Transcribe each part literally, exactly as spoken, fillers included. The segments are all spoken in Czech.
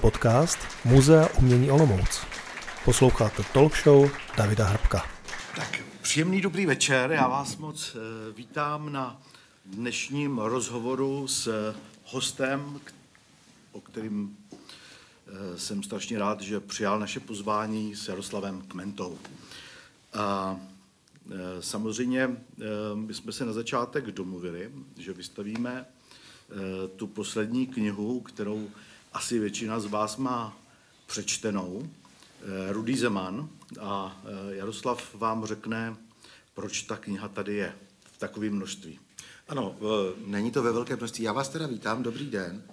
podcast Muzea umění Olomouc. Posloucháte talk show Davida Hrbka. Tak příjemný dobrý večer, já vás moc vítám na dnešním rozhovoru s hostem, o kterým jsem strašně rád, že přijal naše pozvání, s Jaroslavem Kmentou. A samozřejmě my jsme se na začátek domluvili, že vystavíme tu poslední knihu, kterou asi většina z vás má přečtenou, Rudý Zeman, a Jaroslav vám řekne, proč ta kniha tady je v takovém množství. Ano, není to ve velké množství. Já vás teda vítám, dobrý den.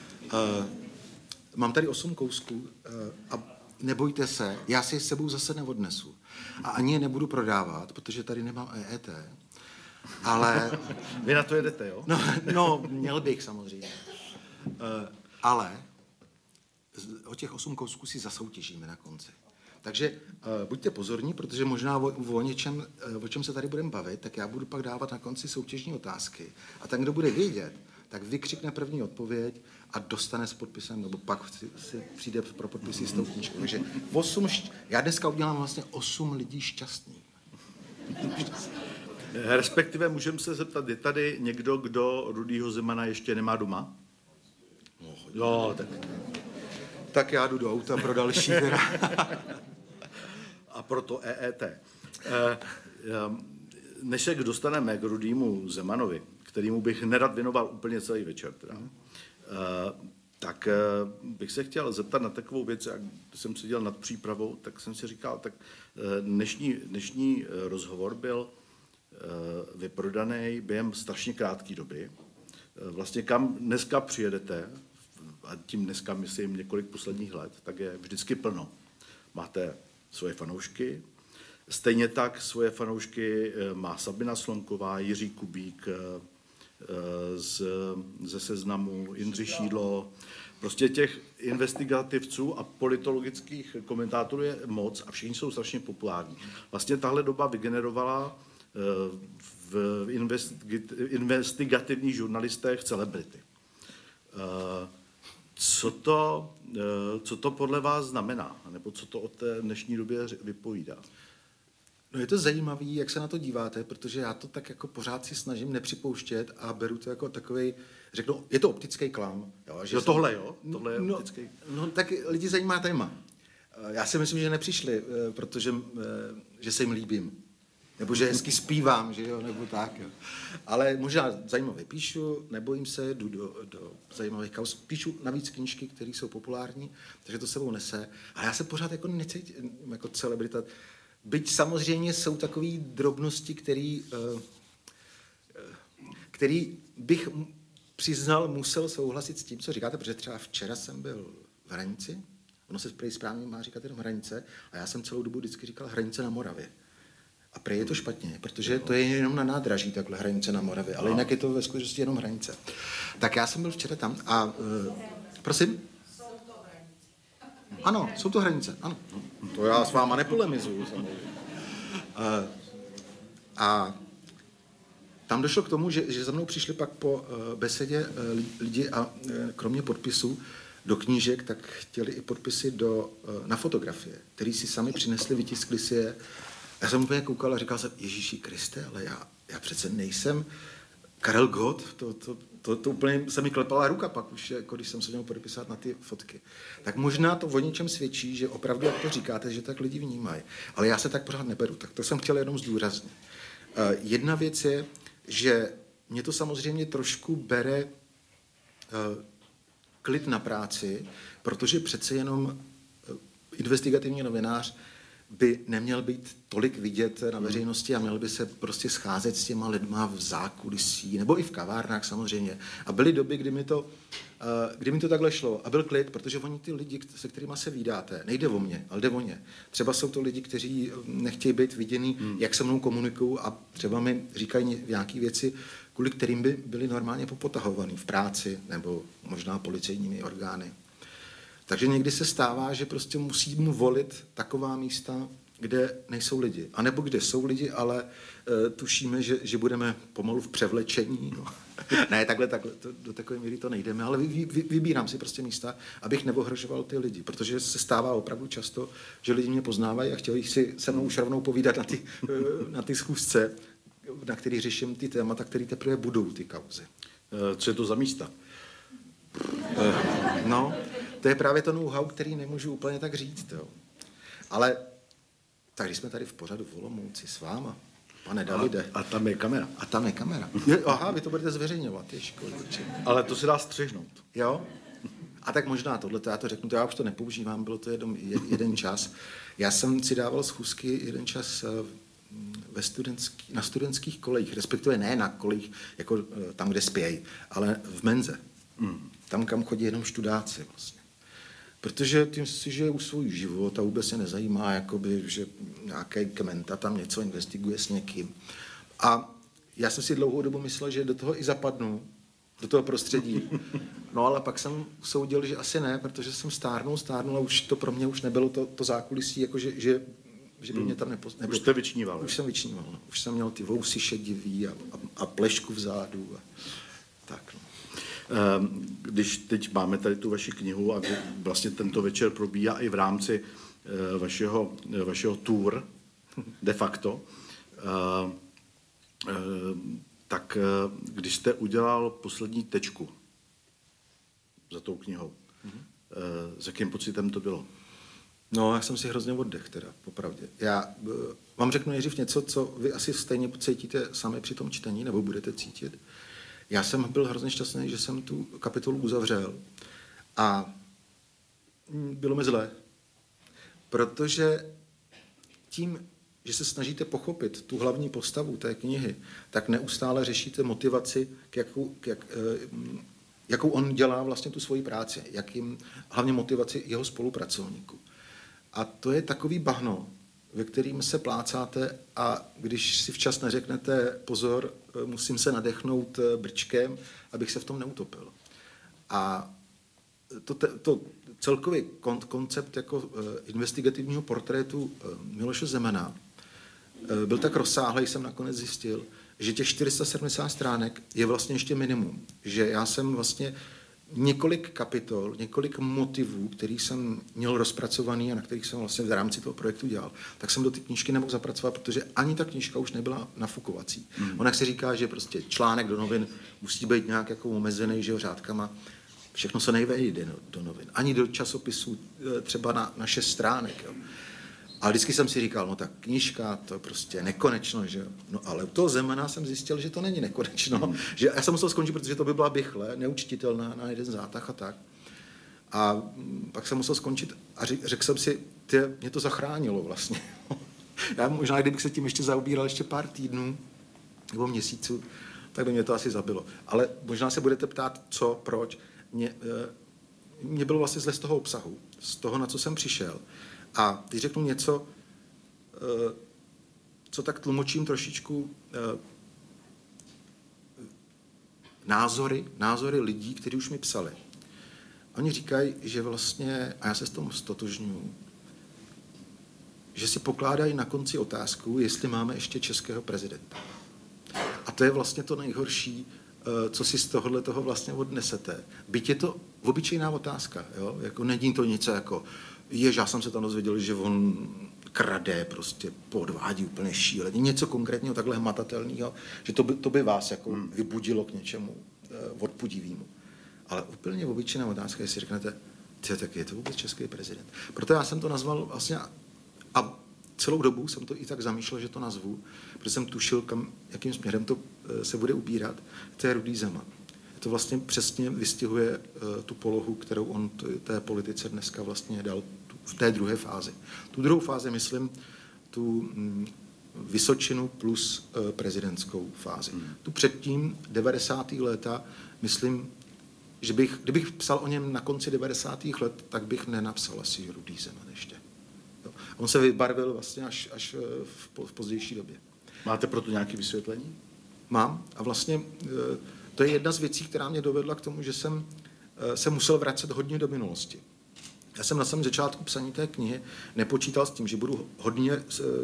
Mám tady osm kousků a nebojte se, já si je s sebou zase neodnesu. A ani je nebudu prodávat, protože tady nemám E E T. Ale... Vy na to jedete, jo? No, no měl bych samozřejmě. Ale o těch osm kousků si zasoutěžíme na konci. Takže uh, buďte pozorní, protože možná o, o něčem, uh, o čem se tady budeme bavit, tak já budu pak dávat na konci soutěžní otázky. A ten, kdo bude vědět, tak vykřikne první odpověď a dostane s podpisem, nebo pak si, si přijde pro podpisy s tou knížkou. Takže osm, já dneska udělám vlastně osm lidí šťastných. Respektive můžeme se zeptat, je tady někdo, kdo Rudýho Zemana ještě nemá doma? No, jo, tak... Tak já jdu do auta pro další. Teda. A proto E E T. Než se dostaneme k Rudýmu Zemanovi, kterému bych nerad věnoval úplně celý večer, teda, tak bych se chtěl zeptat na takovou věc, jak jsem seděl nad přípravou, tak jsem si říkal, tak dnešní, dnešní rozhovor byl vyprodaný během strašně krátké doby. Vlastně kam dneska přijedete, a tím dneska myslím několik posledních let, tak je vždycky plno. Máte svoje fanoušky, stejně tak svoje fanoušky má Sabina Slonková, Jiří Kubík z, ze Seznamu, Jindřich Šídlo. Prostě těch investigativců a politologických komentátorů je moc a všichni jsou strašně populární. Vlastně tahle doba vygenerovala v investigativních žurnalistech celebrity. Co to, co to podle vás znamená? Nebo co to o té dnešní době vypovídá? No je to zajímavé, jak se na to díváte, protože já to tak jako pořád si snažím nepřipouštět a beru to jako takovej, řeknu, je to optický klam. Jo, že jo, tohle jo? Tohle je no, optický... No tak lidi zajímá téma. Já si myslím, že nepřišli, protože že se jim líbím. Nebo že hezky zpívám, že jo, nebo tak, jo. Ale možná zajímavě píšu, nebojím se, jdu do, do zajímavých kauz. Píšu navíc knížky, které jsou populární, takže to sebou nese. Ale já se pořád jako necítím jako celebrita. Byť samozřejmě jsou takové drobnosti, který, který bych přiznal, musel souhlasit s tím, co říkáte, protože třeba včera jsem byl v Hranici, ono se správně má říkat jenom Hranice, a já jsem celou dobu vždycky říkal Hranice na Moravě. A prej je to špatně, protože to je jenom na nádraží, takhle Hranice na Moravě, ale jinak je to ve skutečnosti jenom Hranice. Tak já jsem byl včera tam a... Uh, prosím? Jsou to hranice. Ano, jsou to hranice, ano. To já s váma nepolemizuju, samozřejmě. Uh, a tam došlo k tomu, že, že za mnou přišli pak po uh, besedě uh, lidi a uh, kromě podpisů do knížek, tak chtěli i podpisy do, uh, na fotografie, který si sami přinesli, vytiskli si je. Já jsem úplně koukal a říkal jsem, Ježíši Kriste, ale já, já přece nejsem Karel Gott, to, to, to, to úplně se mi klepala ruka pak už, jako když jsem se měl podepisovat na ty fotky. Tak možná to o něčem svědčí, že opravdu, jak to říkáte, že tak lidi vnímají. Ale já se tak pořád neberu, tak to jsem chtěl jenom zdůraznit. Uh, jedna věc je, že mě to samozřejmě trošku bere uh, klid na práci, protože přece jenom uh, investigativní novinář by neměl být tolik vidět na veřejnosti a měl by se prostě scházet s těma lidma v zákulisí, nebo i v kavárnách samozřejmě. A byly doby, kdy mi to, kdy mi to takhle šlo a byl klid, protože oni ty lidi, se kterými se vídáte, nejde o mě, ale jde o ně. Třeba jsou to lidi, kteří nechtějí být viděný, hmm. jak se mnou komunikují a třeba mi říkají nějaké věci, kvůli kterým by byli normálně popotahovaný v práci nebo možná policejními orgány. Takže někdy se stává, že prostě musím volit taková místa, kde nejsou lidi. A nebo kde jsou lidi, ale uh, tušíme, že, že budeme pomalu v převlečení. No. Ne, takhle, takhle to, do takové míry to nejdeme, ale vy, vy, vybírám si prostě místa, abych neohrožoval ty lidi, protože se stává opravdu často, že lidi mě poznávají a chtěli si se mnou už rovnou povídat na ty, na ty schůzce, na který řeším ty témata, které teprve budou ty kauzy. Co je to za místa? No, to je právě to know-how, který nemůžu úplně tak říct. Jo. Ale tak když jsme tady v pořadu v Olomouci s váma, pane Davide. A, a tam je kamera. A tam je kamera. Je, aha, vy to budete zveřejňovat, je škoda. Ale to se dá střihnout. Jo? A tak možná tohle, já to řeknu, to já už to nepoužívám, bylo to jeden, jeden čas. Já jsem si dával schůzky jeden čas ve studentský, na studentských kolejích, respektive ne na kolejích, jako tam, kde spějí, ale v menze. Mm. Tam, kam chodí jenom študáci vlastně. Protože tím si žije už svůj život a vůbec se nezajímá, jakoby, že nějaký kmenta tam něco investiguje s někým. A já jsem si dlouhou dobu myslel, že do toho i zapadnu, do toho prostředí. No ale pak jsem soudil, že asi ne, protože jsem stárnul, stárnul a už to pro mě už nebylo to, to zákulisí, jakože, že, že by mě tam nepoz... Už jste vyčníval. Už jsem vyčníval, no. Už jsem měl ty vousy šedivý a, a, a plešku vzadu. A... Tak, no. Když teď máme tady tu vaši knihu a vlastně tento večer probíhá i v rámci vašeho, vašeho tour, de facto, tak když jste udělal poslední tečku za tou knihou, mm-hmm. s jakým pocitem to bylo? No, já jsem si hrozně oddech teda, popravdě. Já vám řeknu nejdřív něco, co vy asi stejně cítíte sami při tom čtení, nebo budete cítit. Já jsem byl hrozně šťastný, že jsem tu kapitolu uzavřel a bylo mi zlé, protože tím, že se snažíte pochopit tu hlavní postavu té knihy, tak neustále řešíte motivaci, k jakou, k jak, jakou on dělá vlastně tu svoji práci, jakým, hlavně motivaci jeho spolupracovníků. A to je takový bahno, ve kterým se plácáte a když si včas neřeknete pozor, musím se nadechnout brčkem, abych se v tom neutopil. A to, to celkový koncept jako investigativního portrétu Miloše Zemana byl tak rozsáhlý, jsem nakonec zjistil, že těch čtyři sta sedmdesát stránek je vlastně ještě minimum. Že já jsem vlastně několik kapitol, několik motivů, který jsem měl rozpracovaný a na kterých jsem vlastně v rámci toho projektu dělal, tak jsem do ty knížky nemohl zapracovat, protože ani ta knížka už nebyla nafukovací. Hmm. Ona se říká, že prostě článek do novin musí být nějak jako omezený, že jo, řádkama. Všechno se nejvejde do, do novin. Ani do časopisů třeba na, na šest stránek. Jo. A vždycky jsem si říkal, no tak knížka, to prostě nekonečno, že jo. No ale u toho Zemana jsem zjistil, že to není nekonečno. Hmm. Že já jsem musel skončit, protože to by byla bychle, neučtitelná na jeden zátah a tak. A pak jsem musel skončit a řek, řekl jsem si, ty, mě to zachránilo vlastně. Já možná, kdybych se tím ještě zaobíral ještě pár týdnů nebo měsíců, tak by mě to asi zabilo. Ale možná se budete ptát, co, proč. Mě, mě bylo vlastně zle z toho obsahu, z toho, na co jsem přišel. A když řeknu něco, co tak tlumočím trošičku názory, názory lidí, kteří už mi psali. Oni říkají, že vlastně, a já se s tom stotožňuji, že si pokládají na konci otázku, jestli máme ještě českého prezidenta. A to je vlastně to nejhorší, co si z tohohle toho vlastně odnesete. Byť je to obyčejná otázka, jo? Jako není to něco jako, jež, já jsem se tam dozvěděl, že on krade, prostě podvádí úplně šíleně, něco konkrétního takhle hmatatelného, že to by, to by vás jako hmm. vybudilo k něčemu eh, odpudivému. Ale úplně obyčejná otázka, jestli řeknete, tyjo, tak je to vůbec český prezident. Proto já jsem to nazval vlastně, a celou dobu jsem to i tak zamýšlel, že to nazvu, protože jsem tušil, kam, jakým směrem to eh, se bude ubírat, to je Rudý Zeman. To vlastně přesně vystihuje uh, tu polohu, kterou on t- té politice dneska vlastně dal tu, v té druhé fázi. Tu druhou fázi, myslím, tu mm, Vysočinu plus uh, prezidentskou fázi. Mm. Tu předtím, devadesátá léta, myslím, že bych, kdybych psal o něm na konci devadesátých let, tak bych nenapsal asi Rudý Zeman ještě. Jo. On se vybarvil vlastně až, až v, po, v pozdější době. Máte pro to nějaké vysvětlení? Mám a vlastně... Uh, To je jedna z věcí, která mě dovedla k tomu, že jsem se musel vracet hodně do minulosti. Já jsem na samém začátku psaní té knihy nepočítal s tím, že budu hodně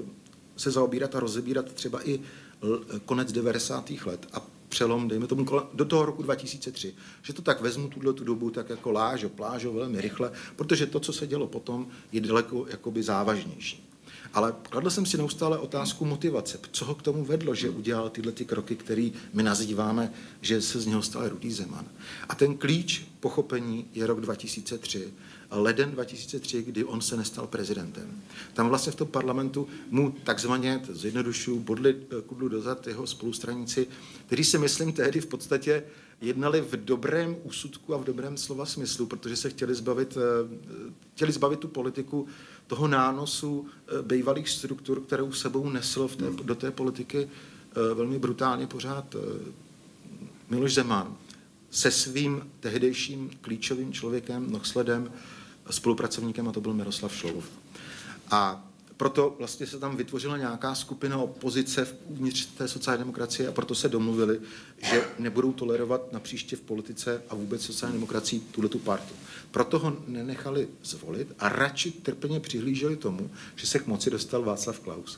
se zaobírat a rozebírat třeba i konec devadesátých let a přelom, dejme tomu, do toho roku dva tisíce tři. Že to tak vezmu tuhle tu dobu tak jako lážo, plážo, velmi rychle, protože to, co se dělo potom, je daleko jakoby závažnější. Ale kladl jsem si neustále otázku motivace. Co ho k tomu vedlo, že udělal tyhle ty kroky, které my nazýváme, že se z něho stal Rudý Zeman. A ten klíč pochopení je rok dva tisíce tři, leden dva tisíce tři, kdy on se nestal prezidentem. Tam vlastně v tom parlamentu mu takzvaně, zjednodušuju, bodli kudlu dozad jeho spolustraníci, kteří si myslím tehdy v podstatě jednali v dobrém úsudku a v dobrém slova smyslu, protože se chtěli zbavit, chtěli zbavit tu politiku toho nánosu bývalých struktur, kterou sebou nesl v té, do té politiky velmi brutálně pořád Miloš Zeman se svým tehdejším klíčovým člověkem, nohsledem, spolupracovníkem, a to byl Miroslav Šlouf. A proto vlastně se tam vytvořila nějaká skupina opozice uvnitř té sociální demokracie a proto se domluvili, že nebudou tolerovat napříště v politice a vůbec sociální demokracii tuhletu partu. Proto ho nenechali zvolit a radši trpěně přihlíželi tomu, že se k moci dostal Václav Klaus.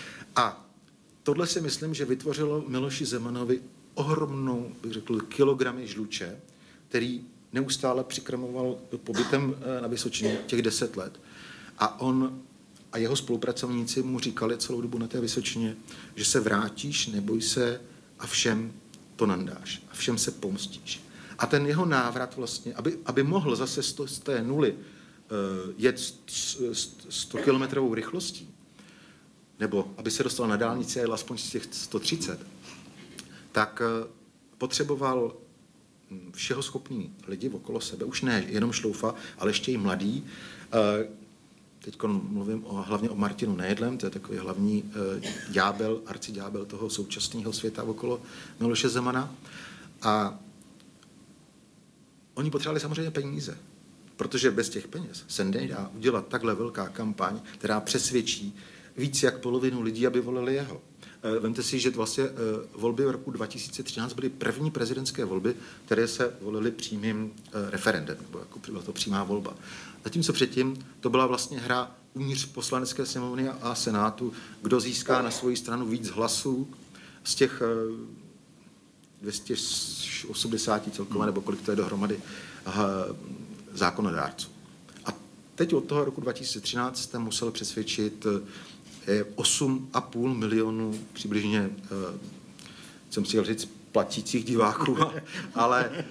A tohle si myslím, že vytvořilo Miloši Zemanovi ohromnou, bych řekl, kilogramy žluče, který neustále přikrmoval pobytem na Vysočině těch deset let. A on a jeho spolupracovníci mu říkali celou dobu na té Vysočině, že se vrátíš, neboj se a všem to nandáš. A všem se pomstíš. A ten jeho návrat vlastně, aby, aby mohl zase sto, z té nuly uh, jet sto kilometrovou rychlostí, nebo aby se dostal na dálnici a jel aspoň z těch sto třicet, tak uh, potřeboval všeho schopný lidi okolo sebe, už ne jenom Šloufa, ale ještě i mladý. Uh, Teď mluvím o, hlavně o Martinu Nejedlem, to je takový hlavní uh, ďábel, arciďábel toho současného světa okolo Miloše Zemana. A oni potřebovali samozřejmě peníze, protože bez těch peněz se nedá udělat takhle velká kampaň, která přesvědčí víc jak polovinu lidí, aby volili jeho. Vemte si, že vlastně volby v roku dva tisíce třináct byly první prezidentské volby, které se volily přímým referendem, nebo jako byla to přímá volba. Zatímco předtím to byla vlastně hra uvnitř poslanecké sněmovny a senátu, kdo získá na svoji stranu víc hlasů z těch dvě stě osmdesát celkově, nebo kolik to je dohromady zákonodárců. A teď od toho roku dva tisíce třináct jste musel přesvědčit osm a půl milionů přibližně, jsem si chtěl říct, platících diváků, ale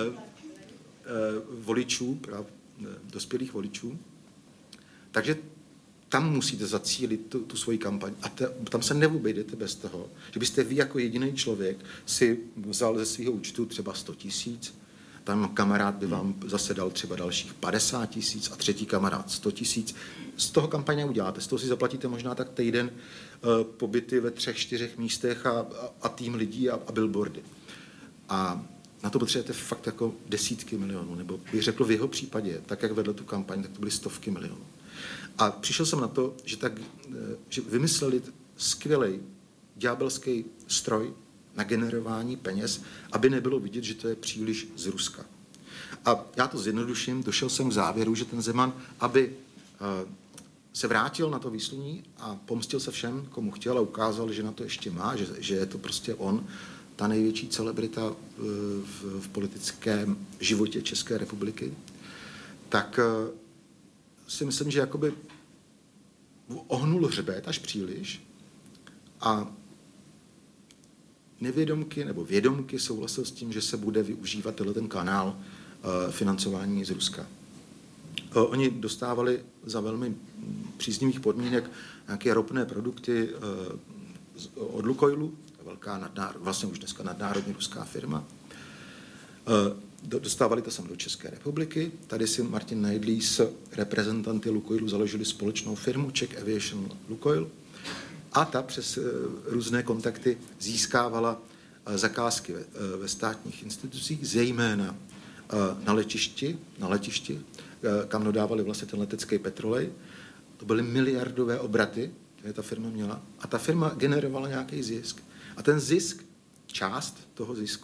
voličů, dospělých voličů. Takže tam musíte zacílit tu, tu svoji kampaň. A te, tam se neobejdete bez toho, že byste vy jako jediný člověk si vzal ze svého účtu třeba sto tisíc, tam kamarád by vám zase dal třeba dalších padesát tisíc a třetí kamarád sto tisíc. Z toho kampaně uděláte, z toho si zaplatíte možná tak týden uh, pobyty ve třech, čtyřech místech a, a, a tým lidí a, a billboardy. A na to potřebujete fakt jako desítky milionů, nebo bych řekl v jeho případě, tak jak vedl tu kampaň, tak to byly stovky milionů. A přišel jsem na to, že, tak, že vymysleli skvělý ďábelský stroj na generování peněz, aby nebylo vidět, že to je příliš z Ruska. A já to zjednoduším, došel jsem k závěru, že ten Zeman, aby se vrátil na to výsluní a pomstil se všem, komu chtěl a ukázal, že na to ještě má, že, že je to prostě on, ta největší celebrita v, v politickém životě České republiky, tak si myslím, že jakoby ohnul hřbet až příliš a nevědomky nebo vědomky souhlasil s tím, že se bude využívat ten kanál uh, financování z Ruska. Uh, oni dostávali za velmi příznivých podmínek nějaké ropné produkty uh, od Lukoilu, velká nadnáro, vlastně už dneska nadnárodní ruská firma. Uh, dostávali to sem do České republiky. Tady si Martin Nejedlý s reprezentanty Lukoilu založili společnou firmu Czech Aviation Lukoil. A ta přes různé kontakty získávala zakázky ve státních institucích, zejména na letišti, na letišti, kam dodávali vlastně ten letecký petrolej. To byly miliardové obraty, které ta firma měla. A ta firma generovala nějaký zisk. A ten zisk, část toho zisku,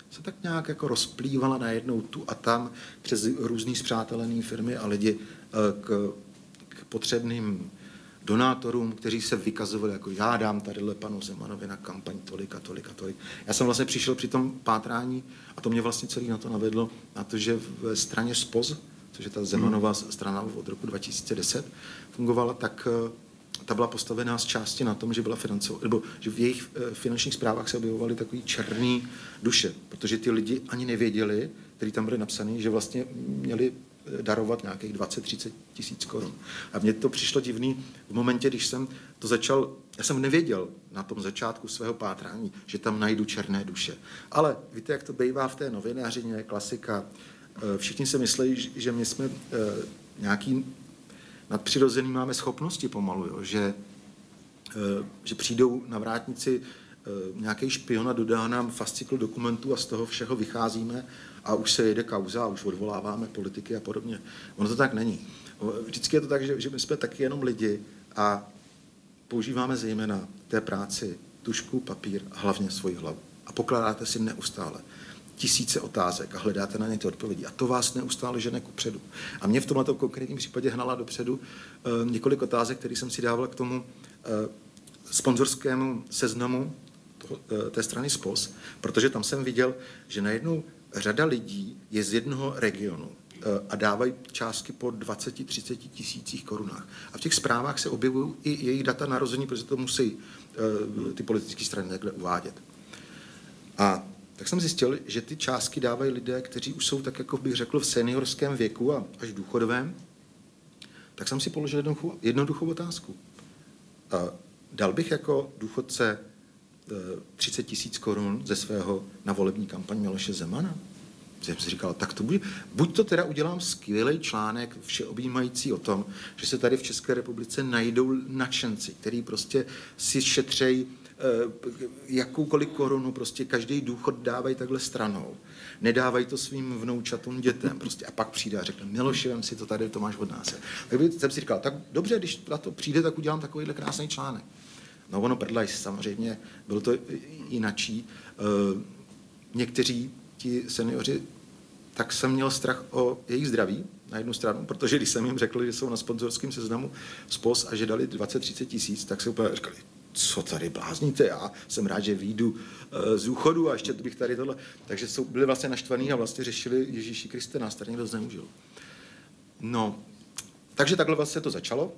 se tak nějak jako rozplývala najednou tu a tam přes různý spřátelený firmy a lidi k, k potřebným donátorům, kteří se vykazovali jako já dám tadyhle panu Zemanovi na kampaň tolik a tolik a tolik. Já jsem vlastně přišel při tom pátrání a to mě vlastně celý na to navedlo, na to, že v straně S P O Z, což je ta Zemanová strana od roku dva tisíce deset, fungovala, tak ta byla postavená z části na tom, že byla financovaná, nebo že v jejich finančních zprávách se objevovaly takový černý duše, protože ty lidi ani nevěděli, kteří tam byli napsaný, že vlastně měli darovat nějakých dvacet třicet tisíc korun. A mně to přišlo divný v momentě, když jsem to začal, já jsem nevěděl na tom začátku svého pátrání, že tam najdu černé duše. Ale víte, jak to bývá v té novinářině, klasika. Všichni si myslí, že my jsme nějaký nadpřirozený máme schopnosti pomalu, jo? Že, že přijdou na vrátnici nějaký špion a dodá nám fascikl dokumentů a z toho všeho vycházíme a už se jede kauza a už odvoláváme politiky a podobně. Ono to tak není. Vždycky je to tak, že, že my jsme taky jenom lidi a používáme zejména té práci tužku, papír a hlavně svoji hlavu. A pokládáte si neustále tisíce otázek a hledáte na ně ty odpovědi. A to vás neustále žene kupředu. A mě v tomto konkrétním případě hnala dopředu e, několik otázek, které jsem si dával k tomu e, sponzorskému seznamu toho, e, té strany S P O Z, protože tam jsem viděl, že najednou řada lidí je z jednoho regionu e, a dávají částky po dvacet třicet tisících korunách. A v těch zprávách se objevují i jejich data narození, protože to musí e, ty politické strany takhle uvádět. A tak jsem zjistil, že ty částky dávají lidé, kteří už jsou tak, jako bych řekl, v seniorském věku a až důchodovém. Tak jsem si položil jednoduchou, jednoduchou otázku. Dal bych jako důchodce třicet tisíc korun ze svého na volební kampaň Miloše Zemana? Jsem si říkal, tak to buď, buď to teda udělám skvělý článek všeobjímající o tom, že se tady v České republice najdou nadšenci, který prostě si šetřejí jakoukoliv korunu, prostě každý důchod dávají takhle stranou. Nedávají to svým vnoučatům, dětem. Prostě. A pak přijde a řekne, Miloši, vem si to tady, to máš od nás. Tak jsem si říkal, tak dobře, když na to přijde, tak udělám takovýhle krásný článek. No ono prdlaj, samozřejmě, bylo to jinačí. Někteří ti seniori, tak jsem měl strach o jejich zdraví na jednu stranu, protože když jsem jim řekl, že jsou na sponzorském seznamu S P O Z a že dali dvacet třicet tisíc, tak se úplně říkali, co tady blázníte, já jsem rád, že vyjdu z důchodu a ještě bych tady tohle. Takže jsou, byli vlastně naštvaní a vlastně řešili Ježíši Kriste, nás tady někdo zneužil. No, takže takhle vlastně to začalo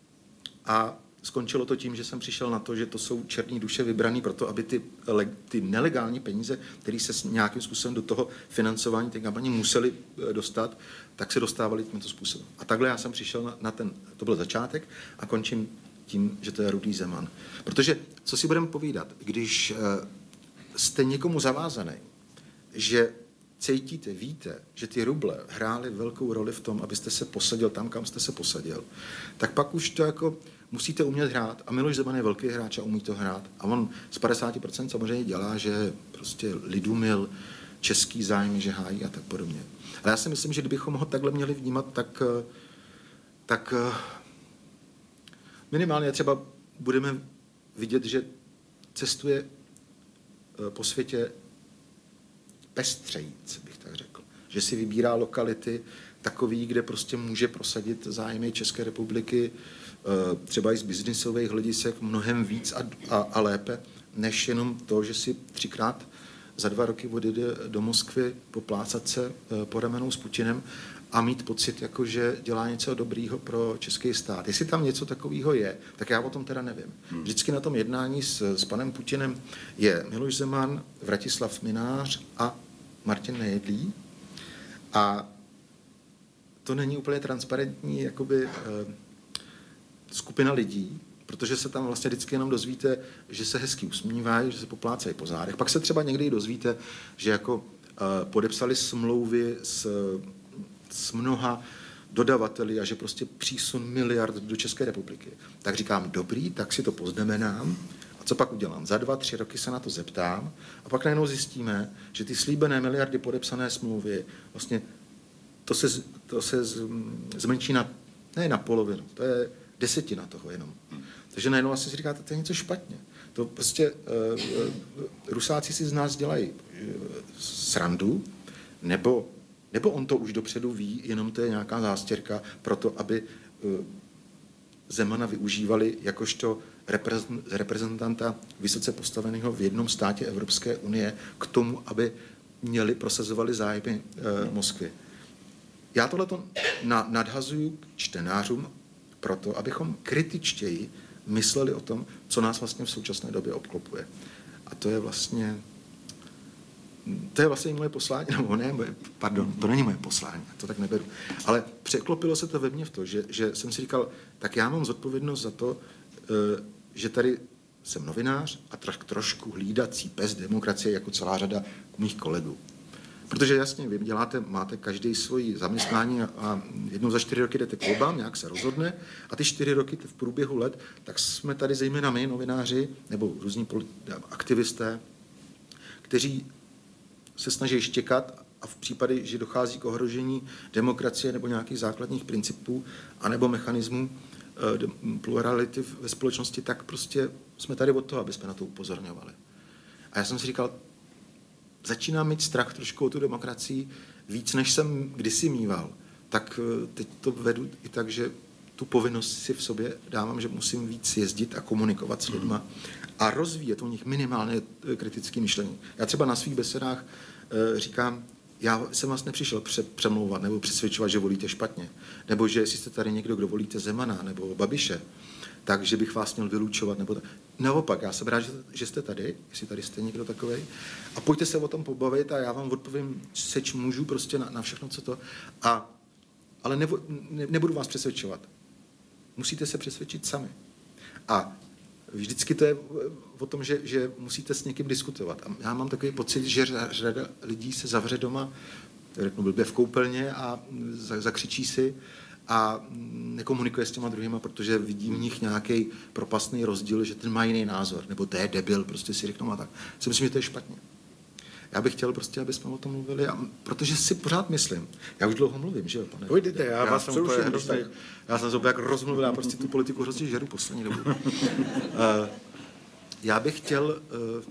a skončilo to tím, že jsem přišel na to, že to jsou černí duše vybraný proto, aby ty, ty nelegální peníze, které se nějakým způsobem do toho financování té kampaně museli dostat, tak se dostávali tímto způsobem. A takhle já jsem přišel na, na ten, to byl začátek a končím tím, že to je Rudý Zeman. Protože, co si budeme povídat, když uh, jste někomu zavázaný, že cítíte, víte, že ty ruble hrály velkou roli v tom, abyste se posadil tam, kam jste se posadil, tak pak už to jako musíte umět hrát. A Miloš Zeman je velký hráč a umí to hrát. A on z padesát procent samozřejmě dělá, že prostě lidumil český zájmy, že hájí a tak podobně. Ale já si myslím, že kdybychom ho takhle měli vnímat, tak, tak minimálně třeba budeme vidět, že cestuje po světě pestřejíc, bych tak řekl. Že si vybírá lokality takový, kde prostě může prosadit zájmy České republiky třeba i z biznisových hledisek mnohem víc a, a, a lépe, než jenom to, že si třikrát za dva roky odjede do Moskvy poplácat se po ramenou s Putinem a mít pocit, jako, že dělá něco dobrýho pro český stát. Jestli tam něco takového je, tak já o tom teda nevím. Vždycky na tom jednání s, s panem Putinem je Miloš Zeman, Vratislav Mynář a Martin Nejedlý. A to není úplně transparentní jakoby, eh, skupina lidí, protože se tam vlastně vždycky jenom dozvíte, že se hezky usmívají, že se poplácají po zádech. Pak se třeba někdy dozvíte, že jako eh, podepsali smlouvy s s mnoha dodavateli a že prostě přísun miliard do České republiky. Tak říkám, dobrý, tak si to poznamenám. A co pak udělám? Za dva, tři roky se na to zeptám a pak najednou zjistíme, že ty slíbené miliardy podepsané smlouvy, vlastně to se, to se zmenší na, ne na polovinu, to je desetina toho jenom. Takže najednou vlastně si říkáte, to je něco špatně. To prostě uh, Rusáci si z nás dělají uh, srandu, nebo, nebo on to už dopředu ví, jenom to je nějaká zástěrka pro to, aby uh, Zemana využívali jakožto reprezentanta vysoce postaveného v jednom státě Evropské unie k tomu, aby měli, prosazovali zájmy e, Moskvy. Já tohleto na, nadhazuju k čtenářům proto, abychom kritičtěji mysleli o tom, co nás vlastně v současné době obklopuje. A to je vlastně to je vlastně moje poslání, nebo ne, moje, pardon, to není moje poslání, to tak neberu. Ale překlopilo se to ve mně v to, že, že jsem si říkal, tak já mám zodpovědnost za to, že tady jsem novinář a troš, trošku hlídací pes demokracie jako celá řada mých kolegů. Protože jasně, vy děláte, máte každý svoji zaměstnání a jednou za čtyři roky jdete k volbám, nějak se rozhodne a ty čtyři roky v průběhu let, tak jsme tady zejména my, novináři, nebo různí aktivisté, kteří se snaží štěkat a v případě, že dochází k ohrožení demokracie nebo nějakých základních principů anebo mechanismů e, plurality ve společnosti, tak prostě jsme tady od toho, aby jsme na to upozorňovali. A já jsem si říkal, začínám mít strach trošku o tu demokracii víc, než jsem kdysi mýval. Tak teď to vedu i tak, že tu povinnost si v sobě dávám, že musím víc jezdit a komunikovat s lidma a rozvíjet u nich minimálně kritické myšlení. Já třeba na svých besedách e, říkám, já jsem vás nepřišel pře- přemlouvat nebo přesvědčovat, že volíte špatně, nebo že jestli jste tady někdo, kdo volíte Zemana nebo Babiše, takže bych vás měl vylučovat. Nebo tak. Naopak, já jsem rád, že, že jste tady, jestli tady jste někdo takovej, a pojďte se o tom pobavit a já vám odpovím, seč můžu prostě na, na všechno, co to. A, ale nebo, ne, nebudu vás přesvědčovat. Musíte se přesvědčit sami. A vždycky to je o tom, že, že musíte s někým diskutovat. A já mám takový pocit, že řada lidí se zavře doma, řeknu blbě, v koupelně a zakřičí si a nekomunikuje s těma druhýma, protože vidí v nich nějaký propastný rozdíl, že ten má jiný názor, nebo to je debil, prostě si řeknou a tak. Si myslím, že to je špatně. Já bych chtěl prostě, aby jsme o tom mluvili, a, protože si pořád myslím, já už dlouho mluvím, že jo, pane? Pojdete, já, já vás jsem úplně hrozný. Já jsem se úplně jak rozmluvil, já prostě tu politiku hrozně žeru poslední dobu. uh, já bych chtěl, uh,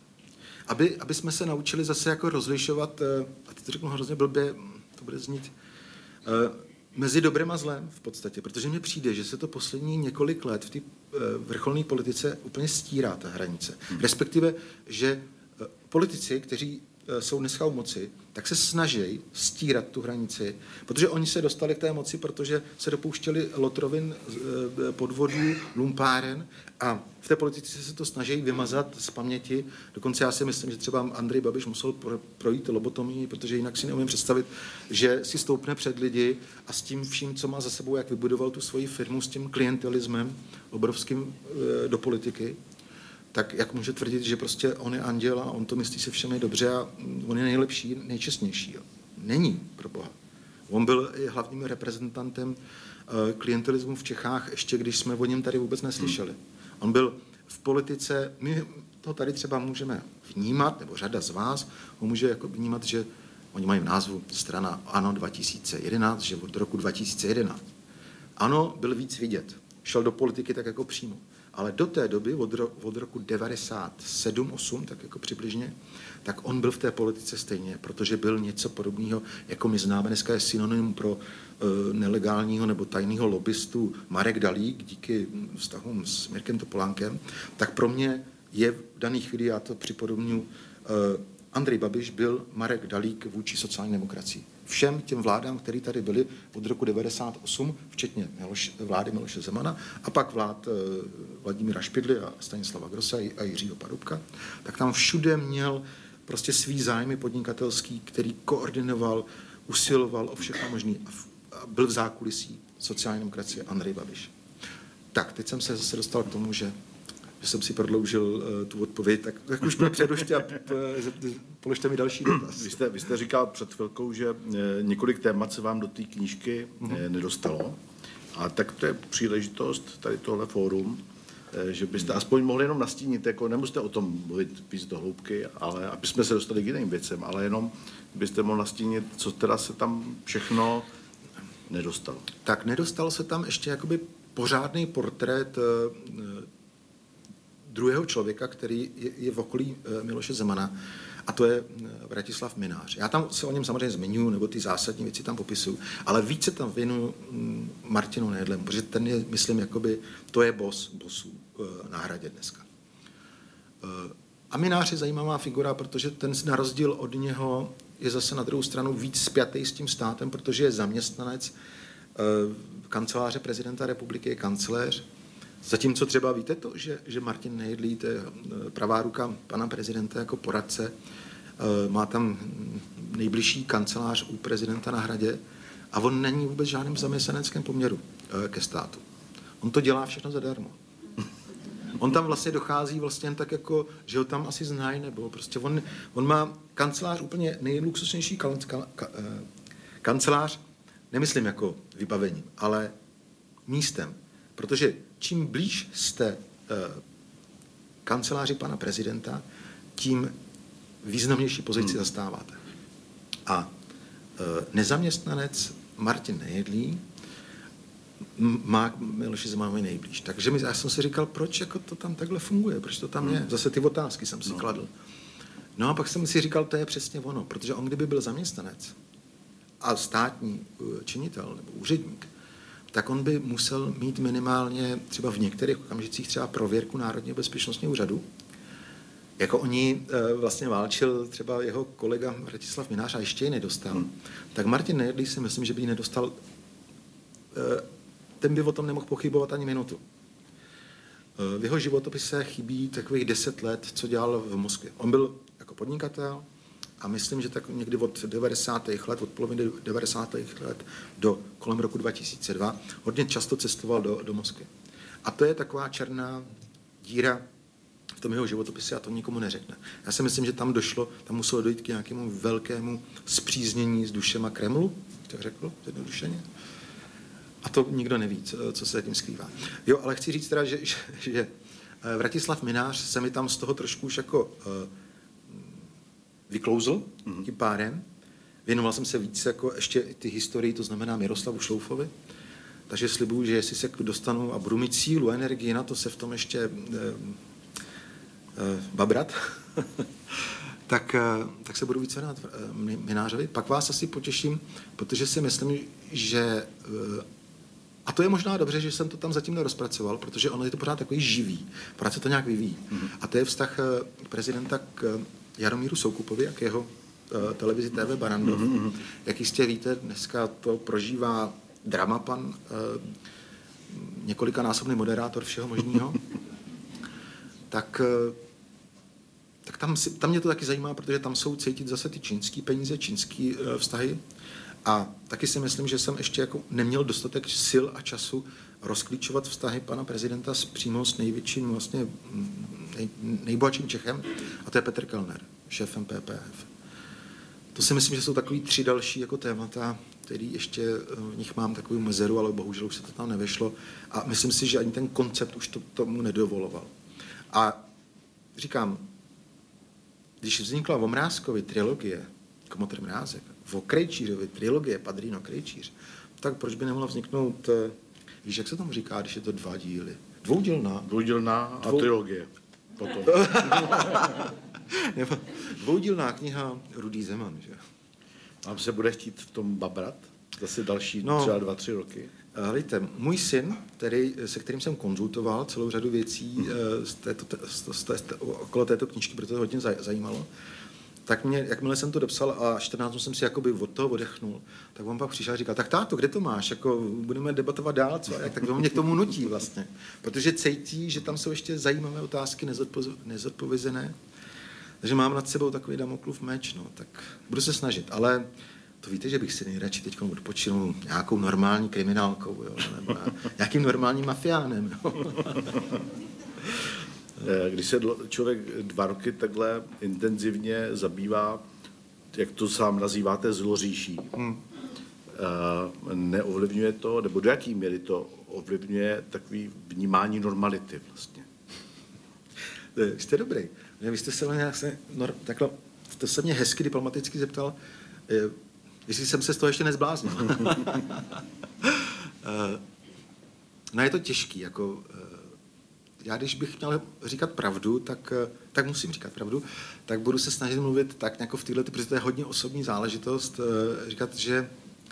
aby, aby jsme se naučili zase jako rozlišovat, uh, a teď to řeknu hrozně blbě, to bude znít, uh, mezi dobrem a zlem v podstatě, protože mně přijde, že se to poslední několik let v té uh, vrcholné politice úplně stírá ta hranice. Hmm. Respektive, že uh, politici, kteří uh, jsou dneska u moci, tak se snaží stírat tu hranici, protože oni se dostali k té moci, protože se dopouštěli lotrovin, uh, podvodů, lumpáren a v té politice se to snaží vymazat z paměti. Dokonce já si myslím, že třeba Andrej Babiš musel projít lobotomii, protože jinak si neumím představit, že si stoupne před lidi a s tím vším, co má za sebou, jak vybudoval tu svoji firmu, s tím klientelismem obrovským e, do politiky, tak jak může tvrdit, že prostě on je anděl a on to myslí se všemi dobře a on je nejlepší, nejčestnější. Jo. Není, pro boha. On byl i hlavním reprezentantem e, klientelismu v Čechách, ještě když jsme o něm tady vůbec neslyšeli. On byl v politice, my to tady třeba můžeme vnímat, nebo řada z vás ho může jako vnímat, že oni mají v názvu strana ANO dva tisíce jedenáct, že od roku dva tisíce jedenáct. ANO byl víc vidět, šel do politiky tak jako přímo. Ale do té doby, od, ro, od roku devadesát sedm osm, tak jako přibližně, tak on byl v té politice stejně, protože byl něco podobného, jako my známe, dneska je synonym pro e, nelegálního nebo tajného lobbystu Marek Dalík, díky vztahům s Mirkem Topolánkem, tak pro mě je v dané chvíli, já to připodobňuji, e, Andrej Babiš byl Marek Dalík vůči sociální demokracii. Všem těm vládám, které tady byly od roku devadesát osm, včetně Miloš, vlády Miloše Zemana, a pak vlád e, Vladimíra Špidly a Stanislava Grosse a Jiřího Paroubka, tak tam všude měl prostě svý zájmy podnikatelský, který koordinoval, usiloval o všechno možné a byl v zákulisí sociální demokracie Andrej Babiš. Tak, teď jsem se zase dostal k tomu, že že jsem si prodloužil uh, tu odpověď, tak, tak už mě předoště a uh, položte mi další dotaz. Vy jste, vy jste říkal před chvilkou, že e, několik témat se vám do té knížky e, nedostalo. A tak to je příležitost, tady tohle fórum, e, že byste aspoň mohli jenom nastínit, jako nemusíte o tom mluvit víc do hloubky, ale aby jsme se dostali k jiným věcem, ale jenom byste mohli nastínit, co teda se tam všechno nedostalo. Tak nedostalo se tam ještě jakoby pořádný portrét e, druhého člověka, který je, je v okolí Miloše Zemana, a to je Vratislav Mynář. Já tam se o něm samozřejmě zmiňuji, nebo ty zásadní věci tam popisuju, ale více tam věnuju Martinu Nejedlému, protože ten je, myslím, jakoby, to je boss bossů na Hradě dneska. A Mynář je zajímavá figura, protože ten na rozdíl od něho je zase na druhou stranu víc spjatý s tím státem, protože je zaměstnanec kanceláře prezidenta republiky, je kancléř. Zatímco třeba víte to, že, že Martin Nejedlý, to je pravá ruka pana prezidenta jako poradce, má tam nejbližší kancelář u prezidenta na Hradě a on není vůbec žádným zaměstnaneckém poměru ke státu. On to dělá všechno zadarmo. On tam vlastně dochází vlastně jen tak jako, že ho tam asi znají, nebo prostě on, on má kancelář úplně nejluxusnější kan, kan, kan, kancelář, nemyslím jako vybavením, ale místem. Protože čím blíž jste uh, kanceláři pana prezidenta, tím významnější pozici hmm. zastáváte. A uh, nezaměstnanec Martin Nejedlý má Miloši Zemanovi nejblíž. Takže mi, já jsem si říkal, proč jako to tam takhle funguje, proč to tam je. Zase ty otázky jsem si no. kladl. No a pak jsem si říkal, to je přesně ono, protože on kdyby byl zaměstnanec a státní činitel nebo úředník, tak on by musel mít minimálně třeba v některých okamžicích třeba prověrku Národního bezpečnostního úřadu. Jako oni e, vlastně válčil třeba jeho kolega Vratislav Mynář a ještě ji nedostal. Hmm. Tak Martin Nejedlý si myslím, že by ji nedostal. E, ten by o tom nemohl pochybovat ani minutu. E, v jeho životopise chybí takových deset let, co dělal v Moskvě. On byl jako podnikatel a myslím, že tak někdy od devadesátých let, od poloviny devadesátých let do kolem roku dva tisíce dva hodně často cestoval do, do Moskvy. A to je taková černá díra v tom jeho životopise a to nikomu neřekne. Já si myslím, že tam došlo, tam muselo dojít k nějakému velkému spříznění s dušema Kremlu, to řekl zjednodušeně. A to nikdo neví, co, co se tím skrývá. Jo, ale chci říct teda, že, že, že Vratislav Mynář se mi tam z toho trošku už jako uh, vyklouzl mm-hmm. tím pádem. Věnoval jsem se víc jako ještě ty historii, to znamená Miroslavu Šloufovi. Takže slibuju, že jestli se dostanu a budu mít sílu, energii na to se v tom ještě eh, eh, babrat, tak, eh, tak se budu víc věnovat eh, Mynářovi. Pak vás asi potěším, protože si myslím, že eh, a to je možná dobře, že jsem to tam zatím nerozpracoval, protože ono je to pořád takový živý. Pořád se to nějak vyvíjí. Mm-hmm. A to je vztah eh, prezidenta k Jaromíru Soukupovi a k jeho uh, televizi T V Barrandov. Mm-hmm. Jak jistě víte, dneska to prožívá dramapan, uh, několikanásobný moderátor všeho možného. tak uh, tak tam, si, tam mě to taky zajímá, protože tam jsou cítit zase ty čínský peníze, čínský uh, vztahy. A taky si myslím, že jsem ještě jako neměl dostatek sil a času rozklíčovat vztahy pana prezidenta s přímo s největším, vlastně nej, nejbohatším Čechem, a to je Petr Kellner, šéfem P P F. To si myslím, že jsou takový tři další jako témata, který ještě v nich mám takovou mezeru, ale bohužel už se to tam nevešlo. A myslím si, že ani ten koncept už to tomu nedovoloval. A říkám, když vznikla v Omrázkovi trilogie Kmotr Mrázek, v Krejčířovi trilogie Padrino Krejčíř, tak proč by nemohla vzniknout, víš, jak se tomu říká, když je to dva díly? Dvoudílná. Dvoudílná a Dvou... trilogie. Potom. Dvoudílná kniha Rudý Zeman, že? A se bude chtít v tom babrat? Zase další no, třeba dva, tři roky? Hejte, můj syn, který, se kterým jsem konzultoval celou řadu věcí hmm. z této, z, z, z, okolo této knížky, protože to hodně zajímalo, tak mě, jakmile jsem to dopsal a čtrnáct jsem si jakoby od toho odechnul, tak on pak přišel a říkal, tak táto, kde to máš? Jako, budeme debatovat dál, co? Jak, tak on mě k tomu nutí vlastně. Protože cítí, že tam jsou ještě zajímavé otázky nezodpo, nezodpovězené. Takže mám nad sebou takový Damoklův meč, no, tak budu se snažit. Ale to víte, že bych si nejradši teď odpočinul nějakou normální kriminálkou, jo, nebo nějakým normálním mafiánem. Jo. Když se člověk dva roky takhle intenzivně zabývá, jak to sám nazýváte, zloříší, hmm. neovlivňuje to, nebo do jaký míry to ovlivňuje takový vnímání normality vlastně? Jste dobrý. Vy jste se nějak se, no, takhle, to se mě hezky diplomaticky zeptal, jestli jsem se z toho ještě nezbláznil. No je to těžký, jako já když bych měl říkat pravdu, tak, tak musím říkat pravdu, tak budu se snažit mluvit tak jako v této, protože to je hodně osobní záležitost, říkat, že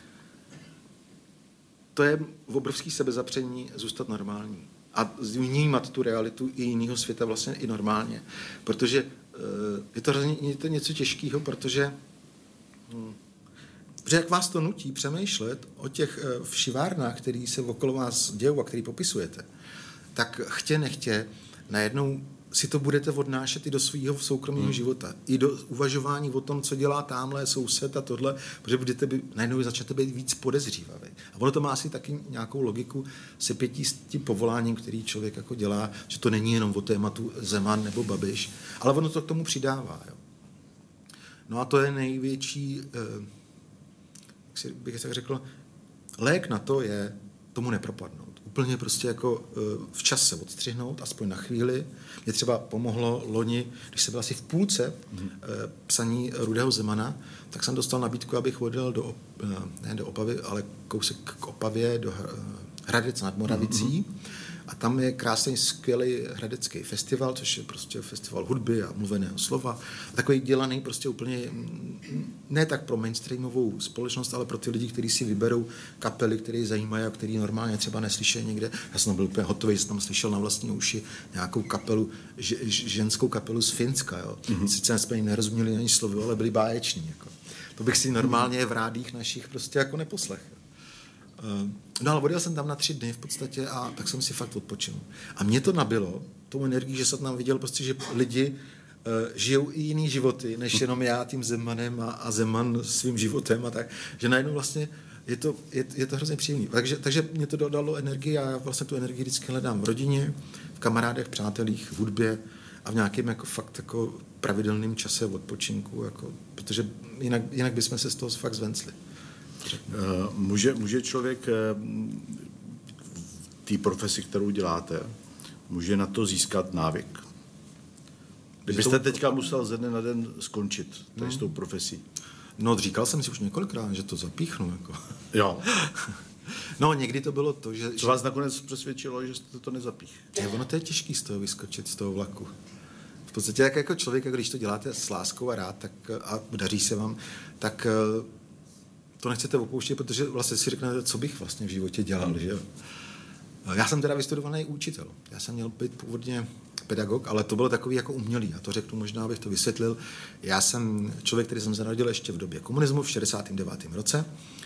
to je v obrovský sebezapření zůstat normální a vnímat tu realitu i jiného světa vlastně i normálně, protože je to, je to něco těžkého, protože hm, protože jak vás to nutí přemýšlet o těch všivárnách, které se okolo vás dějou a které popisujete, tak chtě nechtě najednou si to budete odnášet i do svého soukromého hmm. života. I do uvažování o tom, co dělá tamhle soused a tohle, protože budete by, najednou začnete být víc podezřívavý. A ono to má asi taky nějakou logiku se pětí s tím povoláním, který člověk jako dělá, že to není jenom o tématu Zeman nebo Babiš, ale ono to k tomu přidává. Jo. No a to je největší, eh, jak si bych tak řekl, lék na to je tomu nepropadnout. Úplně prostě jako v čase odstřihnout, aspoň na chvíli. Mě třeba pomohlo loni, když jsem byl asi v půlce mm. psaní Rudého Zemana, tak jsem dostal nabídku, abych odjel do, ne do Opavy, ale kousek k Opavě, do Hradec nad Moravicí. Mm. A tam je krásný, skvělý hradecký festival, což je prostě festival hudby a mluveného slova. A takový dělaný prostě úplně ne tak pro mainstreamovou společnost, ale pro ty lidi, kteří si vyberou kapely, které zajímají a který normálně třeba neslyšejí někde. Já jsem byl úplně hotový, jsem tam slyšel na vlastní uši nějakou kapelu, ž, ženskou kapelu z Finska. Jo. Mm-hmm. Sice jsme nerozuměli ani slovo, ale byli báječní. Jako. To bych si normálně v rádích našich prostě jako neposlechl. No ale odjel jsem tam na tři dny v podstatě a tak jsem si fakt odpočinul. A mě to nabilo, tou energii, že jsem tam viděl prostě, že lidi uh, žijou i jiný životy, než jenom já tím Zemanem a, a Zeman svým životem a tak, že najednou vlastně je to, je, je to hrozně příjemný. Takže, takže mě to dodalo energii a já vlastně tu energii vždycky hledám v rodině, v kamarádech, přátelích, v hudbě a v nějakém jako fakt jako pravidelném čase odpočinku, jako, protože jinak, jinak bychom se z toho fakt zvencli. Může, může člověk v té profesi, kterou děláte, může na to získat návyk? Kdybyste teďka musel ze dne na den skončit tady hmm. s tou profesí. No, říkal jsem si už několikrát, že to zapíchnu. Jako. Jo. No, někdy to bylo to, že... Co vás nakonec přesvědčilo, že jste to nezapích? Je, ono to je těžký z toho vyskočit, z toho vlaku. V podstatě jak jako člověk, když to děláte s láskou a rád tak, a daří se vám, tak to nechcete opouštět, protože vlastně si řeknete, co bych vlastně v životě dělal. Že? Já jsem teda vystudovaný učitel. Já jsem měl být původně pedagog, ale to bylo takový jako umělý. A to řeknu možná, abych to vysvětlil. Já jsem člověk, který jsem se narodil ještě v době komunismu v šedesátém devátém roce.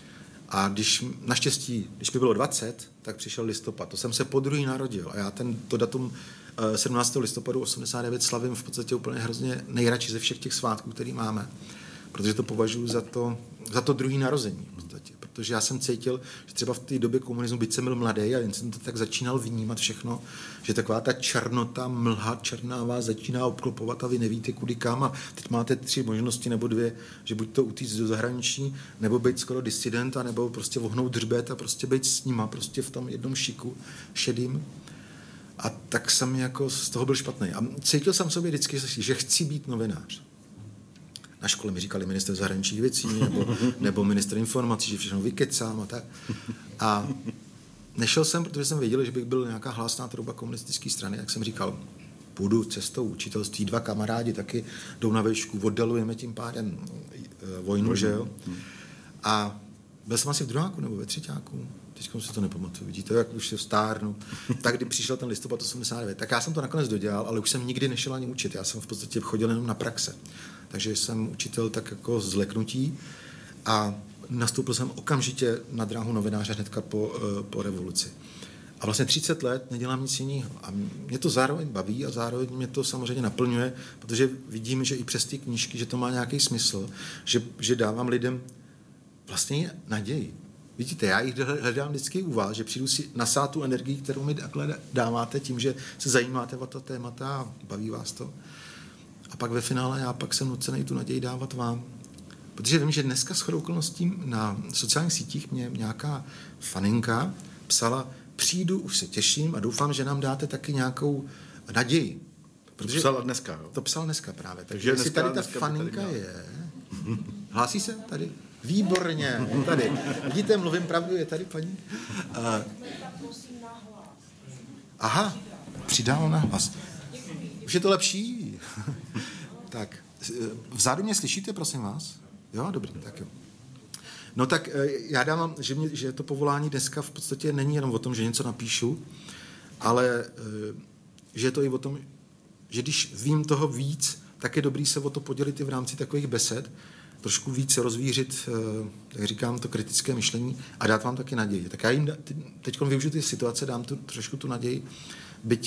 A když naštěstí, když mi bylo dvacet, tak přišel listopad. To jsem se podruhý narodil. A já ten, to datum sedmnáctého listopadu osmdesát devět slavím v podstatě úplně hrozně nejradši ze všech těch svátků, který máme. Protože to považuji za to, za to druhý narození. V podstatě. Protože já jsem cítil, že třeba v té době komunismu, byť jsem byl mladý a jen jsem to tak začínal vnímat všechno, že taková ta černota, mlha černá vás začíná obklopovat a vy nevíte kudy kam a teď máte tři možnosti nebo dvě, že buď to utíct do zahraničí, nebo být skoro disident, nebo prostě vohnout hřbet a prostě být s nima prostě v tom jednom šiku šedým. A tak jsem jako z toho byl špatný. A cítil jsem sobě vždycky, že chci být novinář. Na škole mi říkali ministr zahraničních věcí nebo, nebo ministr informací, že všechno vykecám a tak. A nešel jsem, protože jsem věděl, že bych byl nějaká hlásná trouba komunistické strany, jak jsem říkal, půjdu cestou učitelství, dva kamarádi taky jdou na výšku, oddalujeme tím pádem vojnu, že jo. A byl jsem asi v druháku nebo ve třetíku, teď si to nepamatuju, vidíte, jak už se stárnu. Tak kdy přišel ten listopad osmdesát devět, tak já jsem to nakonec dodělal, ale už jsem nikdy nešel ani učit, já jsem v podstatě chodil jenom na praxe. Takže jsem učitel tak jako z leknutí a nastoupil jsem okamžitě na dráhu novináře hnedka po, po revoluci. A vlastně třicet let nedělám nic jiného. A mě to zároveň baví a zároveň mě to samozřejmě naplňuje, protože vidím, že i přes ty knížky, že to má nějaký smysl, že, že dávám lidem vlastně naději. Vidíte, já jich hledám vždycky u vás, že přijdu si nasát tu energii, kterou mi takhle dáváte tím, že se zajímáte o to témata a baví vás to. A pak ve finále já pak jsem nucený tu naději dávat vám. Protože vím, že dneska shodou okolností na sociálních sítích mě nějaká faninka psala, přijdu, už se těším a doufám, že nám dáte taky nějakou naději. Protože to psala dneska, jo? To psal dneska právě. Takže, Takže jestli tady ta faninka tady je... Hlásí se tady? Výborně, tady. Vidíte, mluvím pravdu, je tady paní. A, Aha, přidal na hlas. Už je to lepší. Tak, vzadu mě slyšíte, prosím vás? Jo, dobrý, tak jo. No tak já dávám, že, mě, že to povolání dneska v podstatě není jenom o tom, že něco napíšu, ale že je to i o tom, že když vím toho víc, tak je dobrý se o to podělit i v rámci takových besed, trošku víc rozvířit, jak říkám, to kritické myšlení a dát vám taky naději. Tak já jim teď využiju ty situace, dám tu, trošku tu naději, byť...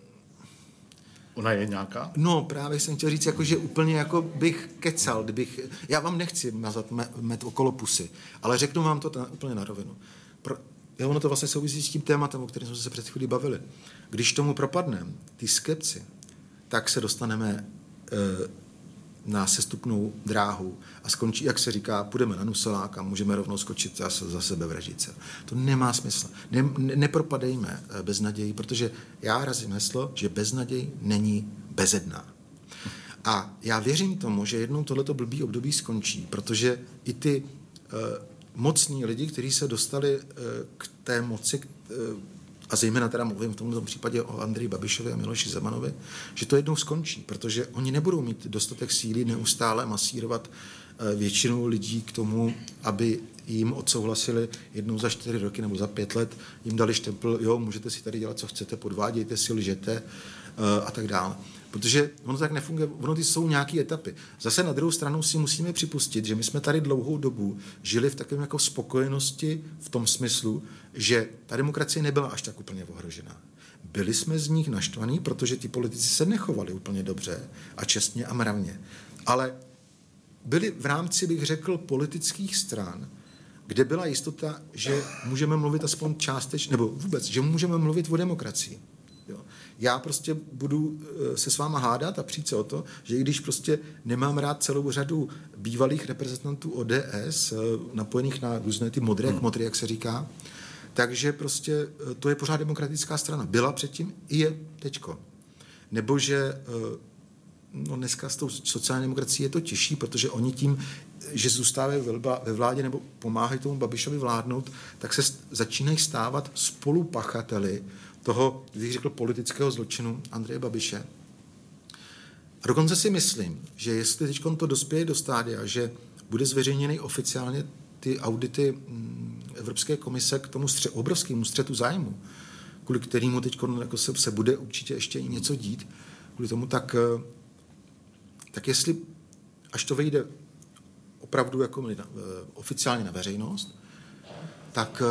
Ona je nějaká? No, právě jsem chtěl říct, jako, že úplně jako bych kecal, kdybych... Já vám nechci mazat med okolo pusy, ale řeknu vám to ta, úplně na rovinu. Pro, jo, ono to vlastně souvisí s tím tématem, o kterém jsme se před chvílí bavili. Když tomu propadneme, ty skepci, tak se dostaneme e, na sestupnou dráhu a skončí, jak se říká, půjdeme na Nusolák a můžeme rovnou skočit zase za sebe vražit se. To nemá smysl. Ne, ne, nepropadejme beznaději, protože já razím heslo, že beznaděj není bezedná. A já věřím tomu, že jednou tohleto blbý období skončí, protože i ty uh, mocní lidi, kteří se dostali uh, k té moci, uh, a zejména teda mluvím v tomto případě o Andreji Babišovi a Miloši Zemanovi, že to jednou skončí, protože oni nebudou mít dostatek síly neustále masírovat většinu lidí k tomu, aby jim odsouhlasili jednou za čtyři roky nebo za pět let, jim dali štempel, jo, můžete si tady dělat, co chcete, podvádějte si, lžete a tak dále. Protože ono tak nefunguje, ono ty jsou nějaké etapy. Zase na druhou stranu si musíme připustit, že my jsme tady dlouhou dobu žili v takové jako spokojenosti v tom smyslu, že ta demokracie nebyla až tak úplně ohrožená. Byli jsme z nich naštvaní, protože ti politici se nechovali úplně dobře a čestně a mravně. Ale byli v rámci, bych řekl, politických stran, kde byla jistota, že můžeme mluvit aspoň částečně, nebo vůbec, že můžeme mluvit o demokracii. Jo. Já prostě budu se s váma hádat a přijít se o to, že i když prostě nemám rád celou řadu bývalých reprezentantů O D S, napojených na různé ty modré hmm. modré, jak se říká, takže prostě to je pořád demokratická strana. Byla předtím i je teďko. Nebo že no dneska s tou sociální demokracií je to těžší, protože oni tím, že zůstávají ve vládě nebo pomáhají tomu Babišovi vládnout, tak se začínají stávat spolupachateli toho, bych řekl, politického zločinu Andreje Babiše. A dokonce si myslím, že jestli teď to dospěje do stádia, že bude zveřejněný oficiálně ty audity Evropské komise k tomu stře- obrovskému střetu zájmu, kvůli kterému teď jako se, se bude určitě ještě něco dít, kvůli tomu, tak, tak jestli, až to vejde opravdu jako na, oficiálně na veřejnost, tak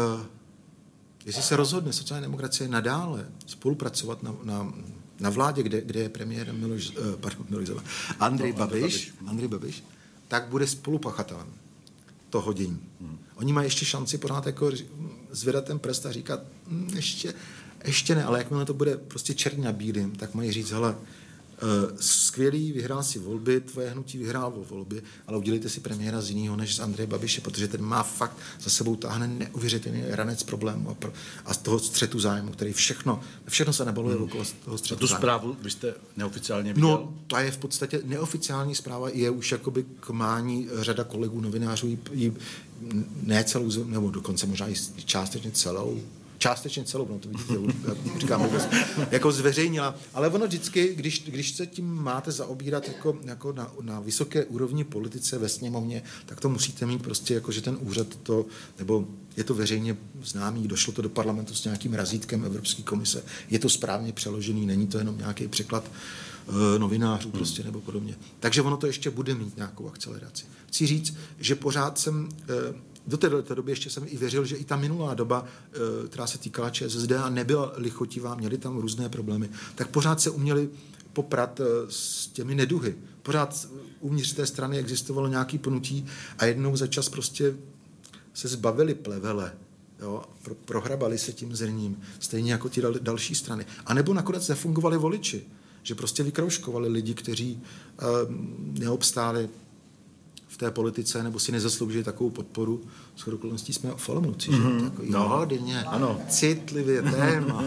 jestli se rozhodne sociální demokracie nadále spolupracovat na, na, na vládě, kde, kde je premiérem Miloš, pardon, Miloš Andrej Babiš, Andrej Babiš, tak bude spolupachatelem toho dění. Hmm. Oni mají ještě šanci pořád jako zvedat ten prst a říkat, hm, ještě, ještě ne, ale jakmile to bude prostě černý na bílým, tak mají říct, hele, Uh, skvělý, vyhrál si volby, tvoje hnutí vyhrál volby, ale udělejte si premiéra z jiného než z Andreje Babiše, protože ten má fakt za sebou táhne neuvěřitelný ranec problémů a, pro, a z toho střetu zájmu, který všechno, všechno se nebaluje hmm. okolo toho střetu zájmu. A tu zprávu vy jste neoficiálně viděl? No, to je v podstatě neoficiální zpráva, je už jakoby k mání řada kolegů novinářů jí, jí ne celou, nebo dokonce možná i částečně celou, částečně celou, no to vidíte, jak říkám, jako zveřejnila. Ale ono vždycky, když, když se tím máte zaobírat jako, jako na, na vysoké úrovni politice ve sněmovně, tak to musíte mít prostě, jako, že ten úřad to, nebo je to veřejně známý, došlo to do parlamentu s nějakým razítkem Evropské komise, je to správně přeložený, není to jenom nějaký překlad uh, novinářů prostě nebo podobně. Takže ono to ještě bude mít nějakou akceleraci. Chci říct, že pořád jsem uh, do té, té doby ještě jsem i věřil, že i ta minulá doba, která se týkala ČSSD a nebyla lichotivá, měli tam různé problémy, tak pořád se uměli poprat s těmi neduhy. Pořád uvnitř té strany existovalo nějaké pnutí a jednou za čas prostě se zbavili plevele, jo, pro, prohrabali se tím zrním, stejně jako ty dal, další strany. A nebo nakonec nefungovali voliči, že prostě vykroužkovali lidi, kteří uh, neobstáli v té politice, nebo si nezasloužili takovou podporu. Shodou okolností jsme v Olomouci, mm-hmm. že? Takový no. hodně ano. citlivě téma.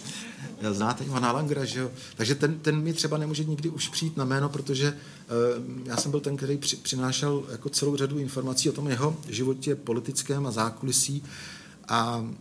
Já znáte Ivana Langra, že jo? Takže ten, ten mi třeba nemůže nikdy už přijít na jméno, protože uh, já jsem byl ten, který při, přinášel jako celou řadu informací o tom jeho životě politickém a zákulisí a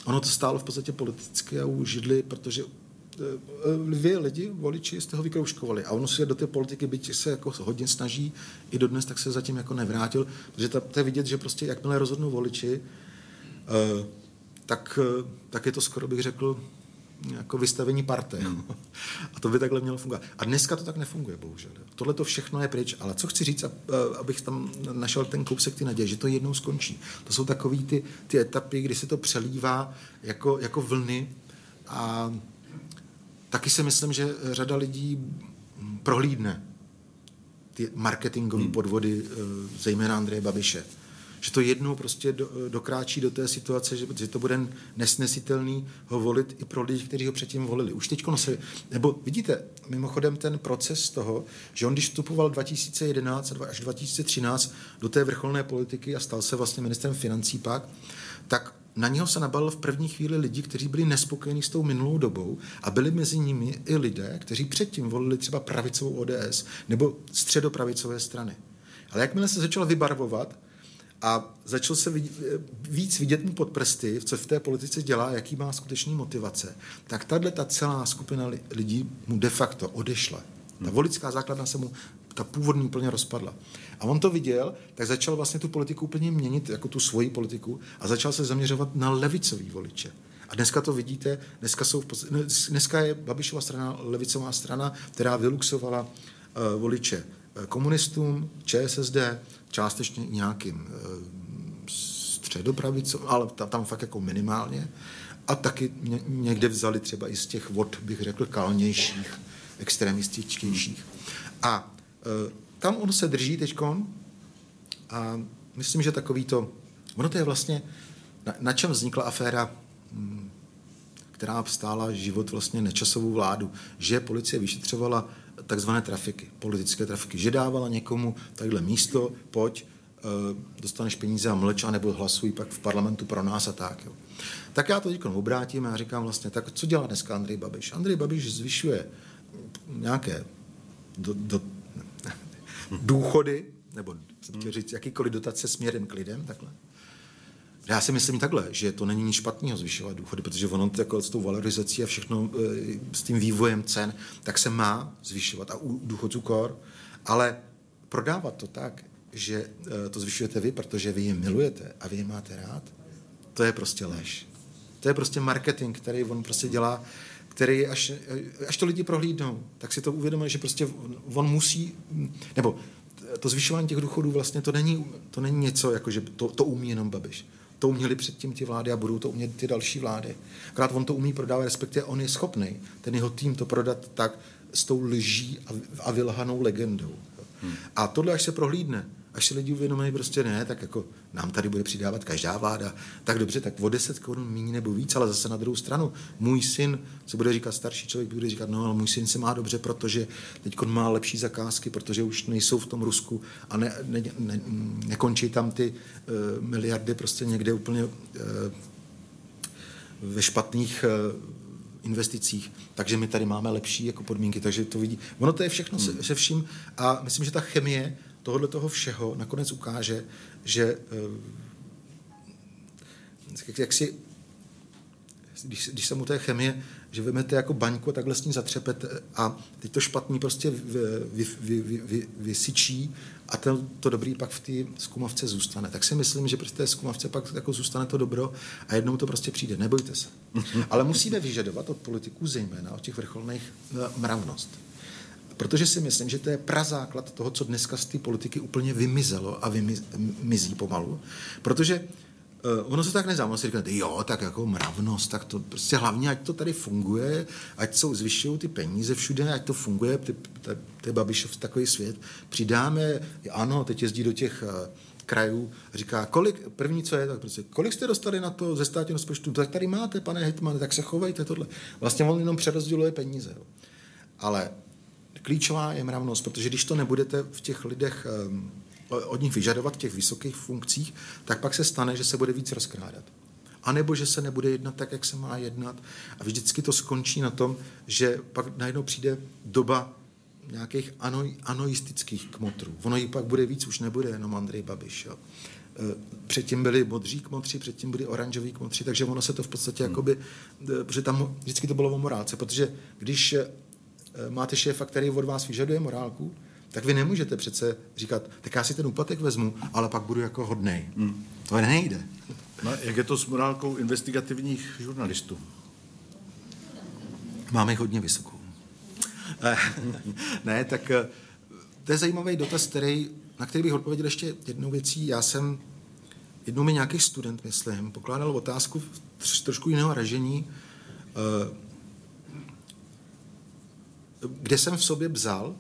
ono to stálo v podstatě politické židli, protože dvě lidi, voliči, z toho vykroužkovali. A ono se do té politiky, byť se jako hodně snaží, i dodnes, tak se zatím jako nevrátil, protože ta, to je vidět, že prostě jakmile rozhodnou voliči, uh, tak, uh, tak je to skoro, bych řekl, jako vystavení parte. Hmm. A to by takhle mělo fungovat. A dneska to tak nefunguje, bohužel. Tohle to všechno je pryč, ale co chci říct, abych tam našel ten kousek ty naděje, že to jednou skončí. To jsou takový ty, ty etapy, kdy se to přelívá jako, jako vlny a taky si myslím, že řada lidí prohlídne ty marketingové podvody, zejména Andreje Babiše. Že to jednou prostě do, dokráčí do té situace, že, že to bude nesnesitelný ho volit i pro lidi, kteří ho předtím volili. Už teďko se, nebo vidíte, mimochodem ten proces toho, že on když vstupoval dva tisíce jedenáct až dva tisíce třináct do té vrcholné politiky a stal se vlastně ministrem financí pak, tak na něho se nabalil v první chvíli lidi, kteří byli nespokojení s tou minulou dobou a byli mezi nimi i lidé, kteří předtím volili třeba pravicovou O D S nebo středopravicové strany. Ale jakmile se začal vybarvovat a začal se víc vidět mu pod prsty, co v té politice dělá, jaký má skutečný motivace, tak tahle ta celá skupina lidí mu de facto odešla. Ta voličská základna se mu ta původní úplně rozpadla. A on to viděl, tak začal vlastně tu politiku úplně měnit, jako tu svoji politiku a začal se zaměřovat na levicový voliče. A dneska to vidíte, dneska, jsou v podstatě, dneska je Babišova strana levicová strana, která vyluxovala uh, voliče komunistům, Č S S D, částečně nějakým uh, středopravicovým, ale tam, tam fakt jako minimálně. A taky ně, někde vzali třeba i z těch vod, bych řekl, kalnějších, extremističtějších. A tam on se drží teďkon a myslím, že takový to, ono to je vlastně, na, na čem vznikla aféra, která stála život vlastně Nečasovou vládu, že policie vyšetřovala takzvané trafiky, politické trafiky, že dávala někomu takhle místo, pojď, dostaneš peníze a mlč, anebo hlasuj pak v parlamentu pro nás a tak. Jo. Tak já to teďkon obrátím a říkám vlastně, tak co dělá dneska Andrej Babiš? Andrej Babiš zvyšuje nějaké do, do důchody, nebo chci říct, jakýkoliv dotace směrem k lidem, takhle. Já si myslím takhle, že to není nic špatného zvyšovat důchody, protože ono jako s tou valorizací a všechno s tím vývojem cen, tak se má zvyšovat a u důchodců kor, ale prodávat to tak, že to zvyšujete vy, protože vy je milujete a vy je máte rád, to je prostě lež. To je prostě marketing, který on prostě dělá, který až, až to lidi prohlídnou, tak si to uvědomuje, že prostě on musí, nebo to zvyšování těch důchodů vlastně to není, to není něco, jako že to, to umí jenom Babiš. To uměli předtím ty vlády a budou to umět ty další vlády. Akorát on to umí prodávat, respektive on je schopný, ten jeho tým to prodat tak s tou lží a, a vylhanou legendou. Hmm. A tohle, až se prohlídne, až se lidi uvědomí prostě ne, tak jako nám tady bude přidávat každá vláda, tak dobře, tak o deset korun míň nebo víc, ale zase na druhou stranu, můj syn, se bude říkat starší člověk, bude říkat, no ale můj syn se má dobře, protože teď má lepší zakázky, protože už nejsou v tom Rusku a ne, ne, ne, nekončí tam ty uh, miliardy prostě někde úplně uh, ve špatných uh, investicích, takže my tady máme lepší jako podmínky, takže to vidí. Ono to je všechno hmm. se, se vším a myslím, že ta chemie tohle toho všeho nakonec ukáže, že jak, jak si, když, když se mu té chemie, že vezmete jako baňku a takhle s ní zatřepete a teď to špatný prostě vy, vy, vy, vy, vysyčí a to, to dobrý pak v té zkumavce zůstane. Tak si myslím, že prostě té zkumavce pak jako zůstane to dobro a jednou to prostě přijde. Nebojte se. Ale musíme vyžadovat od politiků zejména, od těch vrcholných mravnost. Protože si myslím, že to je prazáklad toho, co dneska z té politiky úplně vymizelo a vymizí pomalu. Protože uh, ono se tak nezdá, ono si říká, jo, tak jako mravnost, tak to prostě hlavně, ať to tady funguje, ať jsou zvyšují ty peníze všude, ať to funguje, ty, ty Babišov takový svět. Přidáme, ano, teď jezdí do těch uh, krajů a říká, kolik, první co je, tak prostě, kolik jste dostali na to ze státního rozpočtu, tak tady máte, pane hejtmane, tak se chovejte tohle. Vlastně on jenom přerozděluje peníze. Jo. Ale klíčová je mravnost, protože když to nebudete v těch lidech um, od nich vyžadovat v těch vysokých funkcích, tak pak se stane, že se bude víc rozkrádat. A nebo že se nebude jednat tak, jak se má jednat. A vždycky to skončí na tom, že pak najednou přijde doba nějakých ano, anoistických kmotrů. Ono jí pak bude víc, už nebude jenom Andrej Babiš. Jo. předtím byli modří kmotři, předtím byli oranžoví kmotři, takže ono se to v podstatě hmm. jakoby, protože tam vždycky to bylo o morálce, protože když máte šéfa, který od vás vyžaduje morálku, tak vy nemůžete přece říkat, tak já si ten úplatek vezmu, ale pak budu jako hodnej. Hmm. To nejde. No, jak je to s morálkou investigativních žurnalistů? Máme jich hodně vysokou. Ne, tak to je zajímavý dotaz, který, na který bych odpověděl ještě jednou věcí. Já jsem, jednou mi nějaký student, myslím, pokládal otázku z trošku jiného ražení, kde jsem v sobě bzal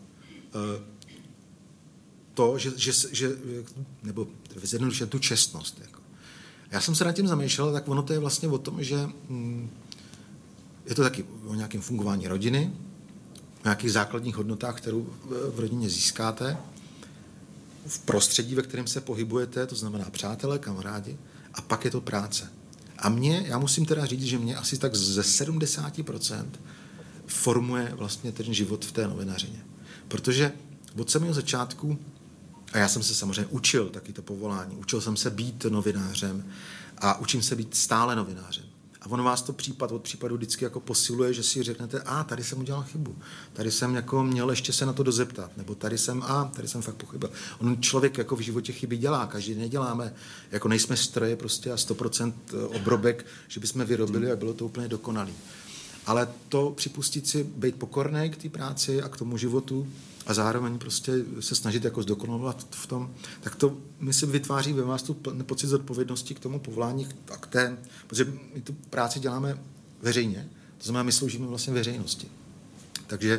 to, že, že, že nebo zjednodušeně tu čestnost. Jako. Já jsem se nad tím zamýšlel, tak ono to je vlastně o tom, že hm, je to taky o nějakém fungování rodiny, o nějakých základních hodnotách, kterou v rodině získáte, v prostředí, ve kterém se pohybujete, to znamená přátelé, kamarádi, a pak je to práce. A mě, já musím teda říct, že mě asi tak ze sedmdesát procent formuje vlastně ten život v té novinařině. Protože od samého začátku, a já jsem se samozřejmě učil taky to povolání, učil jsem se být novinářem a učím se být stále novinářem. A ono vás to případ od případu vždycky jako posiluje, že si řeknete, a tady jsem udělal chybu, tady jsem jako měl ještě se na to dozeptat, nebo tady jsem, a tady jsem fakt pochybil. On člověk jako v životě chyby dělá, každý neděláme, jako nejsme stroje prostě a sto procent obrobek, že bychom vyrobili a bylo to úplně dokonalý. Ale to připustit si, být pokorný k té práci a k tomu životu a zároveň prostě se snažit jako zdokonalovat v tom, tak to my si vytváří ve vás tu pocit zodpovědnosti k tomu povolání a k té, protože my tu práci děláme veřejně, to znamená, my sloužíme vlastně veřejnosti. Takže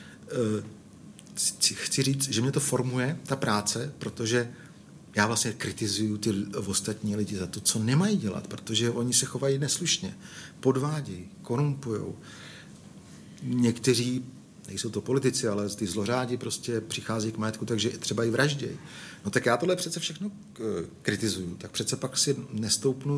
e, chci říct, že mě to formuje, ta práce, protože já vlastně kritizuju ty ostatní lidi za to, co nemají dělat, protože oni se chovají neslušně, podvádějí, korumpujou. Někteří, nejsou to politici, ale ty zlořádi prostě přichází k majetku, takže třeba i vraždějí. No tak já tohle přece všechno kritizuju, tak přece pak si nestoupnu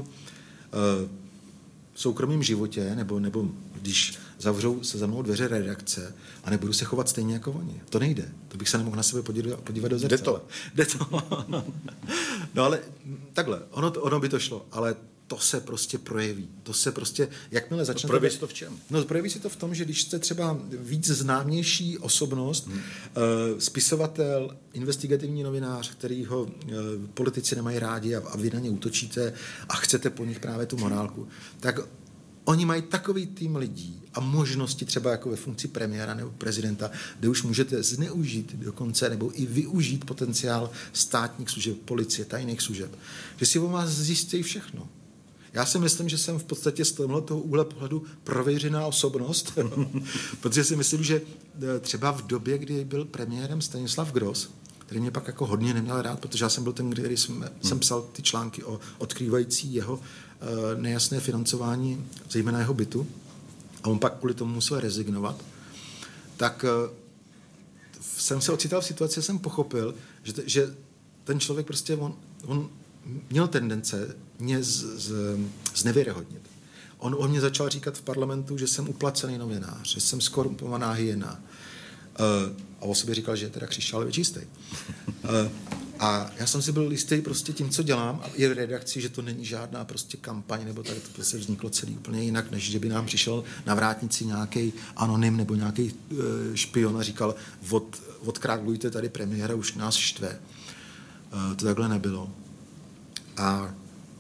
v soukromém životě, nebo, nebo když zavřou se za mnou dveře redakce a nebudu se chovat stejně jako oni. To nejde. To bych se nemohl na sebe podívat, podívat do zrcadla. Jde to. Jde to. No ale takhle, ono, ono by to šlo, ale to se prostě projeví. To se prostě, jakmile začnete... Projeví se to v čem? No, projeví se to v tom, že když jste třeba víc známější osobnost, hmm. uh, spisovatel, investigativní novinář, kterýho uh, politici nemají rádi a, a vy na ně útočíte a chcete po nich právě tu morálku, tak oni mají takový tým lidí a možnosti třeba jako ve funkci premiéra nebo prezidenta, kde už můžete zneužít dokonce nebo i využít potenciál státních služeb, policie, tajných služeb, že si o vás zjistí všechno. Já si myslím, že jsem v podstatě z tohoto úhle pohledu prověřená osobnost, protože si myslím, že třeba v době, kdy byl premiérem Stanislav Gross, který mě pak jako hodně neměl rád, protože já jsem byl ten, který jsem, hmm. jsem psal ty články o odkrývající jeho uh, nejasné financování, zejména jeho bytu, a on pak kvůli tomu musel rezignovat, tak uh, jsem se ocital v situaci, jsem pochopil, že, t- že ten člověk prostě, on, on měl tendence mě z, z, znevěrohodnit. On o mě začal říkat v parlamentu, že jsem uplacený novinář, že jsem skorumpovaná hyena. Uh, a o sobě říkal, že je teda křišťálově čistý. Uh, a já jsem si byl jistý prostě tím, co dělám, a je v redakci, že to není žádná prostě kampaň, nebo tady to prostě vzniklo celý úplně jinak, než že by nám přišel na vrátnici nějaký anonym nebo nějaký uh, špion a říkal, od, odkráglujte tady premiéra, už nás štve. Uh, to takhle nebylo. A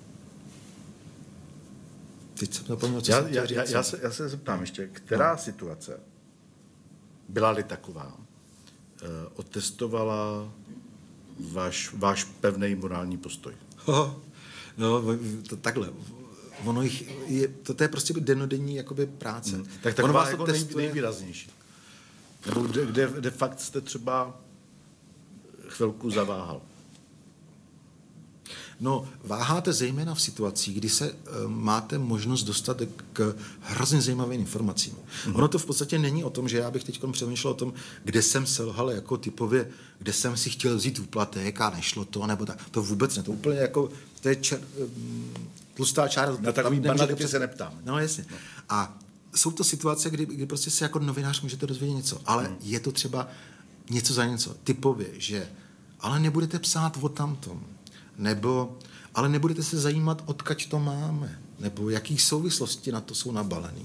teď jsem zapomněl, co já, jsem já, chtěl říct. Já, já, se, já se zeptám ještě, která no. situace byla-li taková, eh, otestovala váš, váš pevný morální postoj? Oh, no, to, takhle. Ono jich je, to, to je prostě dennodenní jakoby práce. Hmm. Tak taková jako nej, nejvýraznější. Nebo kde, kde, kde fakt jste třeba chvilku zaváhal? No, váháte zejména v situacích, kdy se uh, máte možnost dostat k hrozně zajímavým informacím. Mm-hmm. Ono to v podstatě není o tom, že já bych teď přemýšlel o tom, kde jsem selhal jako typově, kde jsem si chtěl vzít úplatek a nešlo to, nebo tak. To vůbec ne. To úplně jako, to je čer, um, tlustá čára. Na takový banality se neptám. No, jasně. No. A jsou to situace, kdy, kdy prostě se jako novinář můžete dozvědět něco, ale mm. je to třeba něco za něco. Typově, že ale nebudete psát o tamtom. nebo, ale nebudete se zajímat, odkud to máme, nebo jaký souvislosti na to jsou nabalený.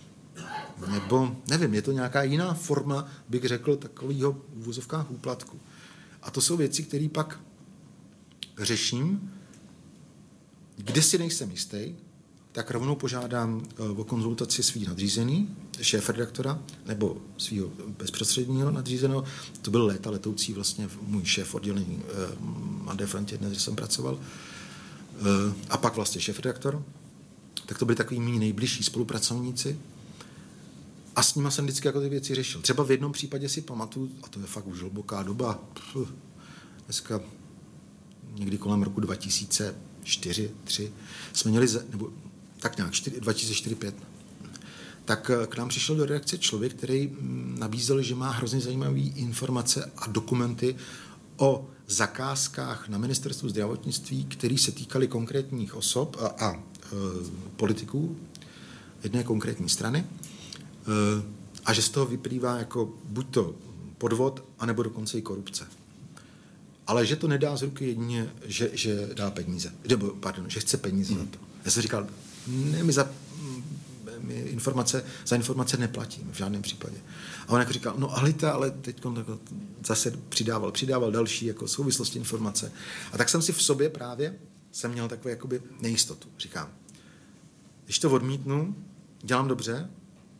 Nebo, nevím, je to nějaká jiná forma, bych řekl, takového v uvozovkách úplatku. A to jsou věci, které pak řeším, kde si nejsem jistý, tak rovnou požádám o konzultaci svých nadřízený, šéfredaktora, nebo svého bezprostředního nadřízeného. To byl léta letoucí vlastně můj šéf oddělení Mladé frontě, dnes jsem pracoval. A pak vlastně šéfredaktor. Tak to byli takový mý nejbližší spolupracovníci. A s nima jsem vždycky jako ty věci řešil. Třeba v jednom případě si pamatuju, a to je fakt už hluboká doba, pff, dneska někdy kolem roku dva tisíce čtyři, tři, jsme měli, nebo tak nějak, dva tisíce čtyři pět, tak k nám přišel do redakce člověk, který nabízel, že má hrozně zajímavé informace a dokumenty o zakázkách na ministerstvu zdravotnictví, které se týkaly konkrétních osob a, a e, politiků jedné konkrétní strany, e, a že z toho vyplývá jako buď to podvod, anebo dokonce i korupce. Ale že to nedá z ruky jedině, že, že dá peníze. Nebo, pardon, že chce peníze hmm. za to. Já jsem říkal, ne, my za my informace, za informace neplatíme v žádném případě. A on jako říkal, no ale ta, ale teď zase přidával, přidával další jako souvislosti informace. A tak jsem si v sobě právě, jsem měl takovou jakoby nejistotu. Říkám, když to odmítnu, dělám dobře,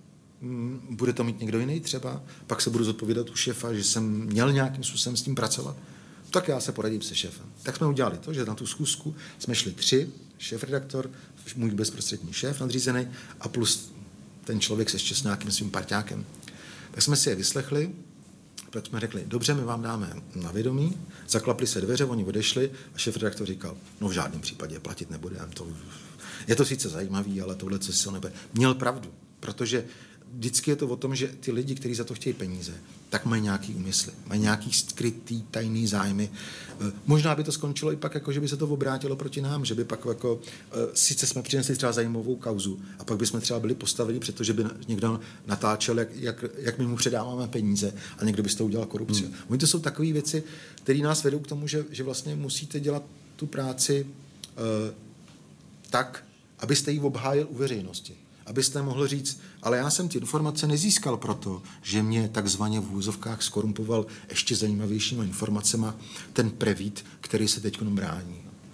bude to mít někdo jiný třeba, pak se budu zodpovídat u šéfa, že jsem měl nějakým způsobem s tím pracovat, tak já se poradím se šéfem. Tak jsme udělali to, že na tu schůzku jsme šli tři, šéfredaktor, můj bezprostřední šéf nadřízený a plus ten člověk se ještě s nějakým svým parťákem. Tak jsme si je vyslechli, protože jsme řekli, dobře, my vám dáme na vědomí, zaklapli se dveře, oni odešli a šéfredaktor říkal, no v žádném případě platit nebudeme. To, je to sice zajímavý, ale tohle co si nebude. Měl pravdu, protože vždycky je to o tom, že ty lidi, kteří za to chtějí peníze, tak mají nějaký úmysly, mají nějaký skrytý, tajný zájmy. Možná by to skončilo i pak, jako, že by se to obrátilo proti nám, že by pak jako, sice jsme přinesli třeba zajímavou kauzu a pak bychom třeba byli postaveni, protože by někdo natáčel, jak, jak, jak my mu předáváme peníze a někdo by z toho udělal korupci. Hmm. Oni to jsou takové věci, které nás vedou k tomu, že, že vlastně musíte dělat tu práci uh, tak, abyste ji obhájil u veřejnosti. Abyste mohl říct, ale já jsem ty informace nezískal proto, že mě takzvaně v úzovkách skorumpoval ještě zajímavějšíma informacema ten prevít, který se teď brání.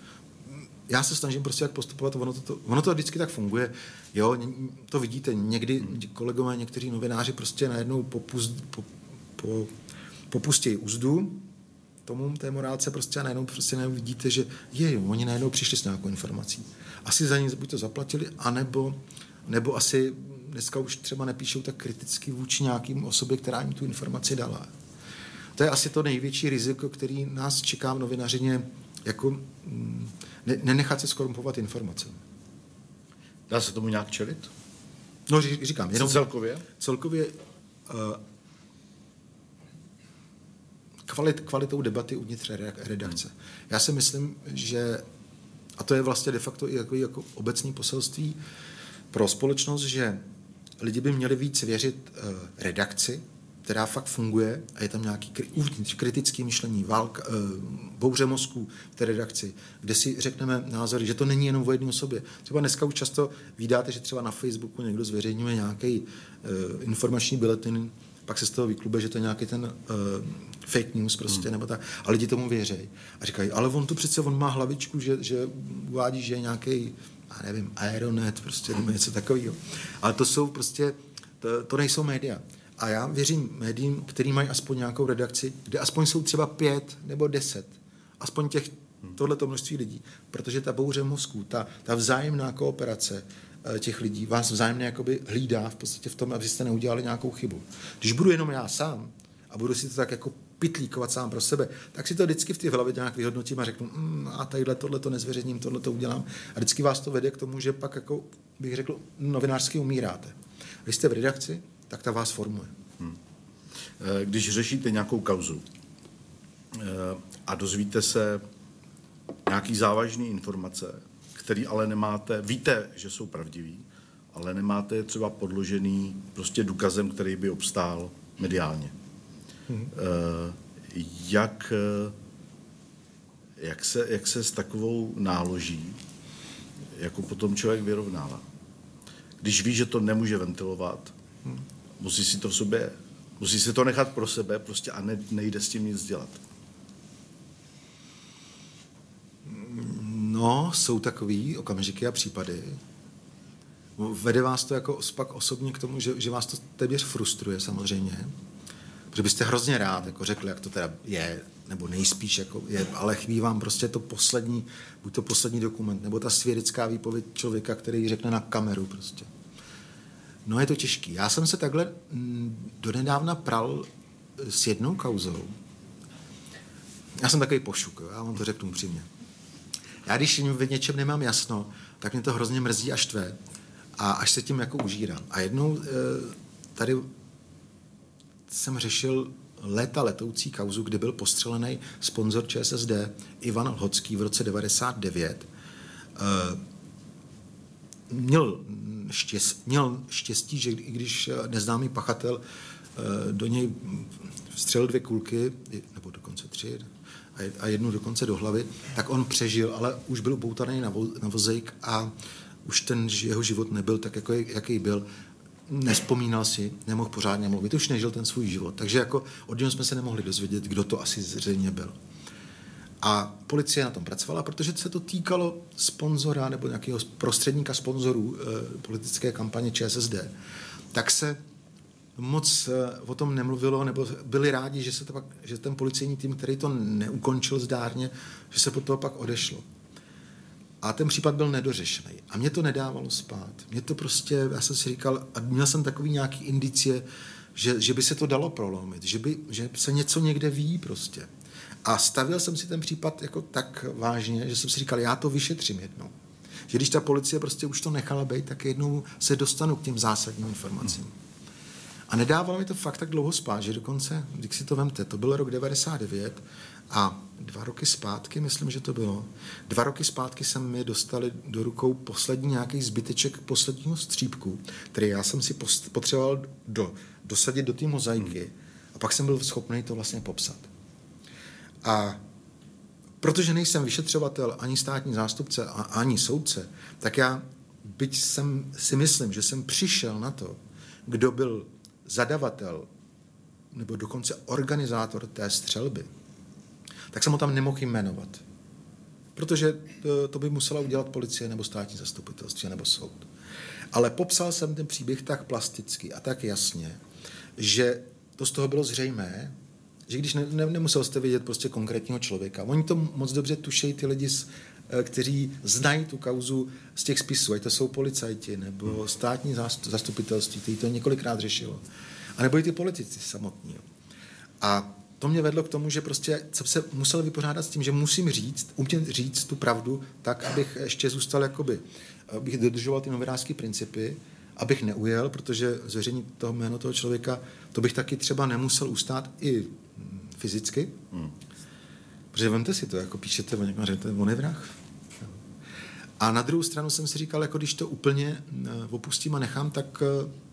Já se snažím prostě jak postupovat, ono to, ono to vždycky tak funguje. Jo, to vidíte, někdy kolegové, někteří novináři prostě najednou popust, po, po, popustějí úzdu tomu, té morálce prostě a najednou prostě najednou vidíte, že je, jo, oni najednou přišli s nějakou informací. Asi za ní buď to zaplatili, anebo nebo asi dneska už třeba nepíšou tak kriticky vůči nějakým osobě, která jim tu informaci dala. To je asi to největší riziko, který nás čeká v novinařině, jako ne, nenechat se skorumpovat informace. Dá se tomu nějak čelit? No, říkám. Jenom celkově? Celkově uh, kvalit, kvalitou debaty uvnitř redakce. Hmm. Já si myslím, že, a to je vlastně de facto i jako, jako obecní poselství pro společnost, že lidi by měli víc věřit uh, redakci, která fakt funguje a je tam nějaký uvnitř kritický myšlení, válka, uh, bouře mozků v té redakci, kde si řekneme názory, že to není jenom o jedné osobě. Třeba dneska už často vídáte, že třeba na Facebooku někdo zveřejňuje nějaký uh, informační biletin, pak se z toho vyklube, že to je nějaký ten uh, fake news prostě, hmm. nebo tak. A lidi tomu věří. A říkají, ale on tu přece, on má hlavičku, že, že uvádí, že je nějaký, já nevím, Aeronet, prostě, nebo něco takového. Ale to jsou prostě, to, to nejsou média. A já věřím médiím, který mají aspoň nějakou redakci, kde aspoň jsou třeba pět nebo deset. Aspoň těch, tohleto množství lidí. Protože ta bouře mozků, ta, ta vzájemná kooperace těch lidí vás vzájemně jakoby hlídá v podstatě v tom, abyste neudělali nějakou chybu. Když budu jenom já sám a budu si to tak jako pitlíkovat sám pro sebe, tak si to vždycky v té hlavě nějak vyhodnotím a řeknu, mm, a tadyhle tohle to nezveřejním, tohle to udělám. A vždycky vás to vede k tomu, že pak, jako bych řekl, novinářsky umíráte. Když jste v redakci, tak ta vás formuje. Hmm. Když řešíte nějakou kauzu a dozvíte se nějaký závažný informace, který ale nemáte, víte, že jsou pravdivý, ale nemáte je třeba podložený prostě důkazem, který by obstál mediálně. Hmm. Jak Jak se, jak se s takovou náloží jako potom člověk vyrovnává? Když ví, že to nemůže ventilovat, hmm. musí si to v sobě, musí si to nechat pro sebe prostě a ne, nejde s tím nic dělat. No, jsou takový okamžiky a případy. Vede vás to jako pak osobně k tomu, že, že vás to téměř frustruje samozřejmě. Protože byste hrozně rád jako řekl, jak to teda je, nebo nejspíš jako je, ale chybí vám prostě to poslední, buď to poslední dokument, nebo ta svědecká výpověď člověka, který řekne na kameru prostě. No je to těžký. Já jsem se takhle donedávna pral s jednou kauzou. Já jsem takový pošuk, jo? Já vám to řeknu upřímně. Já když v něčem nemám jasno, tak mě to hrozně mrzí a štve a až se tím jako užírám. A jednou tady jsem řešil léta letoucí kauzu, kdy byl postřelený sponzor ČSSD Ivan Lhocký v roce devadesát devět. Měl, štěst, měl štěstí, že i když neznámý pachatel do něj vstřelil dvě kulky, nebo dokonce tři, a jednu dokonce do hlavy, tak on přežil, ale už byl upoutaný na, vo, na vozejk a už ten jeho život nebyl tak, jako jaký byl. Nespomínal si, nemohl pořádně mluvit, už nežil ten svůj život. Takže jako od něho jsme se nemohli dozvědět, kdo to asi zřejmě byl. A policie na tom pracovala, protože se to týkalo sponzora nebo nějakého prostředníka sponzorů eh, politické kampaně ČSSD. Tak se moc eh, o tom nemluvilo, nebo byli rádi, že, se to pak, že ten policejní tým, který to neukončil zdárně, že se pod toho pak odešlo. A ten případ byl nedořešený. A mě to nedávalo spát. Mě to prostě, já jsem si říkal, a měl jsem takový nějaký indicie, že, že by se to dalo prolomit, že, by, že se něco někde ví prostě. A stavil jsem si ten případ jako tak vážně, že jsem si říkal, já to vyšetřím jednou. Že když ta policie prostě už to nechala být, tak jednou se dostanu k těm zásadním informacím. A nedávalo mi to fakt tak dlouho spát, že dokonce, když si to vemte, to byl rok devadesát devět a dva roky zpátky, myslím, že to bylo, dva roky zpátky jsem mi dostali do rukou poslední nějaký zbyteček posledního střípku, který já jsem si potřeboval do, dosadit do té mozaiky a pak jsem byl schopný to vlastně popsat. A protože nejsem vyšetřovatel, ani státní zástupce, a ani soudce, tak já, byť jsem si myslím, že jsem přišel na to, kdo byl zadavatel nebo dokonce organizátor té střelby, tak jsem ho tam nemohl jmenovat. Protože to, to by musela udělat policie nebo státní zastupitelství nebo soud. Ale popsal jsem ten příběh tak plasticky a tak jasně, že to z toho bylo zřejmé, že když ne, ne, nemusel jste vidět prostě konkrétního člověka. Oni to moc dobře tušejí ty lidi, kteří znají tu kauzu z těch spisů, ať to jsou policajti nebo státní zastupitelství, který to několikrát řešilo. A nebo i ty politici samotní. A to mě vedlo k tomu, že prostě jsem se musel vypořádat s tím, že musím říct, umět říct tu pravdu tak, abych ještě zůstal jakoby, abych dodržoval ty novinářské principy, abych neujel, protože zveřejnit toho jméno toho člověka, to bych taky třeba nemusel ustát i fyzicky. Hmm. Protože vemte si to, jako píšete o někom, řeknete, on je vrah. A na druhou stranu jsem si říkal, jako když to úplně opustím a nechám, tak,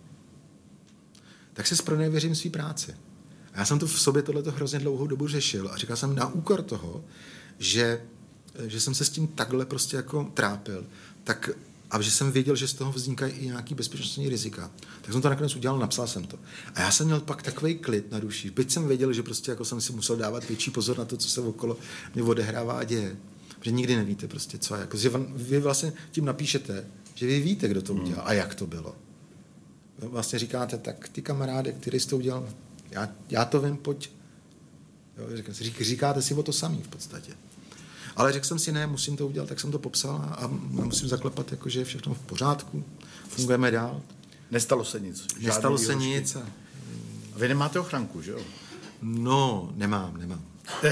tak se zpronevěřím svý práci. A já jsem to v sobě tohleto hrozně dlouhou dobu řešil a říkal jsem na úkor toho, že, že jsem se s tím takhle prostě jako trápil, tak a že jsem věděl, že z toho vznikají i nějaký bezpečnostní rizika. Tak jsem to nakonec udělal, napsal jsem to. A já jsem měl pak takový klid na duši. Byť jsem věděl, že prostě jako jsem si musel dávat větší pozor na to, co se okolo mě odehrává a děje. Protože nikdy nevíte prostě, co je. Jako, že vy vlastně tím napíšete, že vy víte, kdo to udělal a jak to bylo. Vlastně říkáte, tak ty kamaráde, který jsi to udělal, já, já to vím, pojď. Jo, řík, říkáte si o to samý v podstatě. Ale řekl jsem si, ne, musím to udělat, tak jsem to popsal a musím zaklepat, jako, že je všechno v pořádku, fungujeme dál. Nestalo se nic. Nestalo se nic. A... a vy nemáte ochranku, že jo? No, nemám, nemám.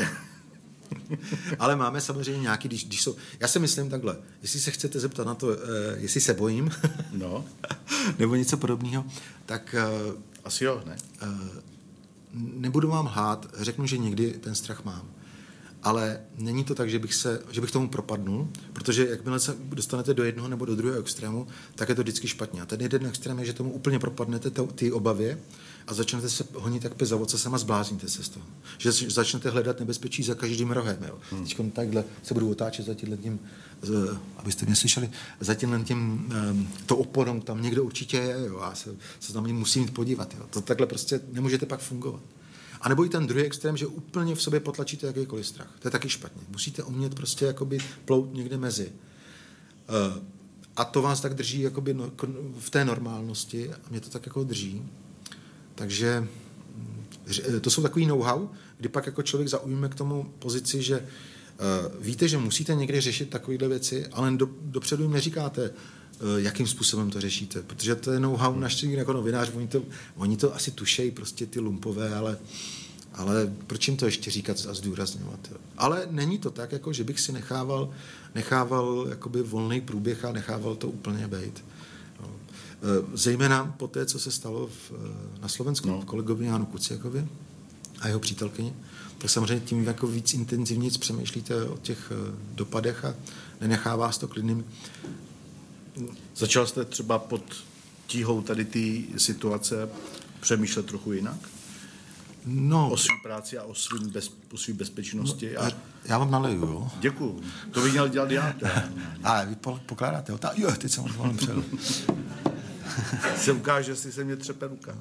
Ale máme samozřejmě nějaký, když, když jsou... Já si myslím takhle, jestli se chcete zeptat na to, uh, jestli se bojím, no. nebo něco podobného, tak... Uh, Asi jo, ne? Uh, nebudu vám lhát, řeknu, že někdy ten strach mám. ale není to tak, že bych, se, že bych tomu propadnul, protože jakmile se dostanete do jednoho nebo do druhého extrému, tak je to vždycky špatně. A ten jeden extrém je, že tomu úplně propadnete ty obavě a začnete se honit tak pes za vocasem a zblázníte se z toho. Že začnete hledat nebezpečí za každým rohem. Jo. Hmm. Teď takhle se budu otáčet za tím, abyste mě slyšeli, za tím, tím to oporou tam někdo určitě je, jo, a se, se tam musím jít podívat. Jo. To takhle prostě nemůžete pak fungovat. A nebo i ten druhý extrém, že úplně v sobě potlačíte jakýkoliv strach. To je taky špatně. Musíte umět prostě jakoby plout někde mezi. A to vás tak drží jakoby v té normálnosti a mě to tak jako drží. Takže to jsou takový know-how, kdy pak jako člověk zaujme k tomu pozici, že víte, že musíte někdy řešit takovéhle věci, ale do, dopředu jim neříkáte, jakým způsobem to řešíte, protože to je know-how naši jako novinář, oni to, oni to asi tušejí, prostě ty lumpové, ale, ale proč jim to ještě říkat a zdůrazňovat. Jo? Ale není to tak, jako, že bych si nechával, nechával jakoby volný průběh a nechával to úplně bejt. No. Zejména po té, co se stalo v, na Slovensku, no. v kolegovi Jánu Kuciakovi a jeho přítelkyni, tak samozřejmě tím jako víc intenzivně přemýšlíte o těch dopadech a nenechá vás to klidným. Začal jste třeba pod tíhou tady té situace přemýšlet trochu jinak? No. O svý práci a o svým bez, o svý bezpečnosti. No, a... Já vám naleju, jo? Děkuju. To bych měl dělat já. A vy pokládáte otázku? Jo, teď jsem vám volím přel. Se ukáže, jestli se mě třepe ruka.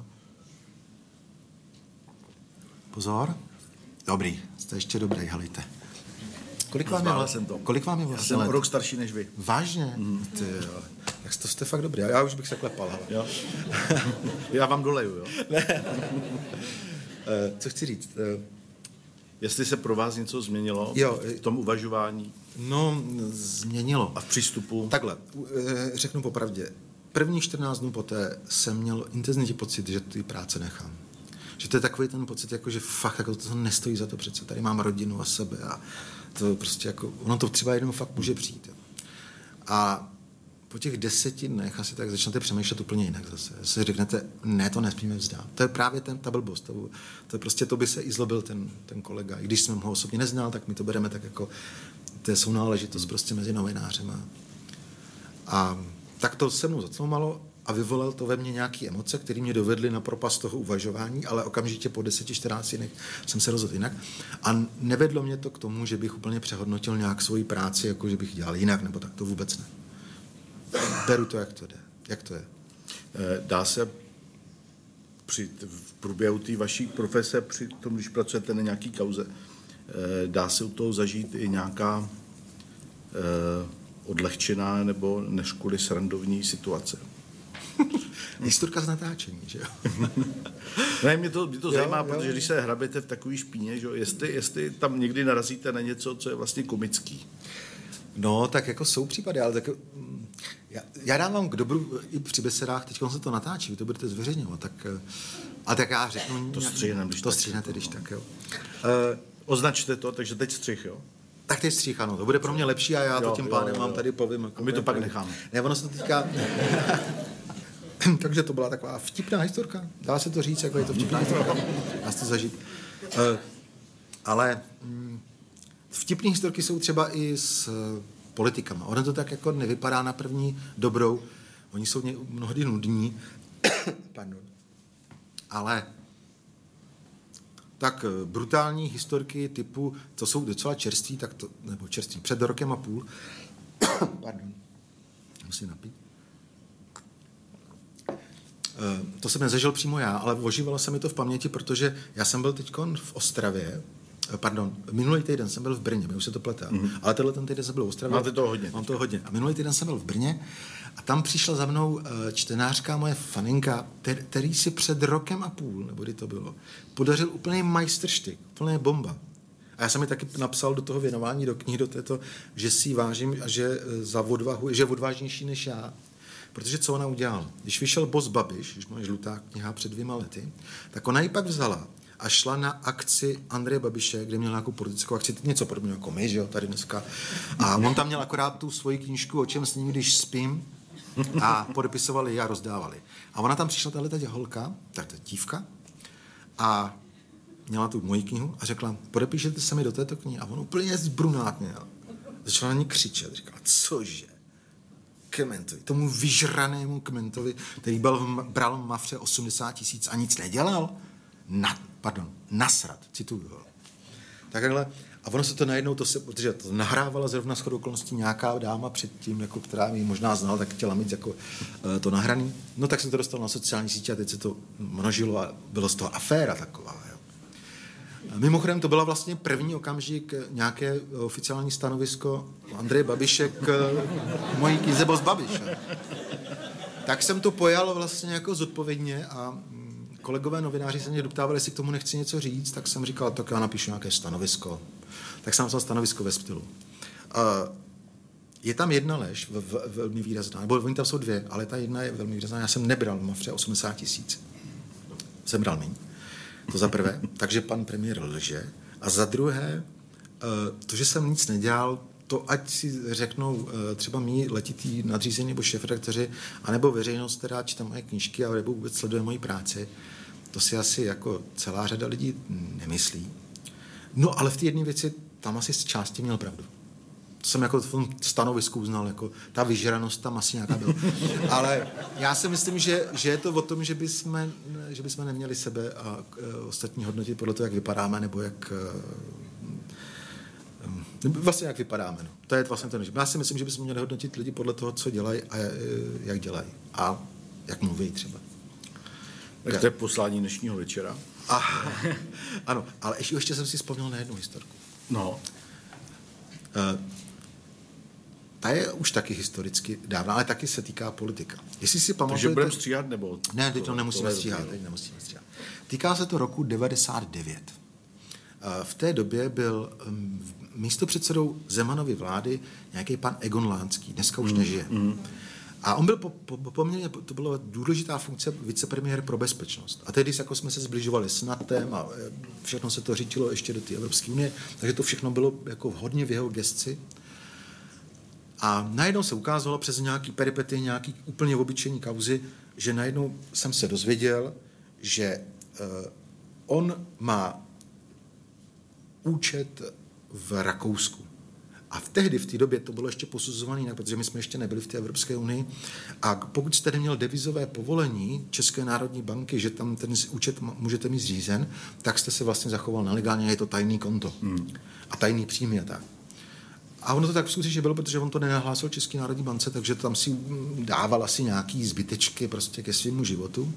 Pozor. Dobrý, jste ještě dobrý, helejte. Kolik vám, je, vlastně, kolik vám je vlastně Já jsem o rok starší než vy. Vážně? Mm. Ty jo. Jak to jste fakt dobrý. Já už bych se klepal. Jo. Já vám doleju, jo? Ne. Co chci říct? Jestli se pro vás něco změnilo jo. v tom uvažování? No, změnilo. A v přístupu? Takhle, řeknu popravdě. První čtrnáct dnů poté jsem měl intenzivní pocit, že ty práce nechám. Že to je takový ten pocit, jako, že fakt jako to nestojí za to přece. Tady mám rodinu a sebe a to prostě jako, ono to třeba jednou fakt může přijít. A po těch deseti dnech asi tak začnete přemýšlet úplně jinak zase. Si řeknete, ne, to nesmíme vzdát. To je právě ten, ta blbost. To, to je prostě, to by se i zlobil ten, ten kolega. I když jsme ho osobně neznal, tak my to bereme tak jako, to je sounáležitost prostě mezi novinářem. A, a tak to se mnou zacloumalo a vyvolal to ve mně nějaké emoce, které mě dovedly na propast toho uvažování, ale okamžitě po deseti čtrnácti dnech jsem se rozhodl jinak. A nevedlo mě to k tomu, že bych úplně přehodnotil nějak svoji práci, jako že bych dělal jinak, nebo tak to vůbec ne. Beru to, jak to jde. Jak to je. Dá se při, v průběhu té vaší profese, při tom, když pracujete na nějaký kauze, dá se u toho zažít i nějaká odlehčená nebo než kvůli srandovní situace? Historka z natáčení, že jo? Ne, mě to, mě to jo, zajímá, jo. Protože když se hrabete v takové špíně, že jo, jestli, jestli tam někdy narazíte na něco, co je vlastně komický. No, tak jako jsou případy, ale tak já, já dávám k dobru i při besedách, teď se to natáčí, vy to budete zveřejňovat, tak, ale tak já řeknu... To stříhneme, když to tak. stříhnete, když tak, jo. Uh, Označte to, takže teď střih, jo? Tak teď střih, ano, to bude pro mě lepší a já jo, to tím pádem jo, mám jo. tady povím. Jako a my to pak necháme. Ne, ono se to týká... Takže to byla taková vtipná historka. Dá se to říct, jako je to vtipná historka. Dá se to zažít. Uh, ale mm, vtipné historky jsou třeba i s uh, politikama. Ono to tak jako nevypadá na první dobrou. Oni jsou mnohdy nudní. Pardon. Ale tak uh, brutální historky typu, to jsou docela čerství, tak to, nebo čerství, před rokem a půl. Pardon. Musím napít. To jsem nezažil přímo já, ale ožívalo se mi to v paměti, protože já jsem byl teďkon v Ostravě, pardon, minulý týden jsem byl v Brně, mi už se to plete, mm-hmm. ale tenhle ten týden jsem byl v Ostravě. Máte toho hodně. Mám toho hodně. A minulý týden jsem byl v Brně a tam přišla za mnou čtenářka, moje faninka, který si před rokem a půl, nebo kdy to bylo, podařil úplný majstrštyk, úplný bomba. A já jsem mi taky napsal do toho věnování do knihy, do této, že si vážím a že za odvahu, že je odvážnější než já. Protože co ona udělala? Když vyšel Boss Babiš, když má žlutá kniha před dvěma lety, tak ona ji pak vzala a šla na akci Andreje Babiše, kde měl nějakou politickou akci, něco podobného jako my, že jo, tady dneska. A on tam měl akorát tu svoji knížku O čem sním, když spím a podepisovali ji a rozdávali. A ona tam přišla tahle holka, tak ta dívka, a měla tu moji knihu a řekla, podepíšete se mi do této knihy. A on úplně zbrunátně. Začala na ní křičet. Říkala, cože? Kementovi, tomu vyžranému Kementovi, který byl, bral v Mafře osmdesát tisíc a nic nedělal? Na, pardon, nasrat, cituju. Takhle. A ono se to najednou, to se, protože to nahrávala zrovna shodou okolností nějaká dáma předtím, jako, která mi možná znala, tak chtěla mít jako, uh, to nahraný. No tak jsem to dostal na sociální sítě a teď se to množilo a bylo z toho aféra taková. Jo. Mimochodem to byla vlastně první okamžik nějaké oficiální stanovisko Andreje Babiše k mojí knize Boss Babiš. Tak jsem to pojal vlastně jako zodpovědně a kolegové novináři se mě doptávali, jestli k tomu nechci něco říct, tak jsem říkal, tak já napíšu nějaké stanovisko. Tak jsem napsal stanovisko ve stylu. Je tam jedna lež v, v, velmi výrazná, nebo oni tam jsou dvě, ale ta jedna je velmi výrazná. Já jsem nebral v Mafře osmdesát tisíc. Jsem bral méně. To za prvé, takže pan premiér lže. A za druhé, to, že jsem nic nedělal, to ať si řeknou třeba mý letitý nadřízení nebo šéfredaktoři, anebo veřejnost, která čte moje knížky a nebo vůbec sleduje moji práci, to si asi jako celá řada lidí nemyslí. No ale v té jedné věci tam asi z části měl pravdu. To jsem jako v tom stanovisku uznal, jako ta vyžranost tam asi nějaká byla. Ale já si myslím, že, že je to o tom, že bychom, že bychom neměli sebe a ostatní hodnotit podle toho, jak vypadáme, nebo jak vlastně jak vypadáme. No. To je vlastně to. Já si myslím, že bychom měli hodnotit lidi podle toho, co dělají a jak dělají. A jak mluví třeba. Tak to je poslání dnešního večera. A, ano, ale ještě, ještě jsem si vzpomněl na jednu historku. No. Uh, ta je už taky historicky dávná, ale taky se týká politika. Jestli si pamatujete... Takže budeme stříhat, nebo... Ne, teď to nemusíme stříhat, teď nemusíme stříhat. Týká se to roku devadesát devět. Uh, v té době byl um, místopředsedou Zemanovy vlády nějaký pan Egon Lánský, dneska už mm, nežije. Mm. A on byl po, po, poměrně, to byla důležitá funkce vicepremiér pro bezpečnost. A tehdy jako jsme se zbližovali s NATEM a všechno se to řítilo ještě do té Evropské unie, takže to všechno bylo jako hodně v jeho gesci. A najednou se ukázalo přes nějaký peripety, nějaký úplně obyčejný kauzy, že najednou jsem se dozvěděl, že uh, on má účet v Rakousku. A v tehdy, v té době, to bylo ještě posuzované jinak, protože my jsme ještě nebyli v té Evropské unii. A pokud jste neměl devizové povolení České národní banky, že tam ten účet můžete mít zřízen, tak jste se vlastně zachoval nelegálně, je to tajný konto. Hmm. A tajný příjmy a tak. A ono to tak skutečně bylo, protože on to nenahlásil České národní bance, takže tam si dával asi nějaký zbytečky prostě ke svému životu.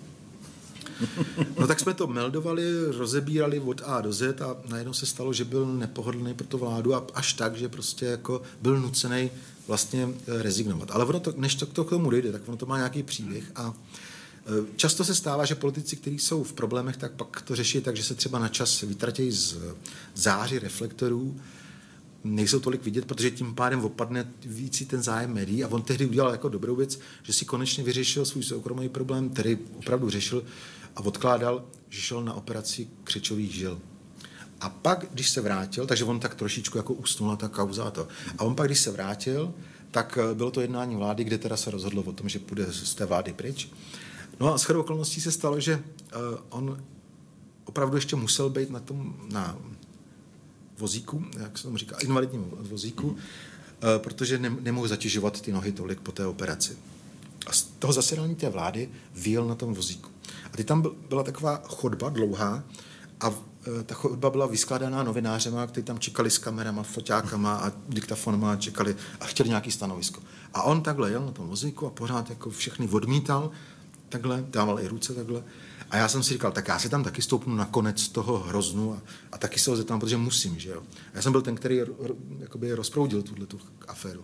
No tak jsme to meldovali, rozebírali od A do Z a najednou se stalo, že byl nepohodlný pro tu vládu a až tak, že prostě jako byl nucený vlastně rezignovat. Ale ono to, než to, to k tomu dojde, tak ono to má nějaký příběh a často se stává, že politici, kteří jsou v problémech, tak pak to řeší tak, že se třeba na čas vytratějí z záři reflektorů, nejsou tolik vidět, protože tím pádem opadne víc ten zájem médií a on tehdy udělal jako dobrou věc, že si konečně vyřešil svůj soukromý problém, který opravdu řešil a odkládal, že šel na operaci křečových žil. A pak, když se vrátil, takže on tak trošičku jako usnula ta kauza a to. A on pak, když se vrátil, tak bylo to jednání vlády, kde teda se rozhodlo o tom, že půjde z té vlády pryč. No a shodou okolností se stalo, že uh, on opravdu ještě musel být na tom, na vozíku, jak se tomu říká, invalidním vozíku, uh, protože ne, nemohl zatěžovat ty nohy tolik po té operaci. A z toho zasedání té vlády vyjel na tom vozíku. A teď tam byla taková chodba dlouhá a uh, ta chodba byla vyskládaná novinářema, kteří tam čekali s kamerama, foťákama a diktafonama a čekali a chtěli nějaký stanovisko. A on takhle jel na tom vozíku a pořád jako všechny odmítal, takhle, dával i ruce takhle. A já jsem si říkal, tak já si tam taky stoupnu na konec toho hroznu a, a taky se ho zeptám, protože musím, že jo. A já jsem byl ten, který ro, ro, jakoby rozproudil tuhletu aféru.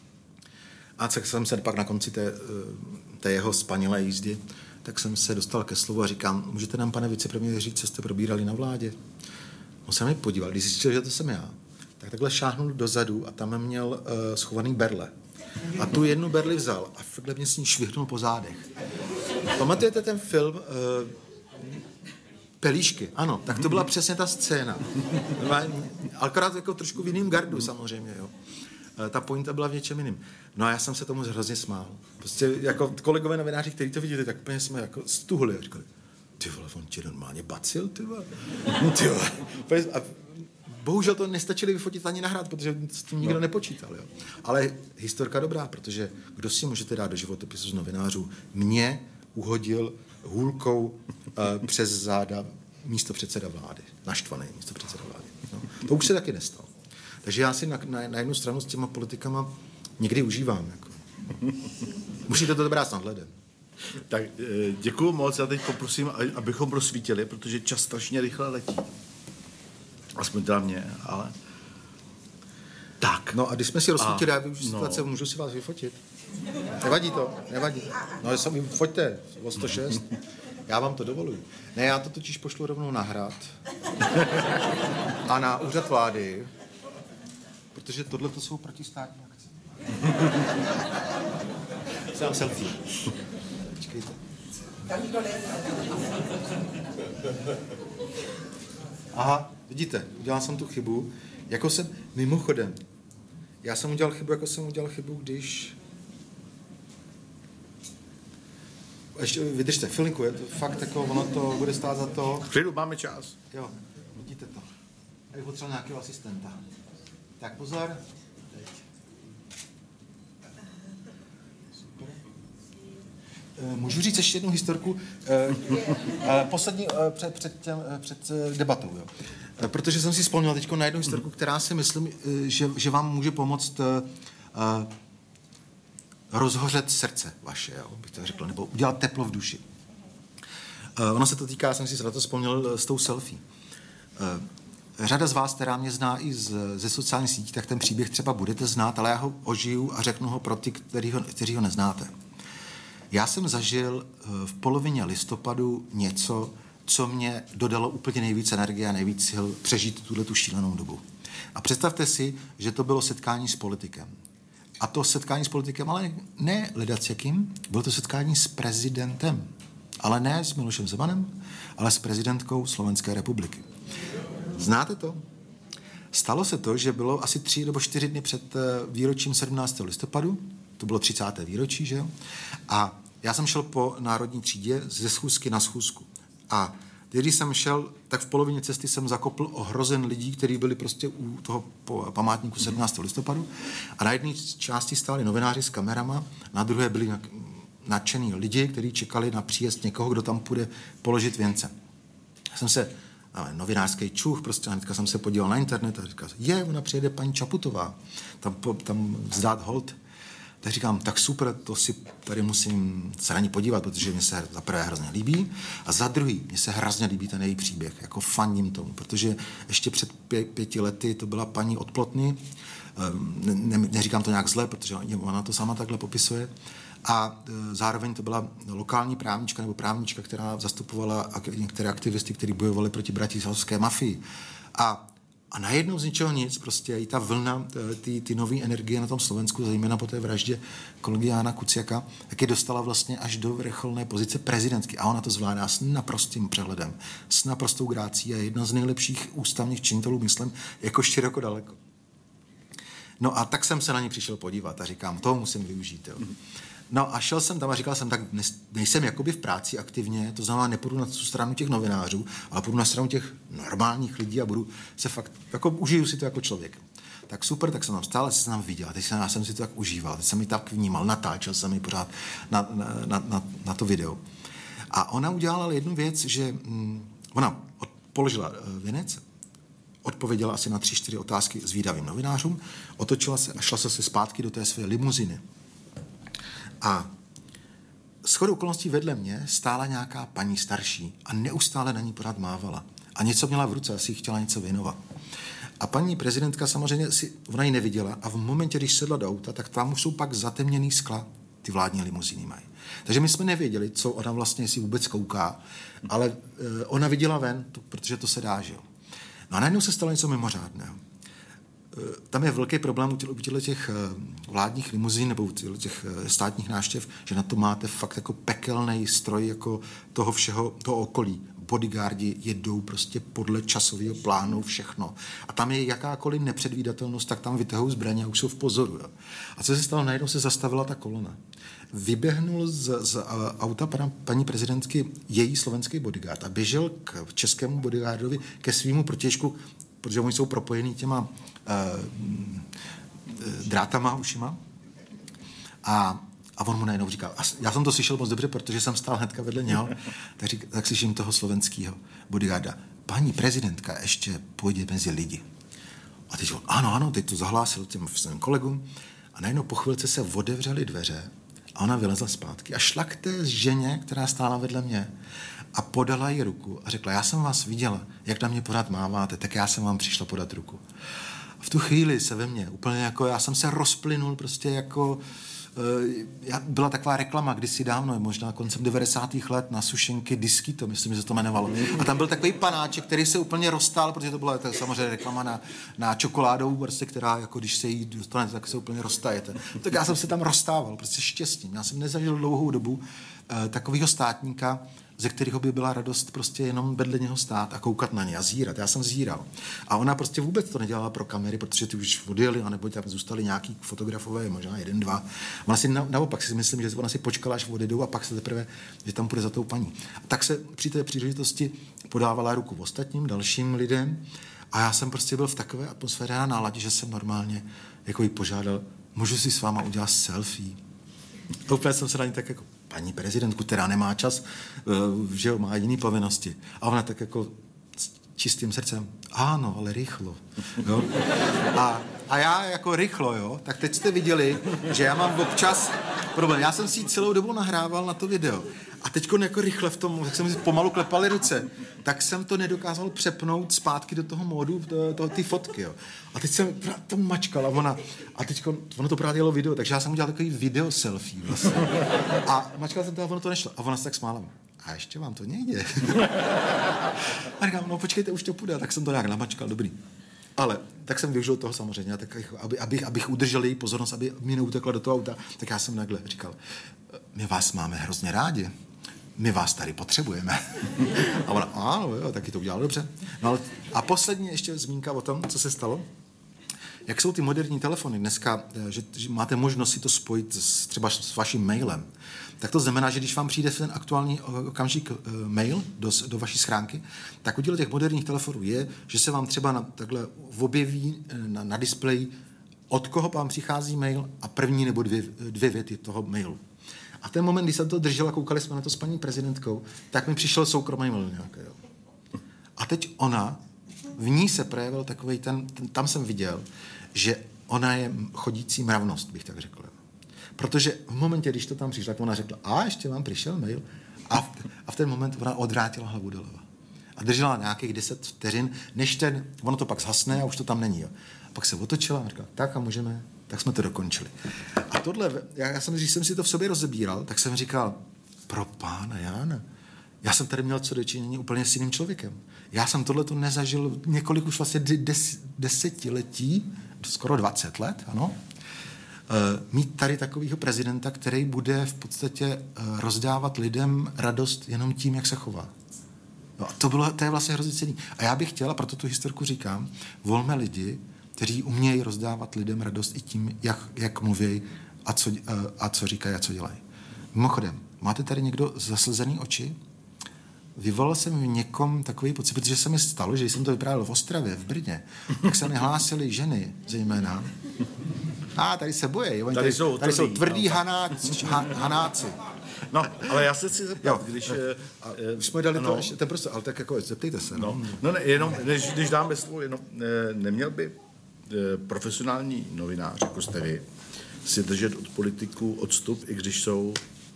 A tak jsem se pak na konci té, té jeho spanilé jízdy, tak jsem se dostal ke slovu a říkám, můžete nám, pane vicepremiér, říct, co jste probírali na vládě? On se mi podíval, když zjistil, že to jsem já, tak takhle šáhnul dozadu a tam měl uh, schovaný berle. A tu jednu berli vzal a fakt mě s ní švihnul po zádech. Pamatujete ten film uh, Pelíšky? Ano, tak to byla přesně ta scéna. Akorát jako trošku v jiným gardu samozřejmě, jo. Uh, ta pointa byla v něčem jiným. No a já jsem se tomu hrozně smál. Prostě jako kolegové novináři, kteří to viděli, tak úplně jsme jako stuhli a říkali, ty vole, on tě normálně bacil, ty vole. Ty vole. A bohužel to nestačili vyfotit ani nahrát, protože s tím nikdo nepočítal. Jo. Ale historka dobrá, protože kdo si můžete dát do životopisu z novinářů? Mě uhodil hůlkou uh, přes záda místo předseda vlády. Naštvaný místo předseda vlády. No. To už se taky nestalo. Takže já si na, na, na jednu stranu s těma politikama někdy užívám. Jako. Musíte to brát s nadhledem. Tak děkuju moc, já teď poprosím, abychom prosvítili, protože čas strašně rychle letí. Aspoň teda mě, ale... Tak. No a když jsme si rozsvítili, já využiju situace, no. Můžu si vás vyfotit? Nevadí to, nevadí. No sami foťte o sto šest. Já vám to dovoluji. Ne, já to totiž pošlu rovnou na Hrad a na úřad vlády, protože tohle to jsou protistátní akce. Jsem selfie. Počkejte. Aha, vidíte, udělal jsem tu chybu. Jako jsem, mimochodem, já jsem udělal chybu, jako jsem udělal chybu, když... Ještě vydržte, chvilinku, je to fakt jako, ono to bude stát za to. Přijdu, máme čas. Jo, vidíte to. Já bych potřeboval nějakého asistenta. Tak pozor. Teď. Super. E, můžu říct ještě jednu historku? E, e, poslední e, před, před, těm, e, před debatou, jo. E, protože jsem si vzpomněl teď na jednu historku, která si myslím, e, že, že vám může pomoct e, rozhořet srdce vaše, jo, bych to řekl, nebo udělat teplo v duši. Uh, ono se to týká, jsem si na to vzpomněl, uh, s tou selfie. Uh, řada z vás, která mě zná i z, ze sociálních sítí, tak ten příběh třeba budete znát, ale já ho ožiju a řeknu ho pro ty, který ho, kteří ho neznáte. Já jsem zažil uh, v polovině listopadu něco, co mě dodalo úplně nejvíc energie a nejvíc sil přežít tuhletu šílenou dobu. A představte si, že to bylo setkání s politikem. A to setkání s politikem, ale ne lidacjakým, bylo to setkání s prezidentem. Ale ne s Milošem Zemanem, ale s prezidentkou Slovenské republiky. Znáte to? Stalo se to, že bylo asi tři nebo čtyři dny před výročím sedmnáctého listopadu, to bylo třicáté výročí, že jo? A já jsem šel po Národní třídě ze schůzky na schůzku. A když jsem šel, tak v polovině cesty jsem zakopl ohrozen lidí, kteří byli prostě u toho památníku sedmnáctého listopadu. A na jedné části stáli novináři s kamerama, na druhé byli nadšení lidi, kteří čekali na příjezd někoho, kdo tam půjde položit věnce. Já jsem se, novinářský čuch, prostě hnedka jsem se podíval na internet a říkal, je, ona přijede paní Čaputová, tam, tam vzdát hold. Tak říkám, tak super, to si tady musím se na ní podívat, protože mě se za prvé hrozně líbí a za druhý, mě se hrozně líbí ten její příběh, jako fandím tomu, protože ještě před pě, pěti lety to byla paní od Plotny, ne, ne, neříkám to nějak zle, protože ona to sama takhle popisuje, a zároveň to byla lokální právnička nebo právnička, která zastupovala některé aktivisty, kteří bojovali proti bratislavské mafii. A A najednou z ničeho nic, prostě i ta vlna, ty, ty nové energie na tom Slovensku, zejména po té vraždě kolegy Jána Kuciaka, tak je dostala vlastně až do vrcholné pozice prezidentky. A ona to zvládá s naprostým přehledem, s naprostou grácí a je jedna z nejlepších ústavních činitelů, myslím, jako široko daleko. No a tak jsem se na ní přišel podívat a říkám, toho musím využít. Jo. No a šel jsem tam a říkal jsem, tak nejsem jakoby v práci aktivně, to znamená, nepůjdu na tu stranu těch novinářů, ale půjdu na stranu těch normálních lidí a budu se fakt, jako užiju si to jako člověk. Tak super, tak jsem tam stál, jsem tam viděl, teď jsem, já jsem si to tak užíval, teď jsem mi tak vnímal, natáčel jsem mi pořád na, na, na, na to video. A ona udělala jednu věc, že hm, ona od, položila věnec, odpověděla asi na tři, čtyři otázky zvídavým novinářům, otočila se a šla se zpátky do té své limuziny. A shodou okolností vedle mě stála nějaká paní starší a neustále na ní pořád mávala. A něco měla v ruce, asi chtěla něco věnovat. A paní prezidentka samozřejmě si, ona ji neviděla a v momentě, když sedla do auta, tak tam už jsou pak zatemněný skla, ty vládní limuzíny mají. Takže my jsme nevěděli, co ona vlastně si vůbec kouká, ale e, ona viděla ven, to, protože to se dá, že jo. No a najednou se stalo něco mimořádného. tam je velký problém u těchto těch vládních limuzín nebo u těch státních návštěv, že na to máte fakt jako pekelný stroj jako toho všeho, toho okolí. Bodyguardi jedou prostě podle časového plánu všechno. A tam je jakákoliv nepředvídatelnost, tak tam vytahují zbraně a už jsou v pozoru. Jo. A co se stalo? Najednou se zastavila ta kolona. Vyběhnul z, z auta pana, paní prezidentky její slovenský bodyguard a běžel k českému bodyguardovi ke svýmu protějšku, protože oni jsou propojený těma uh, drátama ušima. A, a on mu najednou říkal, já jsem to slyšel moc dobře, protože jsem stál hnedka vedle něho, tak, řík, tak slyším toho slovenského bodyguarda. Paní prezidentka ještě půjde mezi lidi. A teď on, ano, ano, teď to zahlásil těm svým kolegům a najednou po chvilce se otevřely dveře a ona vylezla zpátky a šla k té ženě, která stála vedle mě a podala jí ruku a řekla, já jsem vás viděla, jak na mě pořád máváte, tak já jsem vám přišla podat ruku. A v tu chvíli se ve mně úplně jako, já jsem se rozplynul prostě jako, uh, byla taková reklama kdysi dávno, možná koncem devadesátých let na sušenky Disky, to myslím, že se to jmenovalo. A tam byl takový panáček, který se úplně roztál, protože to byla tak, samozřejmě reklama na, na čokoládovou, prostě, která jako když se jí dostanete, tak se úplně roztajete. Tak já jsem se tam roztával, prostě štěstím. Já jsem nezažil dlouhou dobu uh, takového státníka, ze kterého by byla radost prostě jenom vedle něho stát a koukat na ně a zírat. Já jsem zíral. A ona prostě vůbec to nedělala pro kamery, protože ty už odjeli, anebo tam zůstali nějaký fotografové, možná jeden, dva. Ona si na, naopak si myslím, že ona si počkala, až odjedou a pak se teprve, že tam půjde za tou paní. A tak se při té příležitosti podávala ruku ostatním, dalším lidem a já jsem prostě byl v takové atmosféře a náladě, že jsem normálně jako jí požádal, můžu si s váma udělat selfie. A úplně jsem se na ní tak jako paní prezidentku, která nemá čas, že jo, má jiný povinnosti. A ona tak jako s čistým srdcem, ano, ale rychlo. Jo? A, a já jako rychlo, jo, tak teď jste viděli, že já mám občas problém. Já jsem si ji celou dobu nahrával na to video. A teď jako rychle v tom, jak jsem si pomalu klepali ruce, tak jsem to nedokázal přepnout zpátky do toho módu, do, do ty fotky, jo. A teď jsem to mačkal a ona, a teď ono to právě dělalo video, takže já jsem udělal takový video selfie vlastně. A mačkal jsem to a ono to nešlo. A ona se tak smála. A ještě vám to nejde. A říkám, no počkejte, už to půjde. Tak jsem to nějak namačkal, dobrý. Ale tak jsem využil toho samozřejmě, tak aby, abych, abych udržel její pozornost, aby mi neutekla do toho auta, tak já jsem takhle říkal, my vás máme hrozně rádi. My vás tady potřebujeme. A ona, ano, jo, taky to udělal dobře. No, ale, a poslední ještě zmínka o tom, co se stalo. Jak jsou ty moderní telefony dneska, že, že máte možnost si to spojit s, třeba s vaším mailem, tak to znamená, že když vám přijde ten aktuální okamžik uh, mail do, do vaší schránky, tak udíl těch moderních telefonů je, že se vám třeba na, takhle objeví na, na displeji, od koho vám přichází mail a první nebo dvě, dvě věty toho mailu. A ten moment, kdy jsem to držel a koukali jsme na to s paní prezidentkou, tak mi přišel soukromý mail nějaký. A teď ona, v ní se projevil takovej ten, ten, tam jsem viděl, že ona je chodící mravnost, bych tak řekl. Protože v momentě, když to tam přišlo, tak ona řekla, a ještě vám přišel mail. A v, a v ten moment ona odvrátila hlavu doleva. A držela nějakých deset vteřin, než ten, ono to pak zhasne a už to tam není. Jo. A pak se otočila a řekla, tak a můžeme, tak jsme to dokončili. A tohle, já, já jsem, když jsem si to v sobě rozebíral, tak jsem říkal, pro pána Jána, já jsem tady měl co dočinění úplně s jiným člověkem. Já jsem tohleto nezažil několik už vlastně des, desetiletí, skoro dvacet let, ano. Uh, mít tady takového prezidenta, který bude v podstatě uh, rozdávat lidem radost jenom tím, jak se chová. No a to, bylo, to je vlastně hrozně cený. A já bych chtěl, a proto tu historku říkám, volme lidi, kteří umějí rozdávat lidem radost i tím, jak, jak mluví a co, uh, a co říkají a co dělají. Mimochodem, máte tady někdo zaslzený oči? Vyvolal jsem v někom takový pocit, protože se mi stalo, že když jsem to vyprávěl v Ostravě, v Brně, tak se mi hlásily ženy zejména. A tady se bojí. Tady, tady, jsou, tady jsou tvrdí no. hanáci, ha, hanáci. No, ale já se chci zeptat, jo, když... No, uh, už jsme dali no. to ještě, ten prostě, ale tak jako zeptejte se. No, no, no ne, jenom, než, když dáme slovo, jenom, ne, neměl by eh, profesionální novinář, jako jste vy, si držet od politiků odstup, i když jsou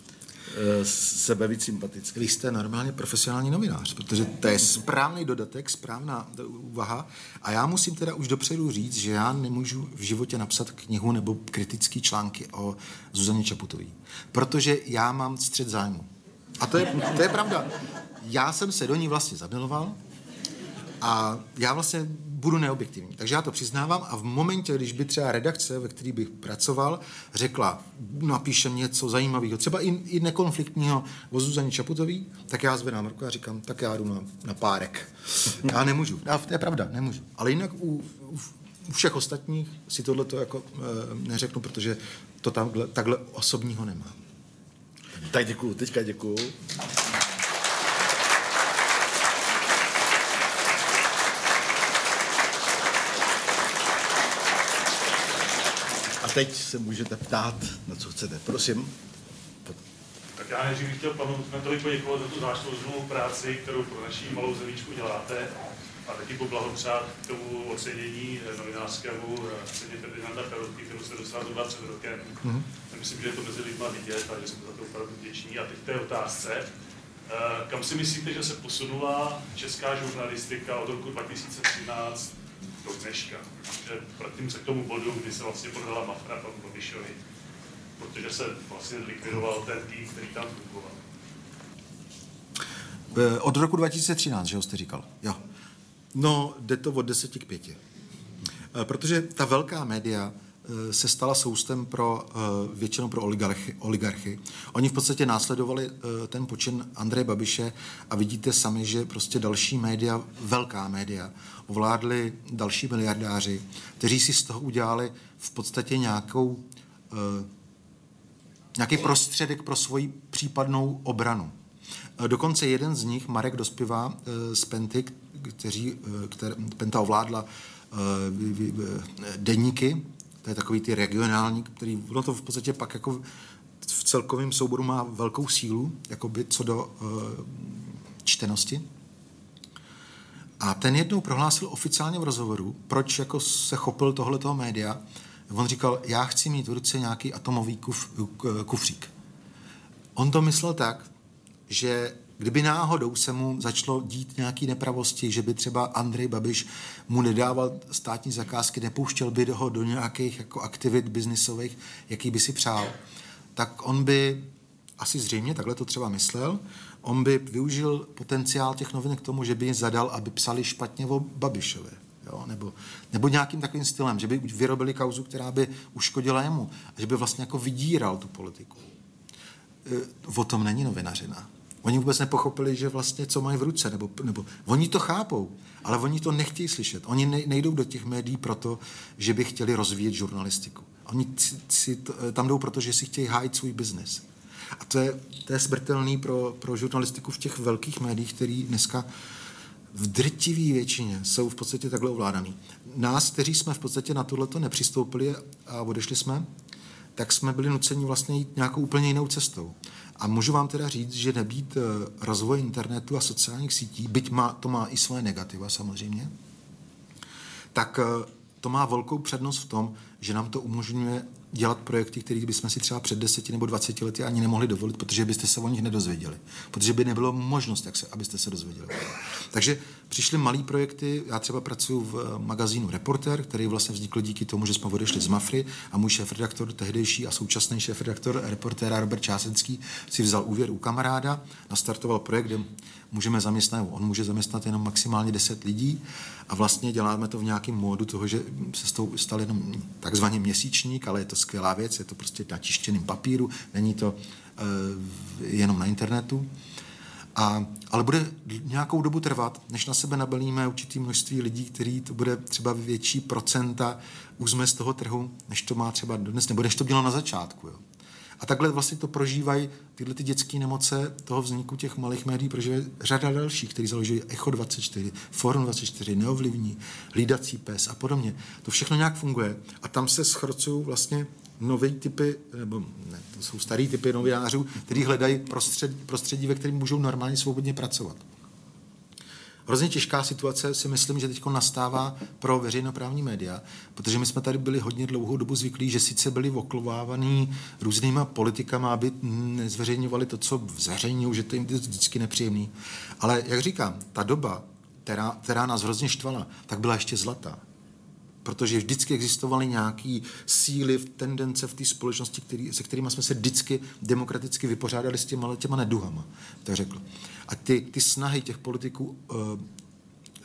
sebe víc sympatický. Vy jste normálně profesionální novinář, protože to je správný dodatek, správná úvaha a já musím teda už dopředu říct, že já nemůžu v životě napsat knihu nebo kritické články o Zuzaně Čaputové, protože já mám střet zájmu. A to je, to je pravda. Já jsem se do ní vlastně zamiloval a já vlastně budu neobjektivní. Takže já to přiznávám a v momentě, když by třeba redakce, ve které bych pracoval, řekla, napíšem něco zajímavého, třeba i, i nekonfliktního o Zuzaně Čaputový, tak já zvedám ruku a říkám, tak já jdu na, na párek. Já nemůžu. Já, to je pravda, nemůžu. Ale jinak u, u, u všech ostatních si tohleto jako e, neřeknu, protože to takhle, takhle osobního nemám. Tak děkuju, teďka děkuju. A teď se můžete ptát, na co chcete. Prosím. Tak já nejdřív bych chtěl panu Kmentovi poděkovat za tu záslužnou práci, kterou pro naší malou zemíčku děláte. A taky poblahopřát k tomu ocenění novinářskému ceně Ferdinanda Pelotky, kterou jste dostal zhruba před rokem. Mm-hmm. Myslím, že je to mezi lidma vidět a že jsme za to opravdu vděční. A teď k té otázce. Kam si myslíte, že se posunula česká žurnalistika od roku dva tisíce třináct do dneška? Že vrátím se k tomu bodu, kdy se vlastně prodala Mafra panu Babišovi, protože se vlastně likvidoval ten tým, který tam fungoval. Od roku dva tisíce třináct, že jste říkal? Jo. No, jde to od deseti k pěti. Protože ta velká média se stala soustem pro, většinou pro oligarchy, oligarchy. Oni v podstatě následovali ten počin Andreje Babiše a vidíte sami, že prostě další média, velká média, ovládli další miliardáři, kteří si z toho udělali v podstatě nějakou, nějaký prostředek pro svoji případnou obranu. Dokonce jeden z nich, Marek Dospiva z Penty, kteří, které, Penta ovládla deníky, to je takový ty regionální, který no to v podstatě pak jako v celkovém souboru má velkou sílu, jakoby co do uh, čtenosti. A ten jednou prohlásil oficiálně v rozhovoru, proč jako se chopil tohletoho média. On říkal, já chci mít v ruce nějaký atomový kuf, kufřík. On to myslel tak, že kdyby náhodou se mu začalo dít nějaké nepravosti, že by třeba Andrej Babiš mu nedával státní zakázky, nepouštěl by ho do nějakých jako aktivit biznisových, jaký by si přál, tak on by, asi zřejmě takhle to třeba myslel, on by využil potenciál těch novinek k tomu, že by je zadal, aby psali špatně o Babišovi. Jo? Nebo, nebo nějakým takovým stylem, že by vyrobili kauzu, která by uškodila jemu a že by vlastně jako vydíral tu politiku. O tom není novinařina. Oni vůbec nepochopili, že vlastně co mají v ruce, nebo, nebo oni to chápou, ale oni to nechtějí slyšet. Oni nejdou do těch médií proto, že by chtěli rozvíjet žurnalistiku. Oni si tam jdou proto, že si chtějí hájit svůj biznes. A to je, to je smrtelný pro, pro žurnalistiku v těch velkých médiích, který dneska v drtivé většině jsou v podstatě takhle ovládaný. Nás, kteří jsme v podstatě na tohleto nepřistoupili a odešli jsme, tak jsme byli nuceni vlastně jít nějakou úplně jinou cestou. A můžu vám teda říct, že nebýt rozvoj internetu a sociálních sítí, byť má, to má i svoje negativa samozřejmě, tak to má velkou přednost v tom, že nám to umožňuje dělat projekty, které bychom si třeba před deseti nebo dvaceti lety ani nemohli dovolit, protože byste se o nich nedozvěděli. Protože by nebylo možnost, jak se, abyste se dozvěděli. Takže přišly malý projekty, já třeba pracuji v magazínu Reportér, který vlastně vznikl díky tomu, že jsme odešli z Mafry a můj šéfredaktor, tehdejší a současný šéfredaktor Reportéra Robert Čásenský si vzal úvěr u kamaráda, nastartoval projekt, kde můžeme zaměstnat, on může zaměstnat jenom maximálně deset lidí a vlastně děláme to v nějakém módu toho, že se z toho stal jenom takzvaný měsíčník, ale je to skvělá věc, je to prostě na tištěném papíru, není to uh, jenom na internetu. A, ale bude nějakou dobu trvat, než na sebe nabalíme určitý množství lidí, který to bude třeba větší procenta uzme z toho trhu, než to má třeba dnes, nebo než to bylo na začátku. Jo. A takhle vlastně to prožívají tyhle ty dětské nemoce toho vzniku těch malých médií, prožívají řada dalších, kteří založili Echo dvacet čtyři, Forum dvacet čtyři, Neovlivní, Hlídací pes a podobně. To všechno nějak funguje a tam se schrocují vlastně nové typy, nebo ne, to jsou starý typy novinářů, kteří hledají prostředí, prostředí, ve kterém můžou normálně svobodně pracovat. Hrozně těžká situace si myslím, že teď nastává pro veřejnoprávní média, protože my jsme tady byli hodně dlouhou dobu zvyklí, že sice byli oklovávaný různýma politikama, aby nezveřejňovali to, co zveřejňují, že to jim je vždycky nepříjemný. Ale jak říkám, ta doba, která, která nás hrozně štvala, tak byla ještě zlatá. Protože vždycky existovaly nějaké síly, tendence v té společnosti, který, se kterými jsme se vždycky demokraticky vypořádali s těma, těma neduhama, tak řekl. A ty, ty snahy těch politiků uh,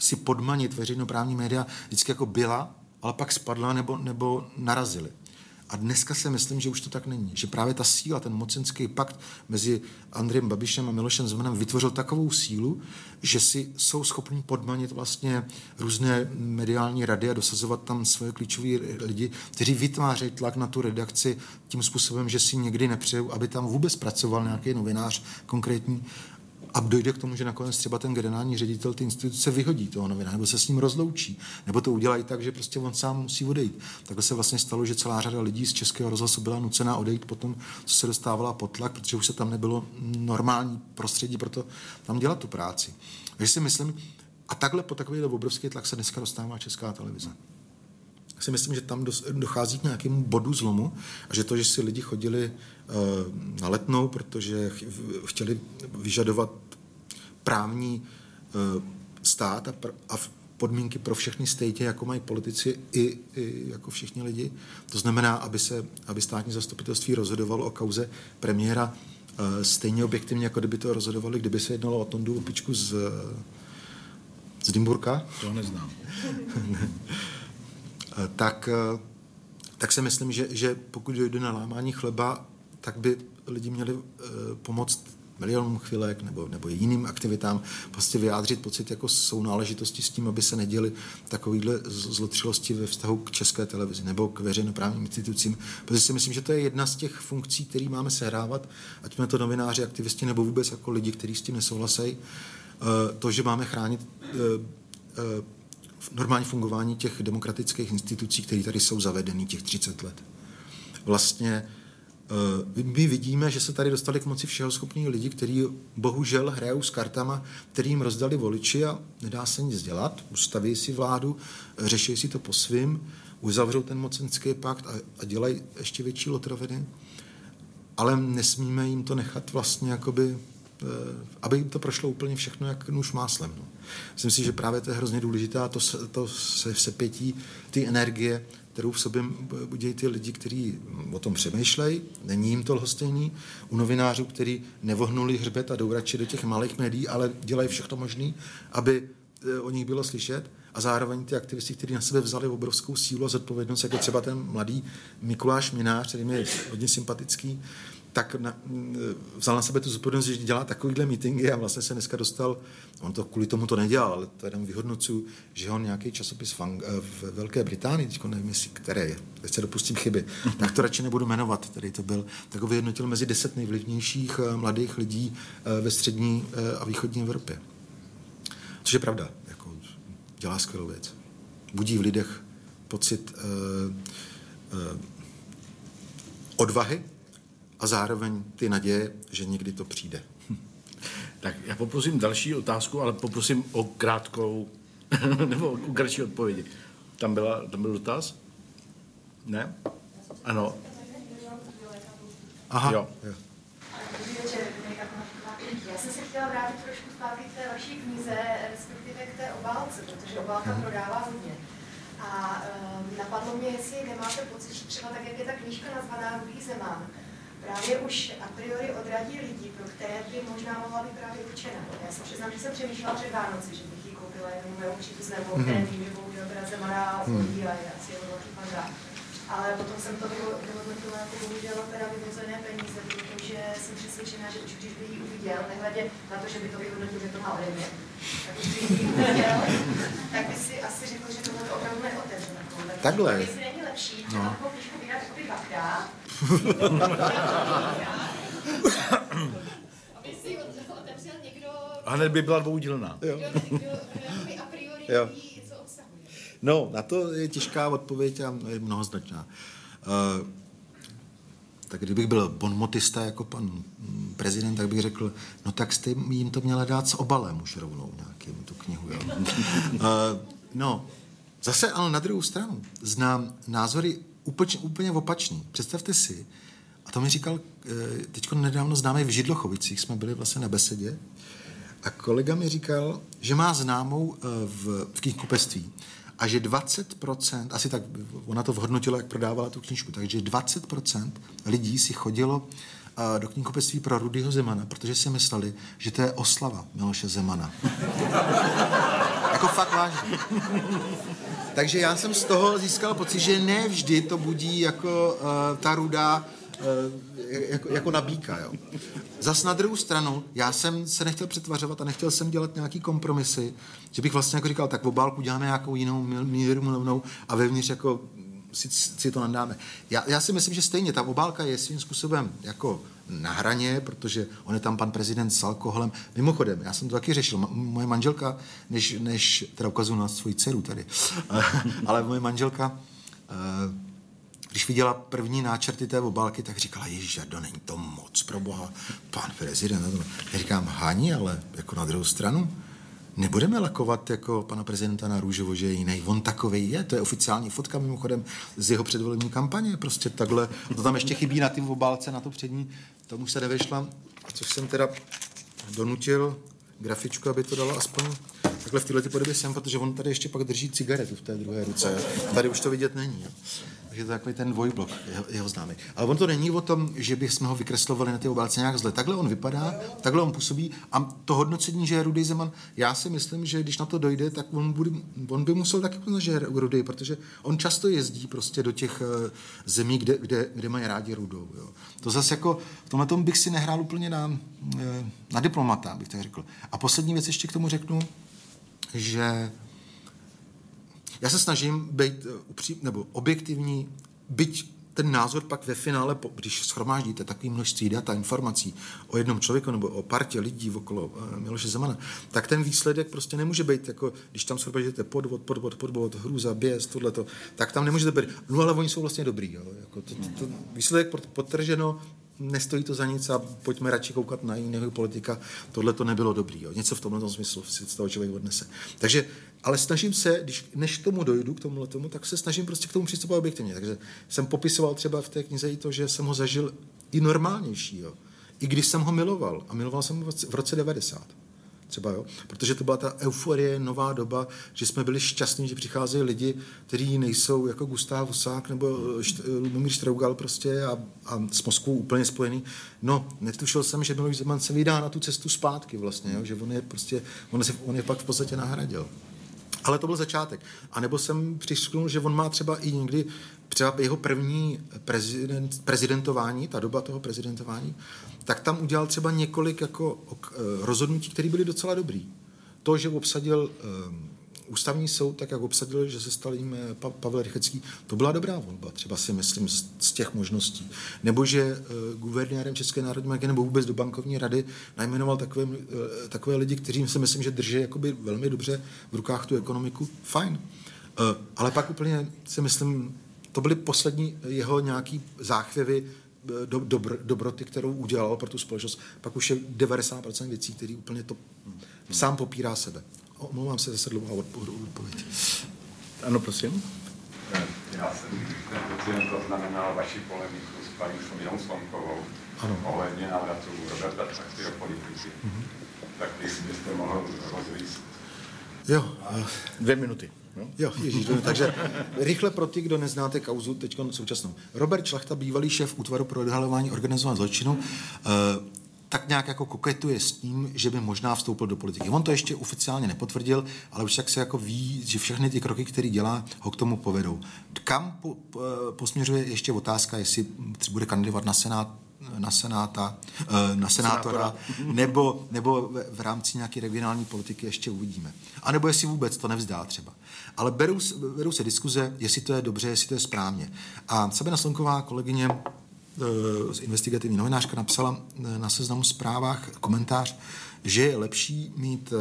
si podmanit veřejnoprávní média vždycky jako byla, ale pak spadla nebo, nebo narazily. A dneska si myslím, že už to tak není. Že právě ta síla, ten mocenský pakt mezi Andrejem Babišem a Milošem Zemanem vytvořil takovou sílu, že si jsou schopni podmanit vlastně různé mediální rady a dosazovat tam svoje klíčové lidi, kteří vytvářejí tlak na tu redakci tím způsobem, že si někdy nepřejou, aby tam vůbec pracoval nějaký novinář konkrétní. A dojde k tomu, že nakonec třeba ten generální ředitel ty instituce vyhodí toho novináře, nebo se s ním rozloučí, nebo to udělají tak, že prostě on sám musí odejít. Takhle se vlastně stalo, že celá řada lidí z Českého rozhlasu byla nucená odejít potom, co se dostávala pod tlak, protože už se tam nebylo normální prostředí pro to tam dělat tu práci. Takže si myslím, a takhle po takovýhle obrovský tlak se dneska dostává Česká televize. Já si myslím, že tam dochází k nějakému bodu zlomu a že to, že si lidi chodili uh, na Letnou, protože chtěli vyžadovat právní uh, stát a, pr- a podmínky pro všechny stejtě, jako mají politici i, i jako všichni lidi. To znamená, aby se, aby státní zastupitelství rozhodovalo o kauze premiéra uh, stejně objektivně, jako kdyby to rozhodovali, kdyby se jednalo o Tondu Opičku z, z Dymburka. To neznám. Tak, tak si myslím, že, že pokud dojde na lámání chleba, tak by lidi měli uh, pomoct milionům chvilek nebo, nebo jiným aktivitám prostě vyjádřit pocit jako sounáležitosti s tím, aby se neděly takovýhle zlotřilosti ve vztahu k České televizi nebo k veřejnoprávním institucím. Protože si myslím, že to je jedna z těch funkcí, které máme sehrávat, ať jsme to novináři, aktivisti nebo vůbec jako lidi, kteří s tím nesouhlasejí. Uh, to, že máme chránit uh, uh, normální fungování těch demokratických institucí, které tady jsou zavedený těch třicet let. Vlastně my vidíme, že se tady dostali k moci všeho schopní lidi, kteří bohužel hrajou s kartama, kterým rozdali voliči a nedá se nic dělat, ustaví si vládu, řeší si to po svým, uzavřou ten mocenský pakt a, a dělají ještě větší lotroviny, ale nesmíme jim to nechat vlastně jakoby, aby jim to prošlo úplně všechno jak nůž máslem. No. Myslím si, že právě to je hrozně důležité a to, se, to se sepětí ty energie, kterou v sobě budějí ty lidi, kteří o tom přemýšlejí, není jim to lhostejný, u novinářů, kteří nevohnuli hřbet a jdou radši do těch malých médií, ale dělají všechno možné, aby o nich bylo slyšet, a zároveň ty aktivisti, kteří na sebe vzali obrovskou sílu a zodpovědnost, jako třeba ten mladý Mikuláš Minář, který mi je hodně sympatický, tak na, vzal na sebe tu zodpovědnost, že dělá takovýhle meetingy a vlastně se dneska dostal, on to kvůli tomu to nedělal, ale to jenom vyhodnocuju, že on nějaký časopis v, v Velké Británii, teďko nevím, jestli které je, teď se dopustím chyby, tak to radši nebudu jmenovat, který to byl, tak ho vyhodnotil mezi deset nejvlivnějších mladých lidí ve střední a východní Evropě. Což je pravda, jako dělá skvělou věc. Budí v lidech pocit uh, uh, odvahy a zároveň ty naděje, že někdy to přijde. Tak já poprosím další otázku, ale poprosím o krátkou, nebo o kratší odpovědi. Tam, byla, tam byl dotaz? Ne? Ano. Aha. Jo. jo. Já jsem se chtěla vrátit trošku zpátky k té vaší knize, respektive k té obálce, protože obálka prodává hodně. A um, napadlo mě, jestli nemáte pocit, že třeba tak, jak je ta knížka nazvaná Rudý Zeman, právě už a priori odradí lidi, pro které by možná mohla být právě určena. Já se přiznám, že jsem přemýšlela před Vánoci, že bych ji koupila jenom mého příbuzného, mm-hmm. který vím, že bohužel teda Zemana volí a je asi jeho velký fandák. Ale potom jsem to vyhodnotila jako bohužel teda vyvozené peníze, protože jsem přesvědčená, že už když by ji uviděl, nehledě na to, že by to vyhodnotil, že to má ode mě, tak už by ji uviděl, tak by si asi řekl, že tohle to opravdu neotevře. Takhle. Jestli není lepší, třeba no. takovou knížku vydat jakoby dvakrát, aby si otevřel někdo... A hned by byla dvoudílná. Někdo, někdo a priori jo. Ví, co obsahuje. No, na to je těžká odpověď a je mnohoznačná. Uh, tak kdybych byl bonmotista jako pan prezident, tak bych řekl, no tak jste jim to měla dát s obalem už rovnou nějakým tu knihu. Jo. uh, no, zase ale na druhou stranu znám názory úplně, úplně opačný. Představte si, a to mi říkal teďko nedávno známý v Židlochovicích, jsme byli vlastně na besedě, a kolega mi říkal, že má známou v, v knihkupectví a že dvacet procent, asi tak, ona to vhodnotila, jak prodávala tu knížku, takže dvacet procent lidí si chodilo do knihkupectví pro Rudýho Zemana, protože si mysleli, že to je oslava Miloše Zemana. Jako fakt vážně. Takže já jsem z toho získal pocit, že ne vždy to budí jako uh, ta ruda uh, jako, jako na býka, jo. Zas na druhou stranu, já jsem se nechtěl přetvařovat a nechtěl jsem dělat nějaký kompromisy, že bych vlastně jako říkal, tak v obálku děláme nějakou jinou míru milovnou a vevnitř jako si, si to nadáme. Já, já si myslím, že stejně ta obálka je svým způsobem jako na hraně, protože on je tam pan prezident s alkoholem. Mimochodem, já jsem to taky řešil. Moje manželka, než, než teda ukazuju na svoji dceru tady, ale moje manželka, když viděla první náčrty té obálky, tak říkala, ježišardo, není to moc, pro boha, pan prezident. Já říkám, Hani, ale jako na druhou stranu, nebudeme lakovat jako pana prezidenta na růžovo, že je jiný. On takovej je, to je oficiální fotka mimochodem z jeho předvolební kampaně, prostě takhle. A to tam ještě chybí na té obálce, na to přední, tam už se nevešla, což jsem teda donutil grafičku, aby to dala aspoň takhle v této podobě sem, protože on tady ještě pak drží cigaretu v té druhé ruce. Tady už to vidět není. Jo. Takže to je takový ten dvojblok, jeho, jeho známý. Ale on to není o tom, že bychom ho vykreslovali na té obálce nějak zle. Takhle on vypadá, takhle on působí a to hodnocení, že je rudý Zeman, já si myslím, že když na to dojde, tak on, bude, on by musel taky poznat, že je rudý, protože on často jezdí prostě do těch uh, zemí, kde, kde, kde mají rádi rudou. Jo. To zase jako, v tomhle tom bych si nehrál úplně na, uh, na diplomata, bych tak řekl. A poslední věc ještě k tomu řeknu, že já se snažím být upřím, nebo objektivní, byť ten názor pak ve finále, když shromáždíte takové množství dat a informací o jednom člověku nebo o partě lidí okolo Miloše Zemana, tak ten výsledek prostě nemůže být, jako když tam shromáždíte podvod, podvod, podvod, hrůza, běs, tohleto, tak tam nemůžete být. No ale oni jsou vlastně dobrý. Jo. Jako to, to, to výsledek podtrženo, nestojí to za nic a pojďme radši koukat na jiného politika. Tohle to nebylo dobrý. Jo. Něco v tomhle smyslu si z toho člověk odnese. Takže, ale snažím se, když, než k tomu dojdu, k tomuhle tomu, tak se snažím prostě k tomu přistupovat objektivně. Takže jsem popisoval třeba v té knize i to, že jsem ho zažil i normálnější. Jo. I když jsem ho miloval. A miloval jsem ho v roce devadesát. Třeba, jo? Protože to byla ta euforie, nová doba, že jsme byli šťastní, že přicházejí lidi, kteří nejsou jako Gustav Husák nebo Lubomír Štrougal prostě a, a s Moskvou úplně spojený. No, netušil jsem, že Miloš Zeman se vydá na tu cestu zpátky vlastně, jo? Že on je prostě, on, se, on je pak v podstatě nahradil. Ale to byl začátek. A nebo jsem přišknul, že on má třeba i někdy třeba jeho první prezident, prezidentování, ta doba toho prezidentování, tak tam udělal třeba několik jako rozhodnutí, které byly docela dobrý. To, že obsadil um, ústavní soud, tak jak obsadil, že se stal jim pa- Pavel Rychetský, to byla dobrá volba, třeba si myslím z, z těch možností. Nebo že uh, guvernérem České národní banky nebo vůbec do bankovní rady najmenoval takové, uh, takové lidi, kteří si myslím, že drží jakoby velmi dobře v rukách tu ekonomiku. Fajn. Uh, ale pak úplně si myslím, to byly poslední jeho nějaký záchvěvy do, dobr, dobroty, kterou udělal pro tu společnost. Pak už je devadesát procent věcí, který úplně to sám popírá sebe. Omlouvám se, zase dlouhá odpověď. Ano, prosím. Já jsem ten poznamenal vaši polemiku s paní Sominou Slomkovou ohledně návratu Roberta Šlachty do politiky. Mm-hmm. Tak jestli byste mohl rozvíct. Jo, dvě minuty. No? Jo, ježíš, takže rychle pro ty, kdo neznáte kauzu teď současnou. Robert Šlachta, bývalý šéf útvaru pro odhalování organizovaného zločinu, eh, tak nějak jako koketuje s tím, že by možná vstoupil do politiky. On to ještě oficiálně nepotvrdil, ale už tak se jako ví, že všechny ty kroky, které dělá, ho k tomu povedou. Kam po, po, posměřuje ještě otázka, jestli bude kandidovat na senát, na senáta, na senátora, nebo, nebo v rámci nějaké regionální politiky ještě uvidíme. A nebo jestli vůbec to nevzdá třeba. Ale berou, berou se diskuze, jestli to je dobře, jestli to je správně. A Sabina Slonková, kolegyně z investigativní novinářka, napsala na Seznamu zprávách komentář, že je lepší mít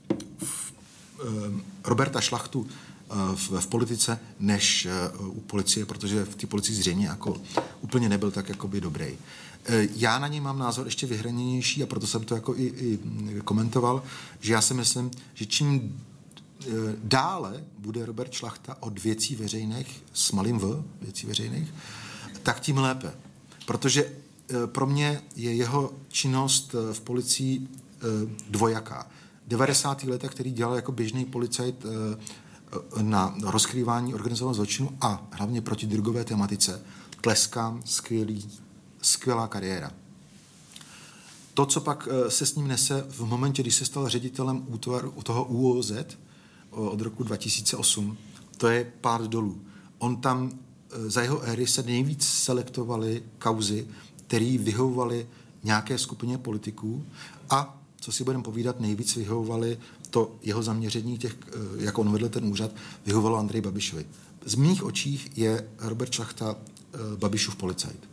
Roberta Šlachtu v, v politice než u policie, protože v té policii zřejmě jako úplně nebyl tak jakoby dobrý. Já na něj mám názor ještě vyhraněnější a proto jsem to jako i, i komentoval, že já si myslím, že čím dále bude Robert Šlachta od věcí veřejných, s malým v, věcí veřejných, tak tím lépe. Protože pro mě je jeho činnost v policii dvojaká. devadesátá léta, který dělal jako běžný policajt na rozkrývání organizovaného zločinu a hlavně proti drogové tematice, tleskám, skvělý, skvělá kariéra. To, co pak se s ním nese v momentě, kdy se stal ředitelem útvaru toho U O Z, od roku dva tisíce osm, to je pád dolů. On tam, za jeho éry se nejvíc selektovaly kauzy, které vyhovovaly nějaké skupině politiků a, co si budeme povídat, nejvíc vyhovovaly to jeho zaměření těch, jak on vedl ten úřad, vyhovovalo Andreji Babišovi. Z mých očích je Robert Šlachta Babišův policajt.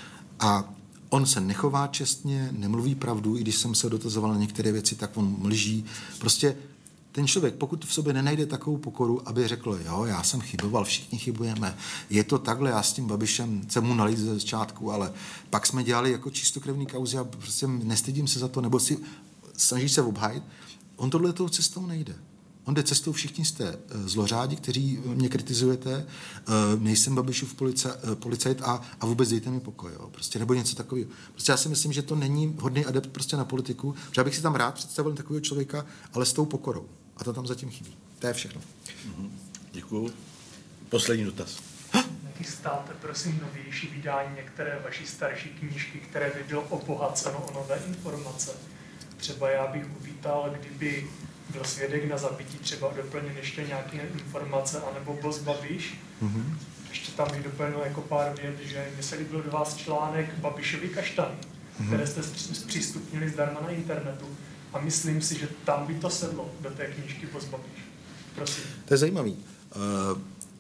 A on se nechová čestně, nemluví pravdu, i když jsem se dotazoval na některé věci, tak on mlží. Prostě ten člověk, pokud v sobě nenajde takovou pokoru, aby řekl, jo, já jsem chyboval, všichni chybujeme, je to takhle, já s tím Babišem jsem mu nalít ze začátku, ale pak jsme dělali jako čistokrevný kauzy a prostě nestydím se za to, nebo si snaží se obhájit. On tohle tou cestou nejde. On jde cestou, všichni jste zlořádi, kteří mě kritizujete, nejsem Babišův polica, policajt a, a vůbec dejte mi pokoj, jo. Prostě, nebo něco takového. Prostě já si myslím, že to není hodný adept prostě na politiku, že já bych si tam rád představil takového člověka, ale s tou pokorou. A to tam zatím chybí. To je všechno. Mm-hmm. Děkuju. Poslední dotaz. Chystáte, prosím, novější vydání některé vaší starší knížky, které by bylo obohaceno o nové informace? Třeba já bych uvítal, kdyby byl svědek na zabití, třeba doplnil ještě nějaké informace, anebo Boss Babiš. Mm-hmm. Ještě tam bych doplnil jako pár vět, že mi se líbil do vás článek Babišovi kaštany, mm-hmm. které jste zpřístupnili zdarma na internetu. A myslím si, že tam by to sedlo do té knížky Boss Babiš. Prosím. To je zajímavý. Uh,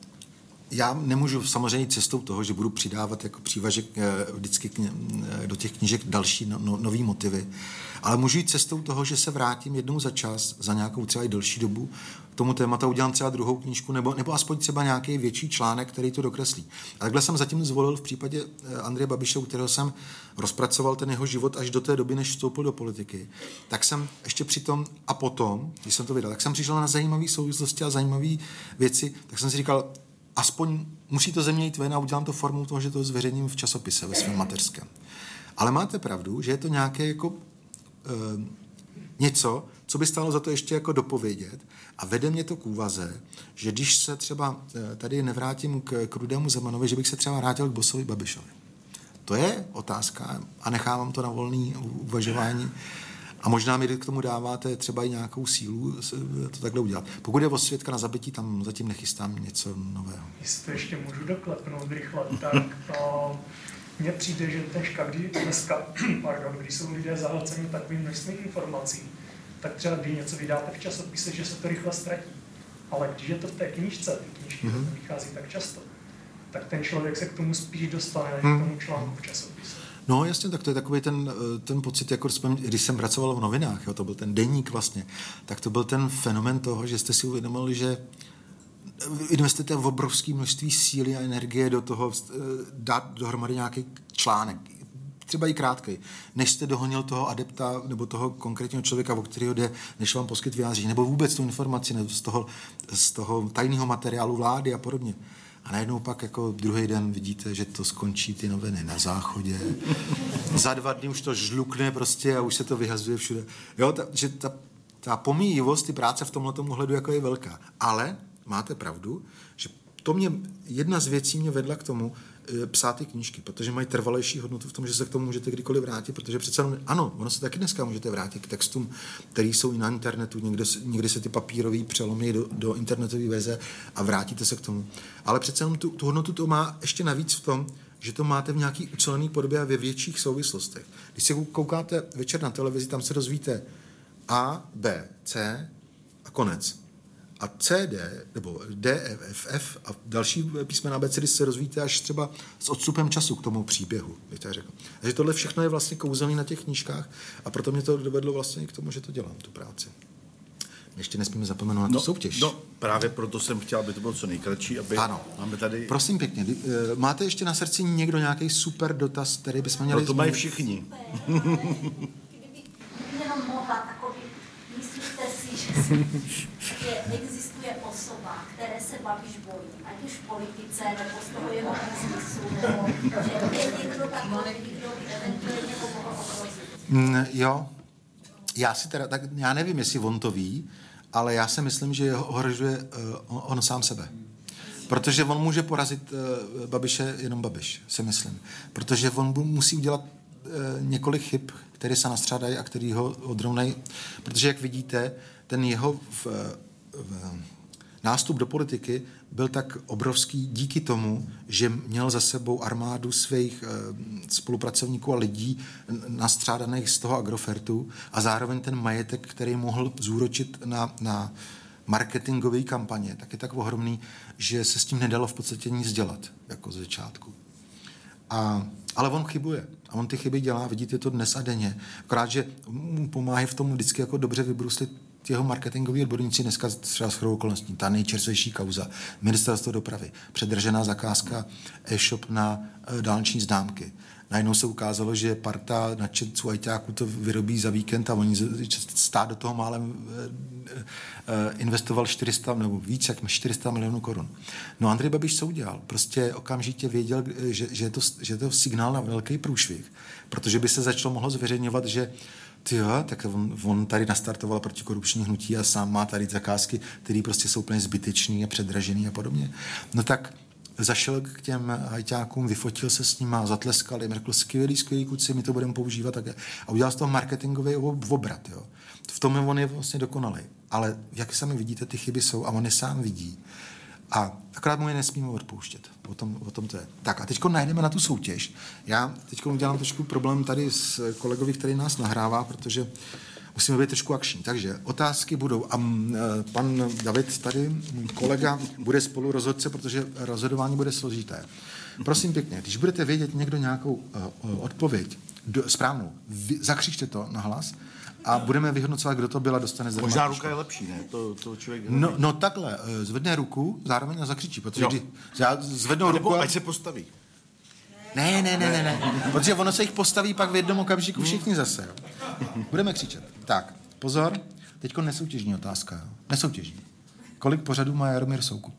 já nemůžu samozřejmě cestou toho, že budu přidávat jako přívažek uh, vždycky k, uh, do těch knížek další no, no, nový motivy, ale můžu jít cestou toho, že se vrátím jednou za čas, za nějakou třeba i delší dobu, k tomu tématu udělám třeba druhou knížku, nebo, nebo aspoň třeba nějaký větší článek, který to dokreslí. A takhle jsem zatím zvolil v případě Andreje Babiše, u kterého jsem rozpracoval ten jeho život až do té doby, než vstoupil do politiky. Tak jsem ještě přitom a potom, když jsem to vydal, tak jsem přišel na zajímavé souvislosti a zajímavé věci, tak jsem si říkal, aspoň musí to ze mě jít ven a udělám to formou toho, že to zveřejním v časopise ve svém mateřském. Ale máte pravdu, že je to nějaké jako e, něco, co by stálo za to ještě jako dopovědět a vede mě to k úvaze, že když se třeba tady nevrátím k, k Rudému Zemanovi, že bych se třeba vrátil k Bossovi Babišovi. To je otázka a nechávám to na volné uvažování a možná mi k tomu dáváte třeba i nějakou sílu to takhle udělat. Pokud je o svědka na zabití, tam zatím nechystám něco nového. Jestli to ještě můžu doklepnout rychle, tak uh, mně přijde, že dneška, kdy, dneska, pardon, když jsou lidé zahlceni takovým množstvím informací, tak třeba když něco vydáte v časopise, že se to rychle ztratí. Ale když je to v té knížce, ty knížky mm-hmm. vychází tak často, tak ten člověk se k tomu spíš dostane, než mm. k tomu článku v časopise. No jasně, tak to je takový ten, ten pocit, jako když jsem pracoval v novinách, jo, to byl ten deník vlastně, tak to byl ten fenomén toho, že jste si uvědomili, že investujete v obrovské množství síly a energie do toho dát dohromady nějaký článek, třeba i krátkej, než jste dohonil toho adepta nebo toho konkrétního člověka, o kterého jde, než vám poskyt vyjádří, nebo vůbec tu informaci z toho, z toho tajného materiálu vlády a podobně. A najednou pak jako druhý den vidíte, že to skončí ty noviny na záchodě. Za dva dny už to žlukne prostě a už se to vyhazuje všude. Jo, ta, že ta, ta pomíjivost, ty práce v tomhletom ohledu jako je velká. Ale máte pravdu, že to mě, jedna z věcí mě vedla k tomu e, psát ty knížky, protože mají trvalejší hodnotu v tom, že se k tomu můžete kdykoliv vrátit, protože přece ano, ono se taky dneska můžete vrátit k textům, které jsou i na internetu, někde, někde se ty papírový přelomí do, do internetové verze a vrátíte se k tomu. Ale přece tu, tu hodnotu to má ještě navíc v tom, že to máte v nějaký ucelený podobě a ve větších souvislostech. Když se koukáte večer na televizi, tam se dozvíte A, B, C a konec. A C, D, nebo D, E, F, F a další písmena abecedy se rozvíjíte až třeba s odstupem času k tomu příběhu, bych tak řekl. Takže tohle všechno je vlastně kouzelný na těch knížkách a proto mě to dovedlo vlastně k tomu, že to dělám, tu práci. Ještě nesmíme zapomenout na tu no, soutěž. No, právě proto jsem chtěl, aby to bylo co nejkratší, aby ano. Máme tady... Prosím pěkně, máte ještě na srdci někdo nějaký super dotaz, který bychom měli... No to mají všichni. Kdyby jenom mohla takový, myslíte si, že, že existuje osoba, které se Babiš bojí, ať už v politice, nebo z toho jeho biznisu, nebo že je někdo takový, kdo by eventuálně ho mohl ohrozit? Jo, já si teda, tak já nevím, jestli on to ví, ale já si myslím, že ho ohrožuje uh, on, on sám sebe. Protože on může porazit uh, Babiše jenom Babiš, si myslím. Protože on musí udělat uh, několik chyb, které se nastřádají a který ho odrovnají. Protože, jak vidíte, ten jeho v, nástup do politiky byl tak obrovský díky tomu, že měl za sebou armádu svých spolupracovníků a lidí nastřádaných z toho Agrofertu a zároveň ten majetek, který mohl zúročit na, na marketingové kampaně, tak je tak ohromný, že se s tím nedalo v podstatě nic dělat, jako z začátku. A, ale on chybuje. A on ty chyby dělá, vidíte to dnes a denně. Akorát, že mu pomáhají v tom vždycky jako dobře vybruslit jeho marketingoví odborníci, dneska třeba shodou okolností, ta nejčerstvější kauza, ministerstvo dopravy, předržená zakázka e-shop na e, dálniční známky. Najednou se ukázalo, že parta nadšenců ajťáků to vyrobí za víkend a oni stát do toho málem e, e, investoval čtyři sta nebo víc jak čtyři sta milionů korun. No Andrej Babiš co udělal? Prostě okamžitě věděl, že, že, je to, že je to signál na velký průšvih, protože by se začalo mohlo zveřejňovat, že tyjo, tak on, on tady nastartoval protikorupční hnutí a sám má tady zakázky, které prostě jsou úplně zbytečný a předražený a podobně. No tak zašel k těm hajťákům, vyfotil se s nima, zatleskal jim, řekl, skvělý, skvělý kluci, my to budeme používat také. A udělal z toho marketingový obrat. Jo. V tom on je vlastně dokonalý. Ale jak sami vidíte, ty chyby jsou a on je sám vidí. A akorát mu je nesmíme odpouštět. O tom, o tom to je. Tak a teďko najdeme na tu soutěž. Já teďko udělám trošku problém tady s kolegovi, který nás nahrává, protože musíme být trošku akční. Takže otázky budou. A pan David tady, můj kolega, bude spolu rozhodce, protože rozhodování bude složité. Prosím pěkně, když budete vědět někdo nějakou uh, odpověď do, správnou, vy, zakřičte to nahlas a budeme vyhodnocovat, kdo to byla, dostane zdarma. Možná ruka je lepší, ne? To, to člověk no, no takhle, zvedne ruku, zároveň a zakřičí, protože když já zvednou nebo ruku... ať se postaví. Ne, ne, ne, ne, ne, protože ono se jich postaví pak v jednom okamžiku všichni zase. Jo. Budeme křičet. Tak, pozor, teďko nesoutěžní otázka. Jo. Nesoutěžní. Kolik pořadů má Jaromír Soukup?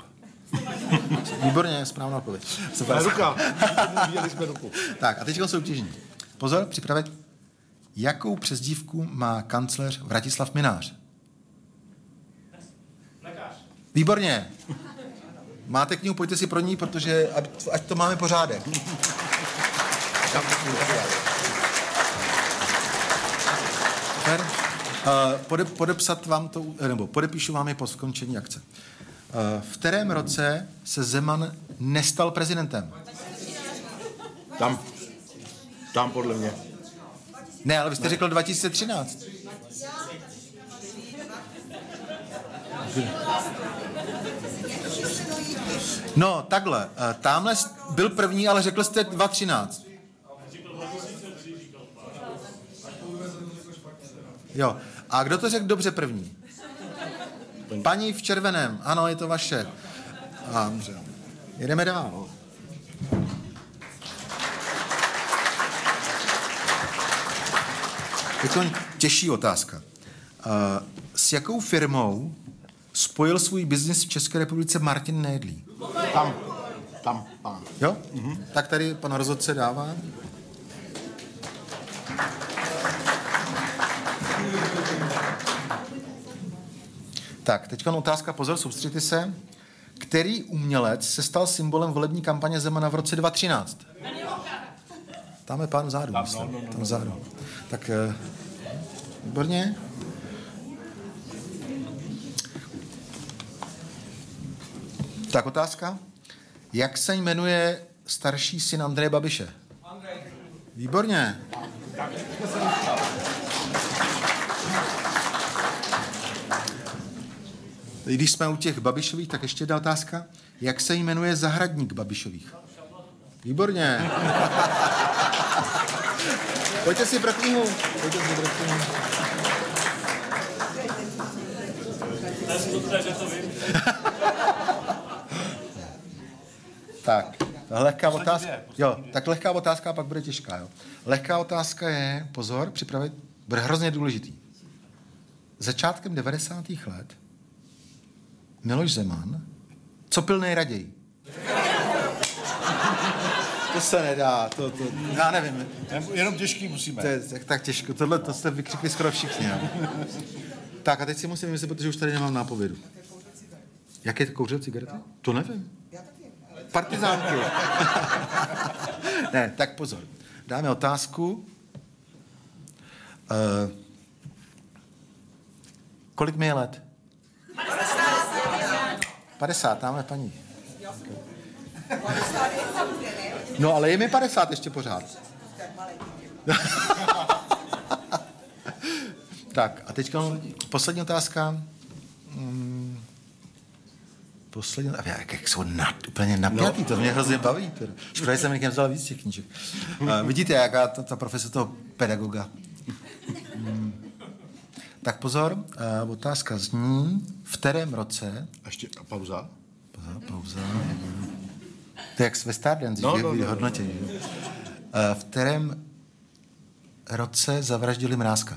Výborně, správná odpověď. Ruka. ruku. Tak, a teďko soutěžní. Pozor, připravit. Jakou přezdívku má kancléř Vratislav Mynář? Lékař. Výborně. Máte knihu, pojďte si pro ní, protože ať to máme pořádek. Super. Pode, podepsat vám to, nebo podepíšu vám je po skončení akce. V kterém roce se Zeman nestal prezidentem? Tam. Tam podle mě. Ne, ale vy jste řekl dva tisíce třináct. No, takhle. Támhle byl první, ale řekl jste dva tisíce třináct. Jo. A kdo to řekl dobře první? Paní v červeném. Ano, je to vaše. A, dobře. Jedeme dál. Je to těžší otázka. Uh, s jakou firmou spojil svůj biznis v České republice Martin Nejedlý? Tam. Tam, pán. Jo? Mm-hmm. Tak tady pan rozhodce dává. Tak, teďka otázka, pozor, soustřeďte se. Který umělec se stal symbolem volební kampaně Zemana v roce dva tisíce třináct? Tam je pán vzadu, Tam, myslím. no, no, no, Tam vzadu. Tak, uh, výborně. Tak, otázka. Jak se jmenuje starší syn Andreje Babiše? Andrej. Výborně. Když jsme u těch Babišových, tak ještě jedna otázka. Jak se jmenuje zahradník Babišových? Výborně. Pojďte si pro knihu. Pojďte si pro knihu. Tak, lehká otázka. Jo, tak lehká otázka a pak bude těžká. Jo. Lehká otázka je, pozor, připravit, bude hrozně důležitý. Začátkem devadesátých let Miloš Zeman, co pil nejraději? To se nedá, to, to, já nevím. Jenom těžký musíme. To je tak, tak těžko, tohle to jste vykřikli skoro všichni. Jo. Tak a teď si musím myslet, protože už tady nemám nápovědu. Jaké kouřil cigarety? To nevím. Partizánky. Ne, tak pozor. Dáme otázku. Uh, kolik mi je let? padesát, máme paní. No, ale je mi padesát ještě pořád. Tak, a teďka poslední otázka. Hmm. Poslední, jak, jak jsou nad, úplně napjatý, no. To mě hrozně baví. Škoda, že jsem někým vzal víc těch knížek. Uh, vidíte, jaká ta, ta profese toho pedagoga. Hmm. Tak pozor, uh, otázka zní, v kterém roce... A ještě a pauza? Pauza, pauza. To je jak ve Stardance, no, že no, no, hodnotění. No, no. Uh, v kterém roce zavraždili Mrázka?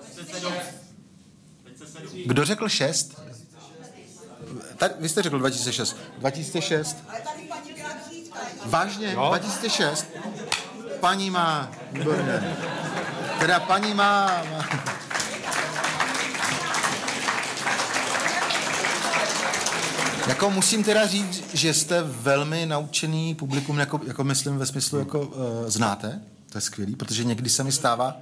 Kdo řekl šest? Tady, vy jste řekl dva tisíce šest. dva tisíce šest. Vážně? Jo? dva tisíce šest? Paní má. Výborně. Teda paní má. má. Jako musím teda říct, že jste velmi naučený publikum, jako, jako myslím ve smyslu, jako uh, znáte. To je skvělý, protože někdy se mi stává...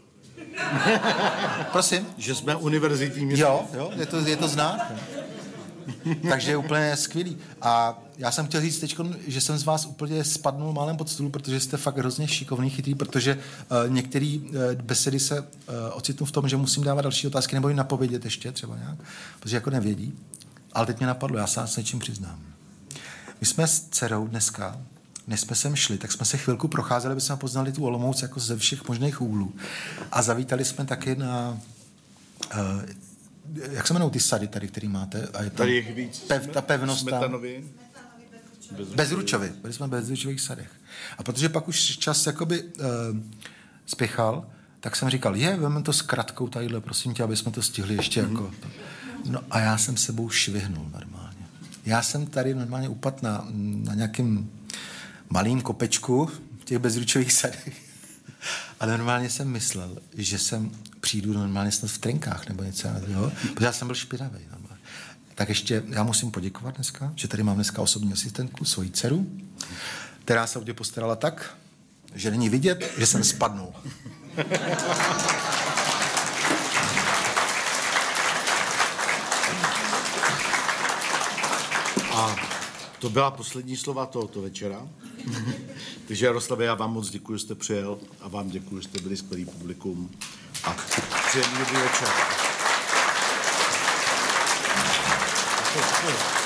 Prosím? Že jsme univerzitní. Jo, jo, je to, je to znát. Takže je úplně skvělý. A já jsem chtěl říct teď, že jsem z vás úplně spadnul málem pod stůl, protože jste fakt hrozně šikovný, chytrý, protože uh, některé uh, besedy se uh, ocitnou v tom, že musím dávat další otázky, nebo jim napovědět ještě třeba nějak, protože jako nevědí. Ale teď mě napadlo, já se s něčím přiznám. My jsme s dcerou dneska, než jsme sem šli, tak jsme se chvilku procházeli, aby jsme poznali tu Olomouc jako ze všech možných úhlů. A zavítali jsme taky na... Uh, jak se jmenou ty sady tady, který máte? A je tady je víc. Pev, ta pevnost tam. Bezručově. Byli jsme v bezručových sadech. A protože pak už čas jakoby uh, spěchal, tak jsem říkal, je, veme to s kratkou tadyhle, prosím tě, aby jsme to stihli ještě mm-hmm. jako... No a já jsem sebou švihnul normálně. Já jsem tady normálně upadl na, na nějakým malým kopečku v těch bezručových sadech. A normálně jsem myslel, že jsem přijdu normálně snad v trenkách nebo něco, jo? Protože já jsem byl špinavý. Normálně. Tak ještě já musím poděkovat dneska, že tady mám dneska osobní asistentku, svoji dceru, která se o mě postarala tak, že není vidět, že jsem spadnul. A to byla poslední slova tohoto večera. Takže Jaroslave, já vám moc děkuji, že jste přijel a vám děkuji, že jste byli skvělý publikum a příjemný dobrý večer.